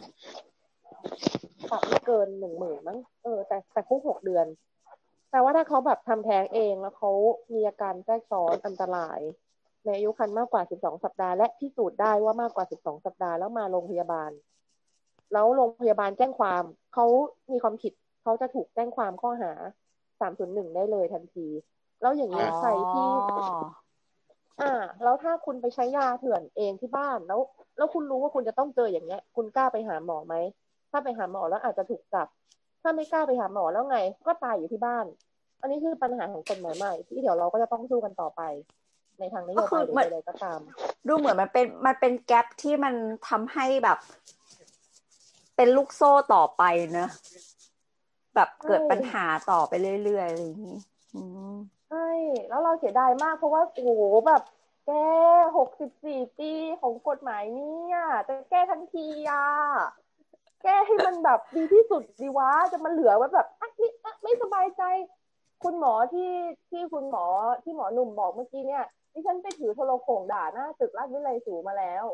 ปรับไม่เกินหนึ่งหมื่นมั้งเออแต่แต่คุกหกเดือนแต่ว่าถ้าเขาแบบทำแท้งเองแล้วเขามีอาการแทรกซ้อนอันตรายในอายุครรภ์มากกว่าสิบสองสัปดาห์และพิสูจน์ได้ว่ามากกว่าสิบสองสัปดาห์แล้วมาโรงพยาบาลแล้วโรงพยาบาลแจ้งความเขามีความผิดเขาจะถูกแจ้งความข้อหาสามศูนย์หนึ่งได้เลยทันทีแล้วอย่างนี้ใครที่อ่าแล้วถ้าคุณไปใช้ยาเถื่อนเองที่บ้านแล้วแล้วคุณรู้ว่าคุณจะต้องเจออย่างเงี้ยคุณกล้าไปหาหมอไหมถ้าไปหาหมอแล้วอาจจะถูกจับถ้าไม่กล้าไปหาหมอแล้วไงก็ตายอยู่ที่บ้านอันนี้คือปัญหาของกฎหมายใหม่ที่เดี๋ยวเราก็จะต้องสู้กันต่อไปในทางนโยบายหรืออะไรก็ตามดูเหมือนมันเป็นมันเป็นแกปที่มันทำให้แบบเป็นลูกโซ่ต่อไปนะแบบเกิดปัญหาต่อไปเรื่อยๆอะไรอย่างนี้ใช่แล้วเราเสียดายมากเพราะว่าโอ้โหแบบแก้หกสิบสี่ปีของกฎหมายเนี่ยจะแก้ทันทีอ่ะแก้ให้มันแบบดีที่สุดดีวะจะมาเหลือไว้แบบอ่ะนี่อ่ะไม่สบายใจคุณหมอที่ที่คุณหมอที่หมอหนุ่มบอกเมื่อกี้เนี่ยดิฉันไปถือโทรโข่งด่าหน้าตึกราชวิไลสูมาแล้ว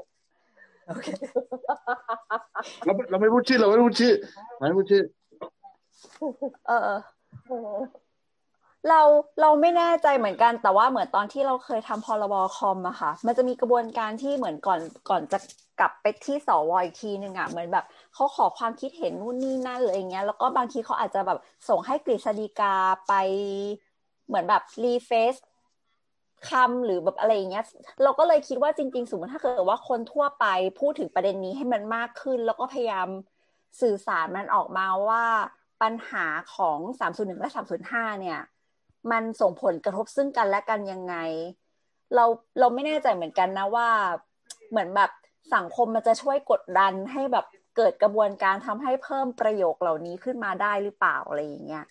เราเราไม่พูดชื่อเราไม่พูดชื่อไม่พูดชื่อเออเราเราไม่แน่ใจเหมือนกันแต่ว่าเหมือนตอนที่เราเคยทำพรบคอมอะค่ะมันจะมีกระบวนการที่เหมือนก่อนก่อนจะกลับไปที่สวอีกทีนึงอะเหมือนแบบเขาขอความคิดเห็นนู่นนี่นั่นเลยอย่างเงี้ยแล้วก็บางทีเขาอาจจะแบบส่งให้กฤษฎีกาไปเหมือนแบบรีเฟซคำหรือแบบอะไรอย่างเงี้ยเราก็เลยคิดว่าจริงๆสมมติถ้าเกิดว่าคนทั่วไปพูดถึงประเด็นนี้ให้มันมากขึ้นแล้วก็พยายามสื่อสารมันออกมาว่าปัญหาของสามศูนย์หนึ่งและสามศูนย์ห้าเนี่ยมันส่งผลกระทบซึ่งกันและกันยังไงเราเราไม่แน่ใจเหมือนกันนะว่าเหมือนแบบสังคมมันจะช่วยกดดันให้แบบเกิดกระบวนการทำให้เพิ่มประโยคเหล่านี้ขึ้นมาได้หรือเปล่าอะไรอย่างเงี้ย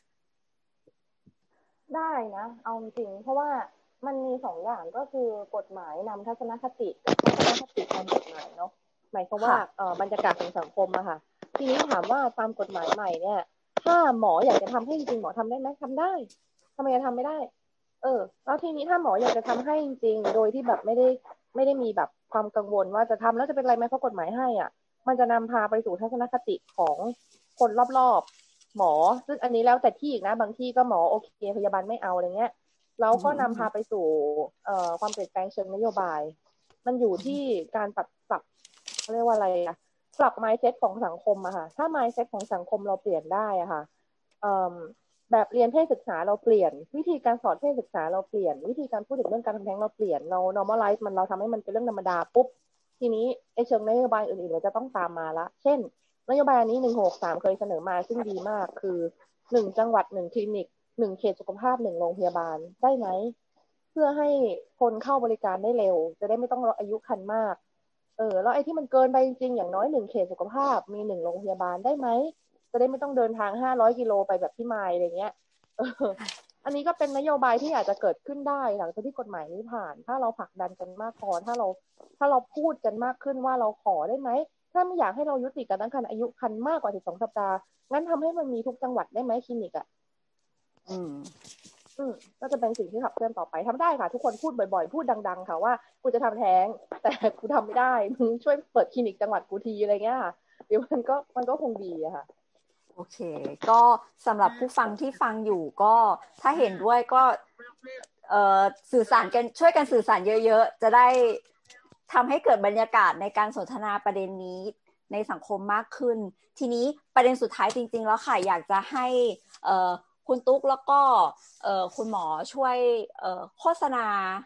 ได้นะเอาจริงเพราะว่ามันมีสองอย่างก็คือกฎหมายนำทัศนคติกับทัศนคติทางกฎหมายเนาะหมายความว่าเอ่อบรรยากาศของสังคมอะค่ะทีนี้ถามว่าตามกฎหมายใหม่เนี่ยถ้าหมออยากจะทำให้จริงๆหมอทำได้ไหมทำได้ทำไมจะทำไม่ได้เออแล้วทีนี้ถ้าหมออยากจะทำให้จริงๆโดยที่แบบไม่ได้ไม่ได้มีแบบความกังวลว่าจะทำแล้วจะเป็นอะไรไหมเพราะกฎหมายให้อ่ะมันจะนำพาไปสู่ทัศนคติของคนรอบๆหมอซึ่งอันนี้แล้วแต่ที่อีกนะบางที่ก็หมอโอเคพยาบาลไม่เอาอะไรเงี้ยแล้วก็นำพาไปสู่เอ่อความเปลี่ยนแปลงเชิงนโยบายมันอยู่ที่การปรับปรับเรียกว่าอะไรอะปรับ mindset ของสังคมอะค่ะถ้า mindset ของสังคมเราเปลี่ยนได้อะค่ะเอ่อแบบเรียนเพศศึกษาเราเปลี่ยนวิธีการสอนเพศศึกษาเราเปลี่ยนวิธีการพูดถึงเรื่องการทำแท้งเราเปลี่ยนเรา normalize มันเราทำให้มันเป็นเรื่องธรรมดาปุ๊บทีนี้ไอ้เชิงนโยบายอื่นๆเราจะต้องตามมาละเช่นนโยบายนี้หนึ่งหกสามเคยเสนอมาซึ่งดีมากคือหนึ่งจังหวัดหนึ่งคลินิกหนึ่งเขตสุขภาพหนึ่งโรงพยาบาลได้ไหมเพื่อให้คนเข้าบริการได้เร็วจะได้ไม่ต้องรออายุคันมากเออแล้วไอ้ที่มันเกินไปจริงๆอย่างน้อยหนึ่งเขตสุขภาพมีหนึ่งโรงพยาบาลได้ไหมจะได้ไม่ต้องเดินทางห้าร้อยกิโลไปแบบพี่มายอะไรเงี้ยเอออันนี้ก็เป็นนโยบายที่อาจจะเกิดขึ้นได้หลังจากที่กฎหมายนี้ผ่านถ้าเราผลักดันกันมากพอถ้าเราถ้าเราพูดกันมากขึ้นว่าเราขอได้ไหมถ้าไม่อยากให้เรายุติการตั้งครรภ์อายุครรภ์มากกว่าสิบสองสัปดาห์งั้นทำให้มันมีทุกจังหวัดได้ไหมคลินิกอ่ะอืมอืมก็จะเป็นสิ่งที่ขับเคลื่อนต่อไปทำได้ค่ะทุกคนพูดบ่อยๆพูดดังๆค่ะว่ากูจะทำแท้งแต่กูทำไม่ได้มึงช่วยเปิดคลินิกจังหวัดกูทีอะไรเงี้ยค่ะเดี๋ยวมันก็มันก็คงดีอะค่ะโอเคก็สำหรับผู้ฟังที่ฟังอยู่ก็ถ้าเห็นด้วยก็เอ่อสื่อสารกันช่วยกันสื่อสารเยอะๆจะได้ทำให้เกิดบรรยากาศในการสนทนาประเด็นนี้ในสังคมมากขึ้นทีนี้ประเด็นสุดท้ายจริงๆแล้วค่ะอยากจะให้เอ่อคุณตุ๊กแล้วก็เอ่อคุณหมอช่วยเอ่อโฆษณา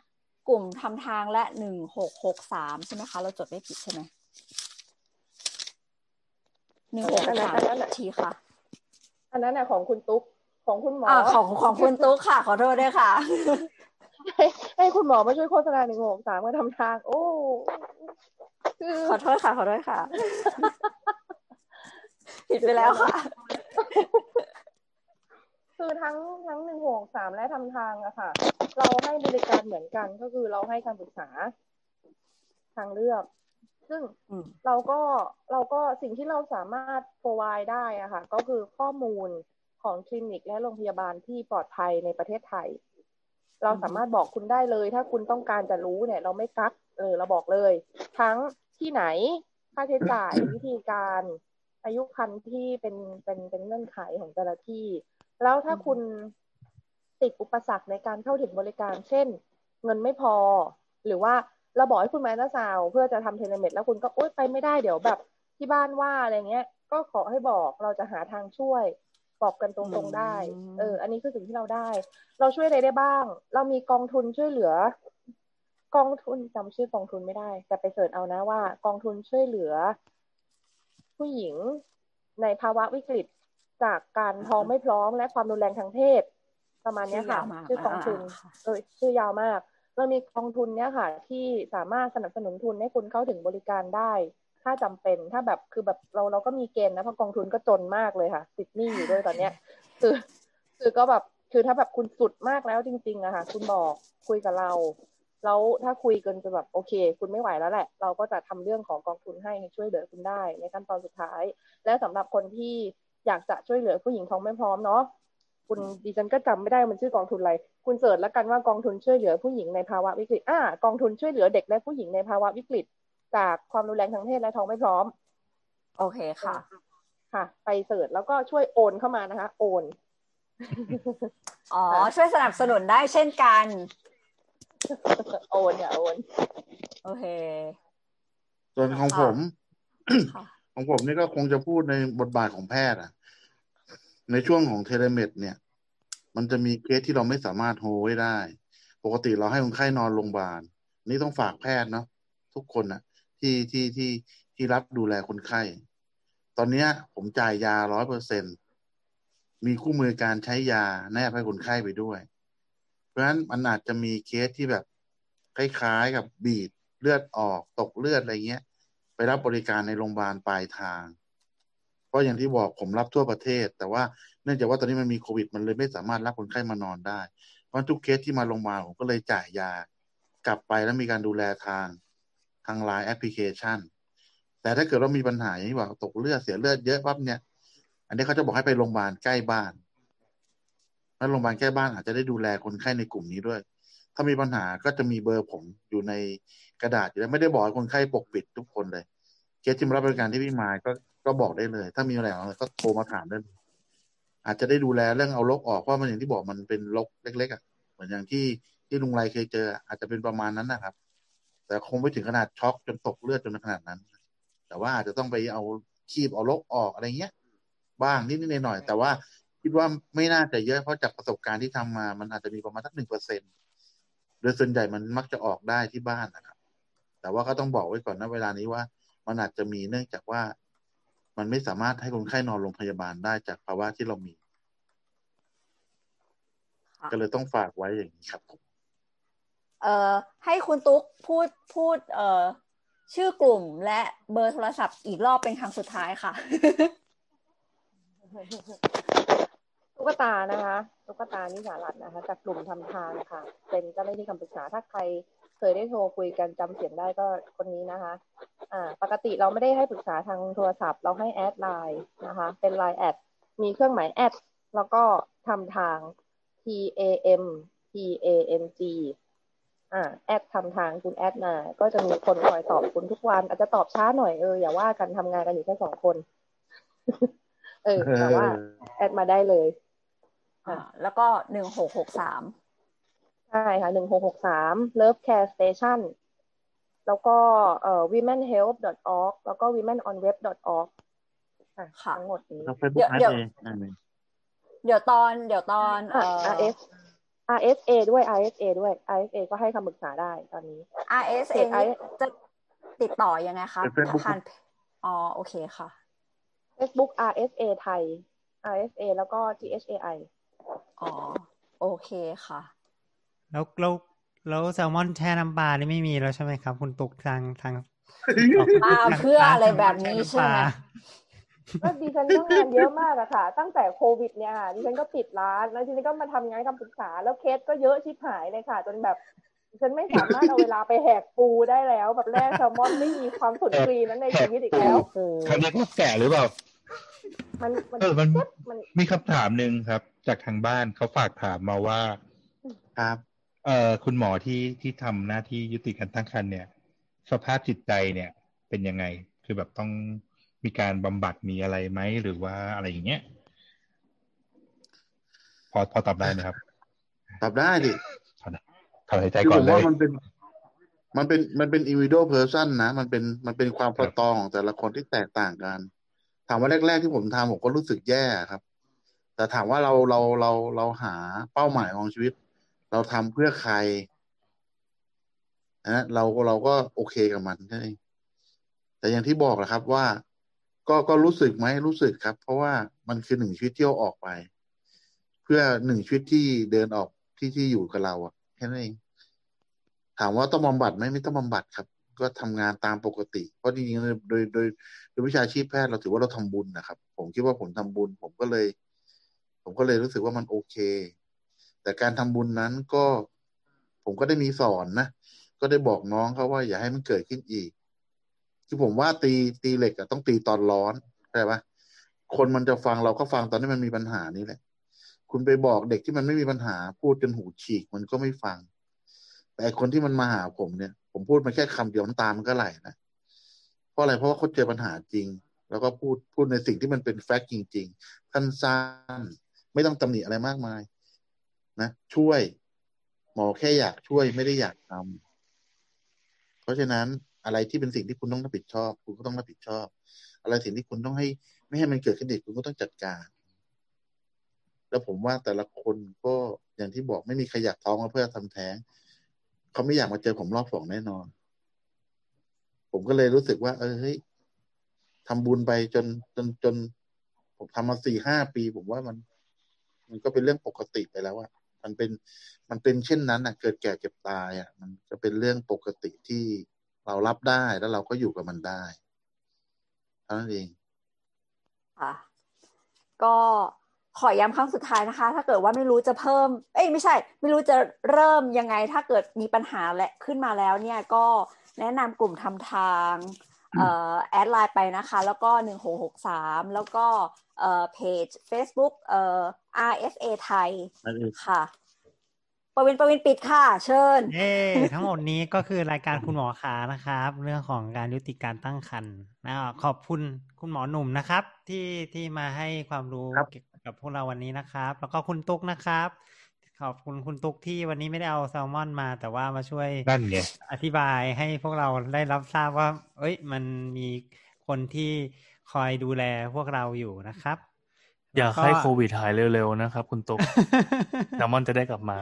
กลุ่มทำทางและหนึ่งหกหกสามใช่ไหมคะเราจดไม่ผิดใช่ไหมหนึ่งหกหกสามทีค่ะอันนั้นน่ะของคุณตุ๊กของคุณหมออ่าของของคุณตุ๊กค่ะขอโทษด้วยค่ะให้ให้คุณหมอมาช่วยโฆษณาหนึ่งหกสามมาทำทางโอ้ขอโทษค่ะขอโทษค่ะผิดไปแล้วค่ะคือทั้งทั้งหนึ่งหกสามและทำทางอะค่ะเราให้บริการเหมือนกันก็คือเราให้คำปรึกษาทางเลือกซึ่งเราก็เราก็สิ่งที่เราสามารถ provide ได้อะค่ะก็คือข้อมูลของคลินิกและโรงพยาบาลที่ปลอดภัยในประเทศไทยเราสามารถบอกคุณได้เลยถ้าคุณต้องการจะรู้เนี่ยเราไม่กักเออเราบอกเลยทั้งที่ไหนค่าใช้จ่าย วิธีการอายุครรภ์ที่เป็นเป็นเป็นเงื่อนไขของแต่ละที่แล้วถ้าคุณติดอุปสรรคในการเข้าถึงบริการเช่นเงินไม่พอหรือว่าเราบอกให้คุณมาอัลตราซาวด์เพื่อจะทำเทเลเมดแล้วคุณก็โอ๊ยไปไม่ได้เดี๋ยวแบบที่บ้านว่าอะไรเงี้ยก็ขอให้บอกเราจะหาทางช่วยบอกกันตรงๆได้เอออันนี้คือสิ่งที่เราได้เราช่วยอะไรได้บ้างเรามีกองทุนช่วยเหลือกองทุนจำชื่อกองทุนไม่ได้แต่ไปเสิร์ชเอานะว่ากองทุนช่วยเหลือผู้หญิงในภาวะวิกฤตจากการท้องไม่พร้อมและความรุนแรงทางเพศประมาณนี้ค่ะชื่อกองทุนเออชื่อยาวมากเรามีกองทุนเนี้ยค่ะที่สามารถสนับสนุนทุนให้คุณเข้าถึงบริการได้ถ้าจำเป็นถ้าแบบคือแบบเราเราก็มีเกณฑ์นะเพราะกองทุนก็จนมากเลยค่ะติดหนี้อยู่ด้วยตอนเนี้ยคือคือก็แบบคือถ้าแบบคุณสุดมากแล้วจริงๆอะค่ะคุณบอกคุยกับเราแล้วถ้าคุยกันจะแบบโอเคคุณไม่ไหวแล้วแหละเราก็จะทำเรื่องของกองทุนให้ช่วยเหลือคุณได้ในขั้นตอนสุดท้ายและสำหรับคนที่อยากจะช่วยเหลือผู้หญิงท้องไม่พร้อมเนาะคุณดิฉันก็จำไม่ได้มันชื่อกองทุนอะไรคุณเสิร์ชแล้วกันว่ากองทุนช่วยเหลือผู้หญิงในภาวะวิกฤตอ่ากองทุนช่วยเหลือเด็กและผู้หญิงในภาวะวิกฤตจากความรุนแรงทางเพศและท้องไม่พร้อมโอเคค่ะค่ะไปเสิร์ชแล้วก็ช่วยโอนเข้ามานะคะโอนอ๋อช่วยสนับสนุนได้เช่นกันโอนอย่าโอนโอเคส่วนของผม ของผมนี่ก็คงจะพูดในบทบาทของแพทย์อ่ะในช่วงของเทเลเมดเนี่ยมันจะมีเคสที่เราไม่สามารถโฮไว้ได้ปกติเราให้คนไข้นอนโรงพยาบาลนี่ต้องฝากแพทย์เนาะทุกคนอ่ะที่ที่ที่ที่รับดูแลคนไข้ตอนนี้ผมจ่ายยาร้อยเปอร์เซ็นต์มีคู่มือการใช้ยาแนบให้คนไข้ไปด้วยเพราะฉะนั้นมันอาจจะมีเคสที่แบบคล้ายๆกับบีบเลือดออกตกเลือดอะไรเงี้ยไปรับบริการในโรงพยาบาลปลายทางเพราะอย่างที่บอกผมรับทั่วประเทศแต่ว่าเนื่องจากว่าตอนนี้มันมีโควิดมันเลยไม่สามารถรับคนไข้มานอนได้เพราะทุกเคสที่มาโรงพยาบาลผมก็เลยจ่ายยากลับไปแล้วมีการดูแลทางทางไลน์แอปพลิเคชันแต่ถ้าเกิดว่ามีปัญหาอย่างที่บอกตกเลือดเสียเลือดเยอะปั๊บเนี่ยอันนี้เขาจะบอกให้ไปโรงพยาบาลใกล้บ้านแล้วโรงพยาบาลใกล้บ้านอาจจะได้ดูแลคนไข้ในกลุ่มนี้ด้วยถ้ามีปัญหาก็จะมีเบอร์ผมอยู่ในกระดาษอยู่แล้วไม่ได้บอกคนไข้ปกปิดทุกคนเลยเคสที่มารับบริการที่พี่มายก็ก็บอกได้เลยถ้ามีอะไรก็โทรมาถามได้อาจจะได้ดูแลเรื่องเอาลกออกเพราะมันอย่างที่บอกมันเป็นลกเล็กๆอ่ะเหมือนอย่างที่ที่ลุงไรเคยเจออาจจะเป็นประมาณนั้นนะครับแต่คงไม่ถึงขนาดช็อกจนตกเลือดจนขนาดนั้นแต่ว่าอาจจะต้องไปเอาคีบเอาลกออกอะไรเงี้ยบ้างนิดๆหน่อยๆแต่ว่าคิดว่าไม่น่าจะเยอะเพราะจากประสบการณ์ที่ทำมามันอาจจะมีประมาณสักหนึ่งเปอร์เซ็นต์โดยส่วนใหญ่มันมักจะออกได้ที่บ้านนะครับแต่ว่าก็ต้องบอกไว้ก่อนนะเวลานี้ว่ามันอาจจะมีเนื่องจากว่ามันไม่สามารถให้คนไข้นอนโรงพยาบาลได้จากภาวะที่เรามีก็เลยต้องฝากไว้อย่างนี้ครับผมเอ่อให้คุณตุ๊กพูดพูดเอ่อชื่อกลุ่มและเบอร์โทรศัพท์อีกรอบเป็นครั้งสุดท้ายค่ะตุ๊กตานะคะตุ๊กตานิสารัตน์นะคะจากกลุ่มทำทานค่ะเป็นเจ้าหน้าที่คำปรึกษาถ้าใครเคยได้โทรคุยกันจำเสียงได้ก็คนนี้นะคะอ่าปกติเราไม่ได้ให้ปรึกษาทางโทรศัพท์เราให้แอดไลน์นะคะเป็นไลน์แอดมีเครื่องหมายแอดแล้วก็ทำทาง T A M T A N G อ่าแอดทำทางคุณแอดมาก็จะมีคนคอยตอบคุณทุกวันอาจจะตอบช้าหน่อยเอออย่าว่ากันทำงานกันอยู่แค่สองคน เออแต่ว่าแอดมาได้เลยอ่าแล้วก็หนึ่งหกหกสามใช่ค่ะหนึ่งหกหกสาม Love Care Station แล้วก็เอ่อ วี เมน เฮลป์ ดอท ออร์ก แล้วก็ วี เมน ออน เว็บ ดอท ออร์ก อ่ะทั้งหมดนี้เดี๋ยวเดี๋ยวเดี๋ยวตอนเดี๋ยวตอนเอ่ออาร์ เอฟอาร์ เอส เอ ด้วย อาร์ เอส เอ ด้วย อาร์ เอส เอ ก็ให้คำปรึกษาได้ตอนนี้อาร์ เอส เอ จะติดต่อยังไงคะผ่านอ๋อโอเคค่ะ Facebook อาร์ เอส เอ ไทย อาร์ เอส เอ แล้วก็ ที เอช เอ ไออ๋อโอเคค่ะแล้วแล้วแล้วแซลมอนแช่น้ำปลานี่ไม่มีแล้วใช่ไหมครับคุณตุกทางทางมาเพื่ออะไรแบบนี้ใช่ไหมก็ดิฉันก็งานเยอะมากอะค่ะตั้งแต่โควิดเนี่ยดิฉันก็ปิดร้านแล้วดิฉันก็มาทำงานคำปรึกษาแล้วเคสก็เยอะชิบหายเลยค่ะจนแบบฉันไม่สามารถเอาเวลาไปแหกปูได้แล้วแบบแรกแซลมอนไม่มีความสุนทรีนั้นในชีวิตอีกแล้วเขาเรียกว่าแก่หรือเปล่ามันมันมันมีคำถามหนึ่งครับจากทางบ้านเขาฝากถามมาว่าครับเอ่อคุณหมอที่ที่ทำหน้าที่ยุติการตั้งครรภ์เนี่ยสภาพจิตใจเนี่ยเป็นยังไงคือแบบต้องมีการบำบัดมีอะไรไหมหรือว่าอะไรอย่างเงี้ยพอพอตอบได้ไหมครับตอบได้ดิถอนหายใจก่อนเลยคือผมว่ามันเป็นมันเป็นมันเป็น individual person นะมันเป็นมันเป็นความประตองของแต่ละคนที่แตกต่างกันถามว่าแรกๆที่ผมทำผมก็รู้สึกแย่ครับแต่ถามว่าเราเราเราเราหาเป้าหมายของชีวิตเราทำเพื่อใครนะเราเราก็โอเคกับมันใช่แต่อย่างที่บอกแหละครับว่าก็ก็รู้สึกไหมรู้สึกครับเพราะว่ามันคือหนึ่งชีวิตที่ออกไปเพื่อหนึ่งชีวิตที่เดินออกที่ที่อยู่กับเราอ่ะแค่นั้นเองถามว่าต้องบำบัดไหมไม่ต้องบำบัดครับก็ทำงานตามปกติเพราะจริงๆโดยโดยโดยวิชาชีพแพทย์เราถือว่าเราทำบุญนะครับผมคิดว่าผมทำบุญผมก็เลยผมก็เลยรู้สึกว่ามันโอเคแต่การทำบุญนั้นก็ผมก็ได้มีสอนนะก็ได้บอกน้องเขาว่าอย่าให้มันเกิดขึ้นอีกคือผมว่าตีตีเหล็กอะต้องตีตอนร้อนใช่ปะคนมันจะฟังเราก็ฟังตอนที่มันมีปัญหานี่แหละคุณไปบอกเด็กที่มันไม่มีปัญหาพูดจนหูฉีกมันก็ไม่ฟังแต่คนที่มันมาหาผมเนี่ยผมพูดมาแค่คำเดียวน้ำตามันก็ไหลนะเพราะอะไรเพราะว่าเขาเจอปัญหาจริงแล้วก็พูดพูดในสิ่งที่มันเป็นแฟกต์จริงๆสั้นๆไม่ต้องตำหนิอะไรมากมายนะช่วยหมอแค่อยากช่วยไม่ได้อยากทำเพราะฉะนั้นอะไรที่เป็นสิ่งที่คุณต้องรับผิดชอบคุณก็ต้องรับผิดชอบอะไรสิ่งที่คุณต้องให้ไม่ให้มันเกิดขึ้นอีกคุณก็ต้องจัดการแล้วผมว่าแต่ละคนก็อย่างที่บอกไม่มีใครอยากท้องเพื่อทำแท้งเขาไม่อยากมาเจอผมรอบสองแน่นอนผมก็เลยรู้สึกว่าเออเฮ้ยทำบุญไปจนจนจนผมทำมาสี่ห้าปีผมว่ามันมันก็เป็นเรื่องปกติไปแล้วอะมันเป็นมันเป็นเช่นนั้นอะเกิดแก่เจ็บตายอะมันจะเป็นเรื่องปกติที่เรารับได้แล้วเราก็อยู่กับมันได้เท่านั้นเองค่ะก็ขอย้ำครั้งสุดท้ายนะคะถ้าเกิดว่าไม่รู้จะเพิ่มเอ้ยไม่ใช่ไม่รู้จะเริ่มยังไงถ้าเกิดมีปัญหาและขึ้นมาแล้วเนี่ยก็แนะนำกลุ่มทำทางเอ่อแอดไลน์ไปนะคะแล้วก็หนึ่งหกหกสามแล้วก็เอ่อเพจ Facebook เอ่อ อาร์ เอส เอ ไทยค่ะปวินปวินปิดค่ะเชิญเอ้ทั้งหมดนี้ก็คือรายการคุณหมอขานะครับเรื่องของการยุติการตั้งครรภ์นะขอบคุณคุณหมอหนุ่มนะครับที่ที่มาให้ความรู้เกี่ยวกับพวกเราวันนี้นะครับแล้วก็คุณตุ๊กนะครับขอบคุณคุณตุ๊กที่วันนี้ไม่ได้เอาแซลมอนมาแต่ว่ามาช่วยนั่นไงอธิบายให้พวกเราได้รับทราบว่าเอ้ยมันมีคนที่คอยดูแลพวกเราอยู่นะครับอยากให้โควิดหายเร็วๆนะครับคุณตุ๊กแซลมอนจะได้กลับมา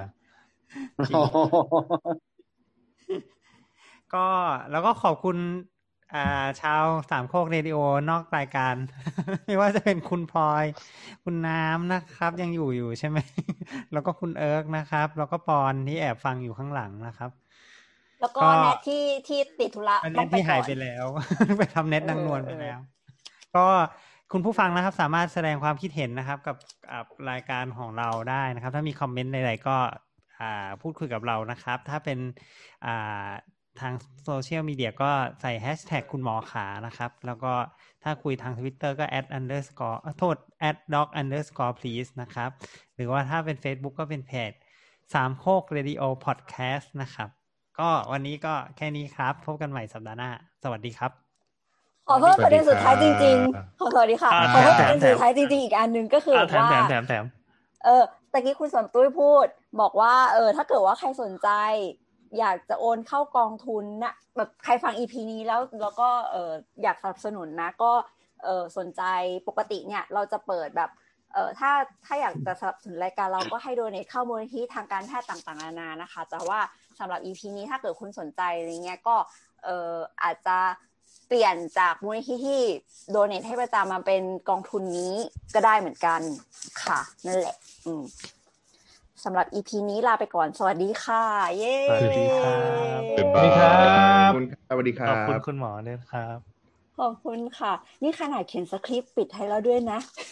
ก็แล้วก็ขอบคุณอ่าชาวสามโคกเรดิโอนอกรายการ ไม่ว่าจะเป็นคุณพลอยคุณน้ำนะครับยังอยู่อยู่ใช่ไหม แล้วก็คุณเอิร์กนะครับแล้วก็ปอนที่แอบฟังอยู่ข้างหลังนะครับแล้วก็แนทที่ที่ติดธุระต้องไปที่หายไปแล้ว ไปทำเน็ตนางนวลไปแล้วก็คุณผู้ฟังนะครับสามารถแสดงความคิดเห็นนะครับกับรายการของเราได้นะครับถ้ามีคอมเมนต์ใดๆก็พูดคุยกับเรานะครับถ้าเป็นทางโซเชียลมีเดียก็ใส่แฮชแท็กคุณหมอขานะครับแล้วก็ถ้าคุยทาง Twitter ก็ แอท underscore โทษ แอท ด็อก underscore please นะครับหรือว่าถ้าเป็น Facebook ก็เป็นเพจสามโคกเรดิโอพอดแคสต์นะครับก็วันนี้ก็แค่นี้ครับพบกันใหม่สัปดาห์หน้าสวัสดีครับขอเพิ่มประเด็นสุดท้ายจริงๆขอสวัสดีค่ะขอเพิ่มประเด็นสุดท้ายจริงๆอีกอันนึงก็คือว่าแถมแถมแถมเออตะกี้คุณสมตุ้ยพูดบอกว่าเออถ้าเกิดว่าใครสนใจอยากจะโอนเข้ากองทุนนะแบบใครฟัง อี พี นี้แล้วแล้วก็เอออยากสนับสนุนนะก็เออสนใจปกติเนี่ยเราจะเปิดแบบเอ่อถ้าถ้าอยากจะสนับสนุนรายการเราก็ให้โดเนทเข้ามูลนิธิทางการแพทย์ต่างๆนานานะคะแต่ว่าสำหรับ อี พี นี้ถ้าเกิดคุณสนใจอะไรเงี้ยก็เอ่ออาจจะเปลี่ยนจากมูลนิธิที่โดเนทให้ประจำมาเป็นกองทุนนี้ก็ได้เหมือนกันค่ะนั่นแหละอืมสำหรับ อี พี นี้ลาไปก่อนสวัสดีค่ะเย้สวัสดีครับสวัสดีครับสวัสดีครับขอบคุณคุณหมอด้วยครับขอบคุณค่ะนี่ขนาดเขียนสคริปต์ปิดให้แล้วด้วยนะ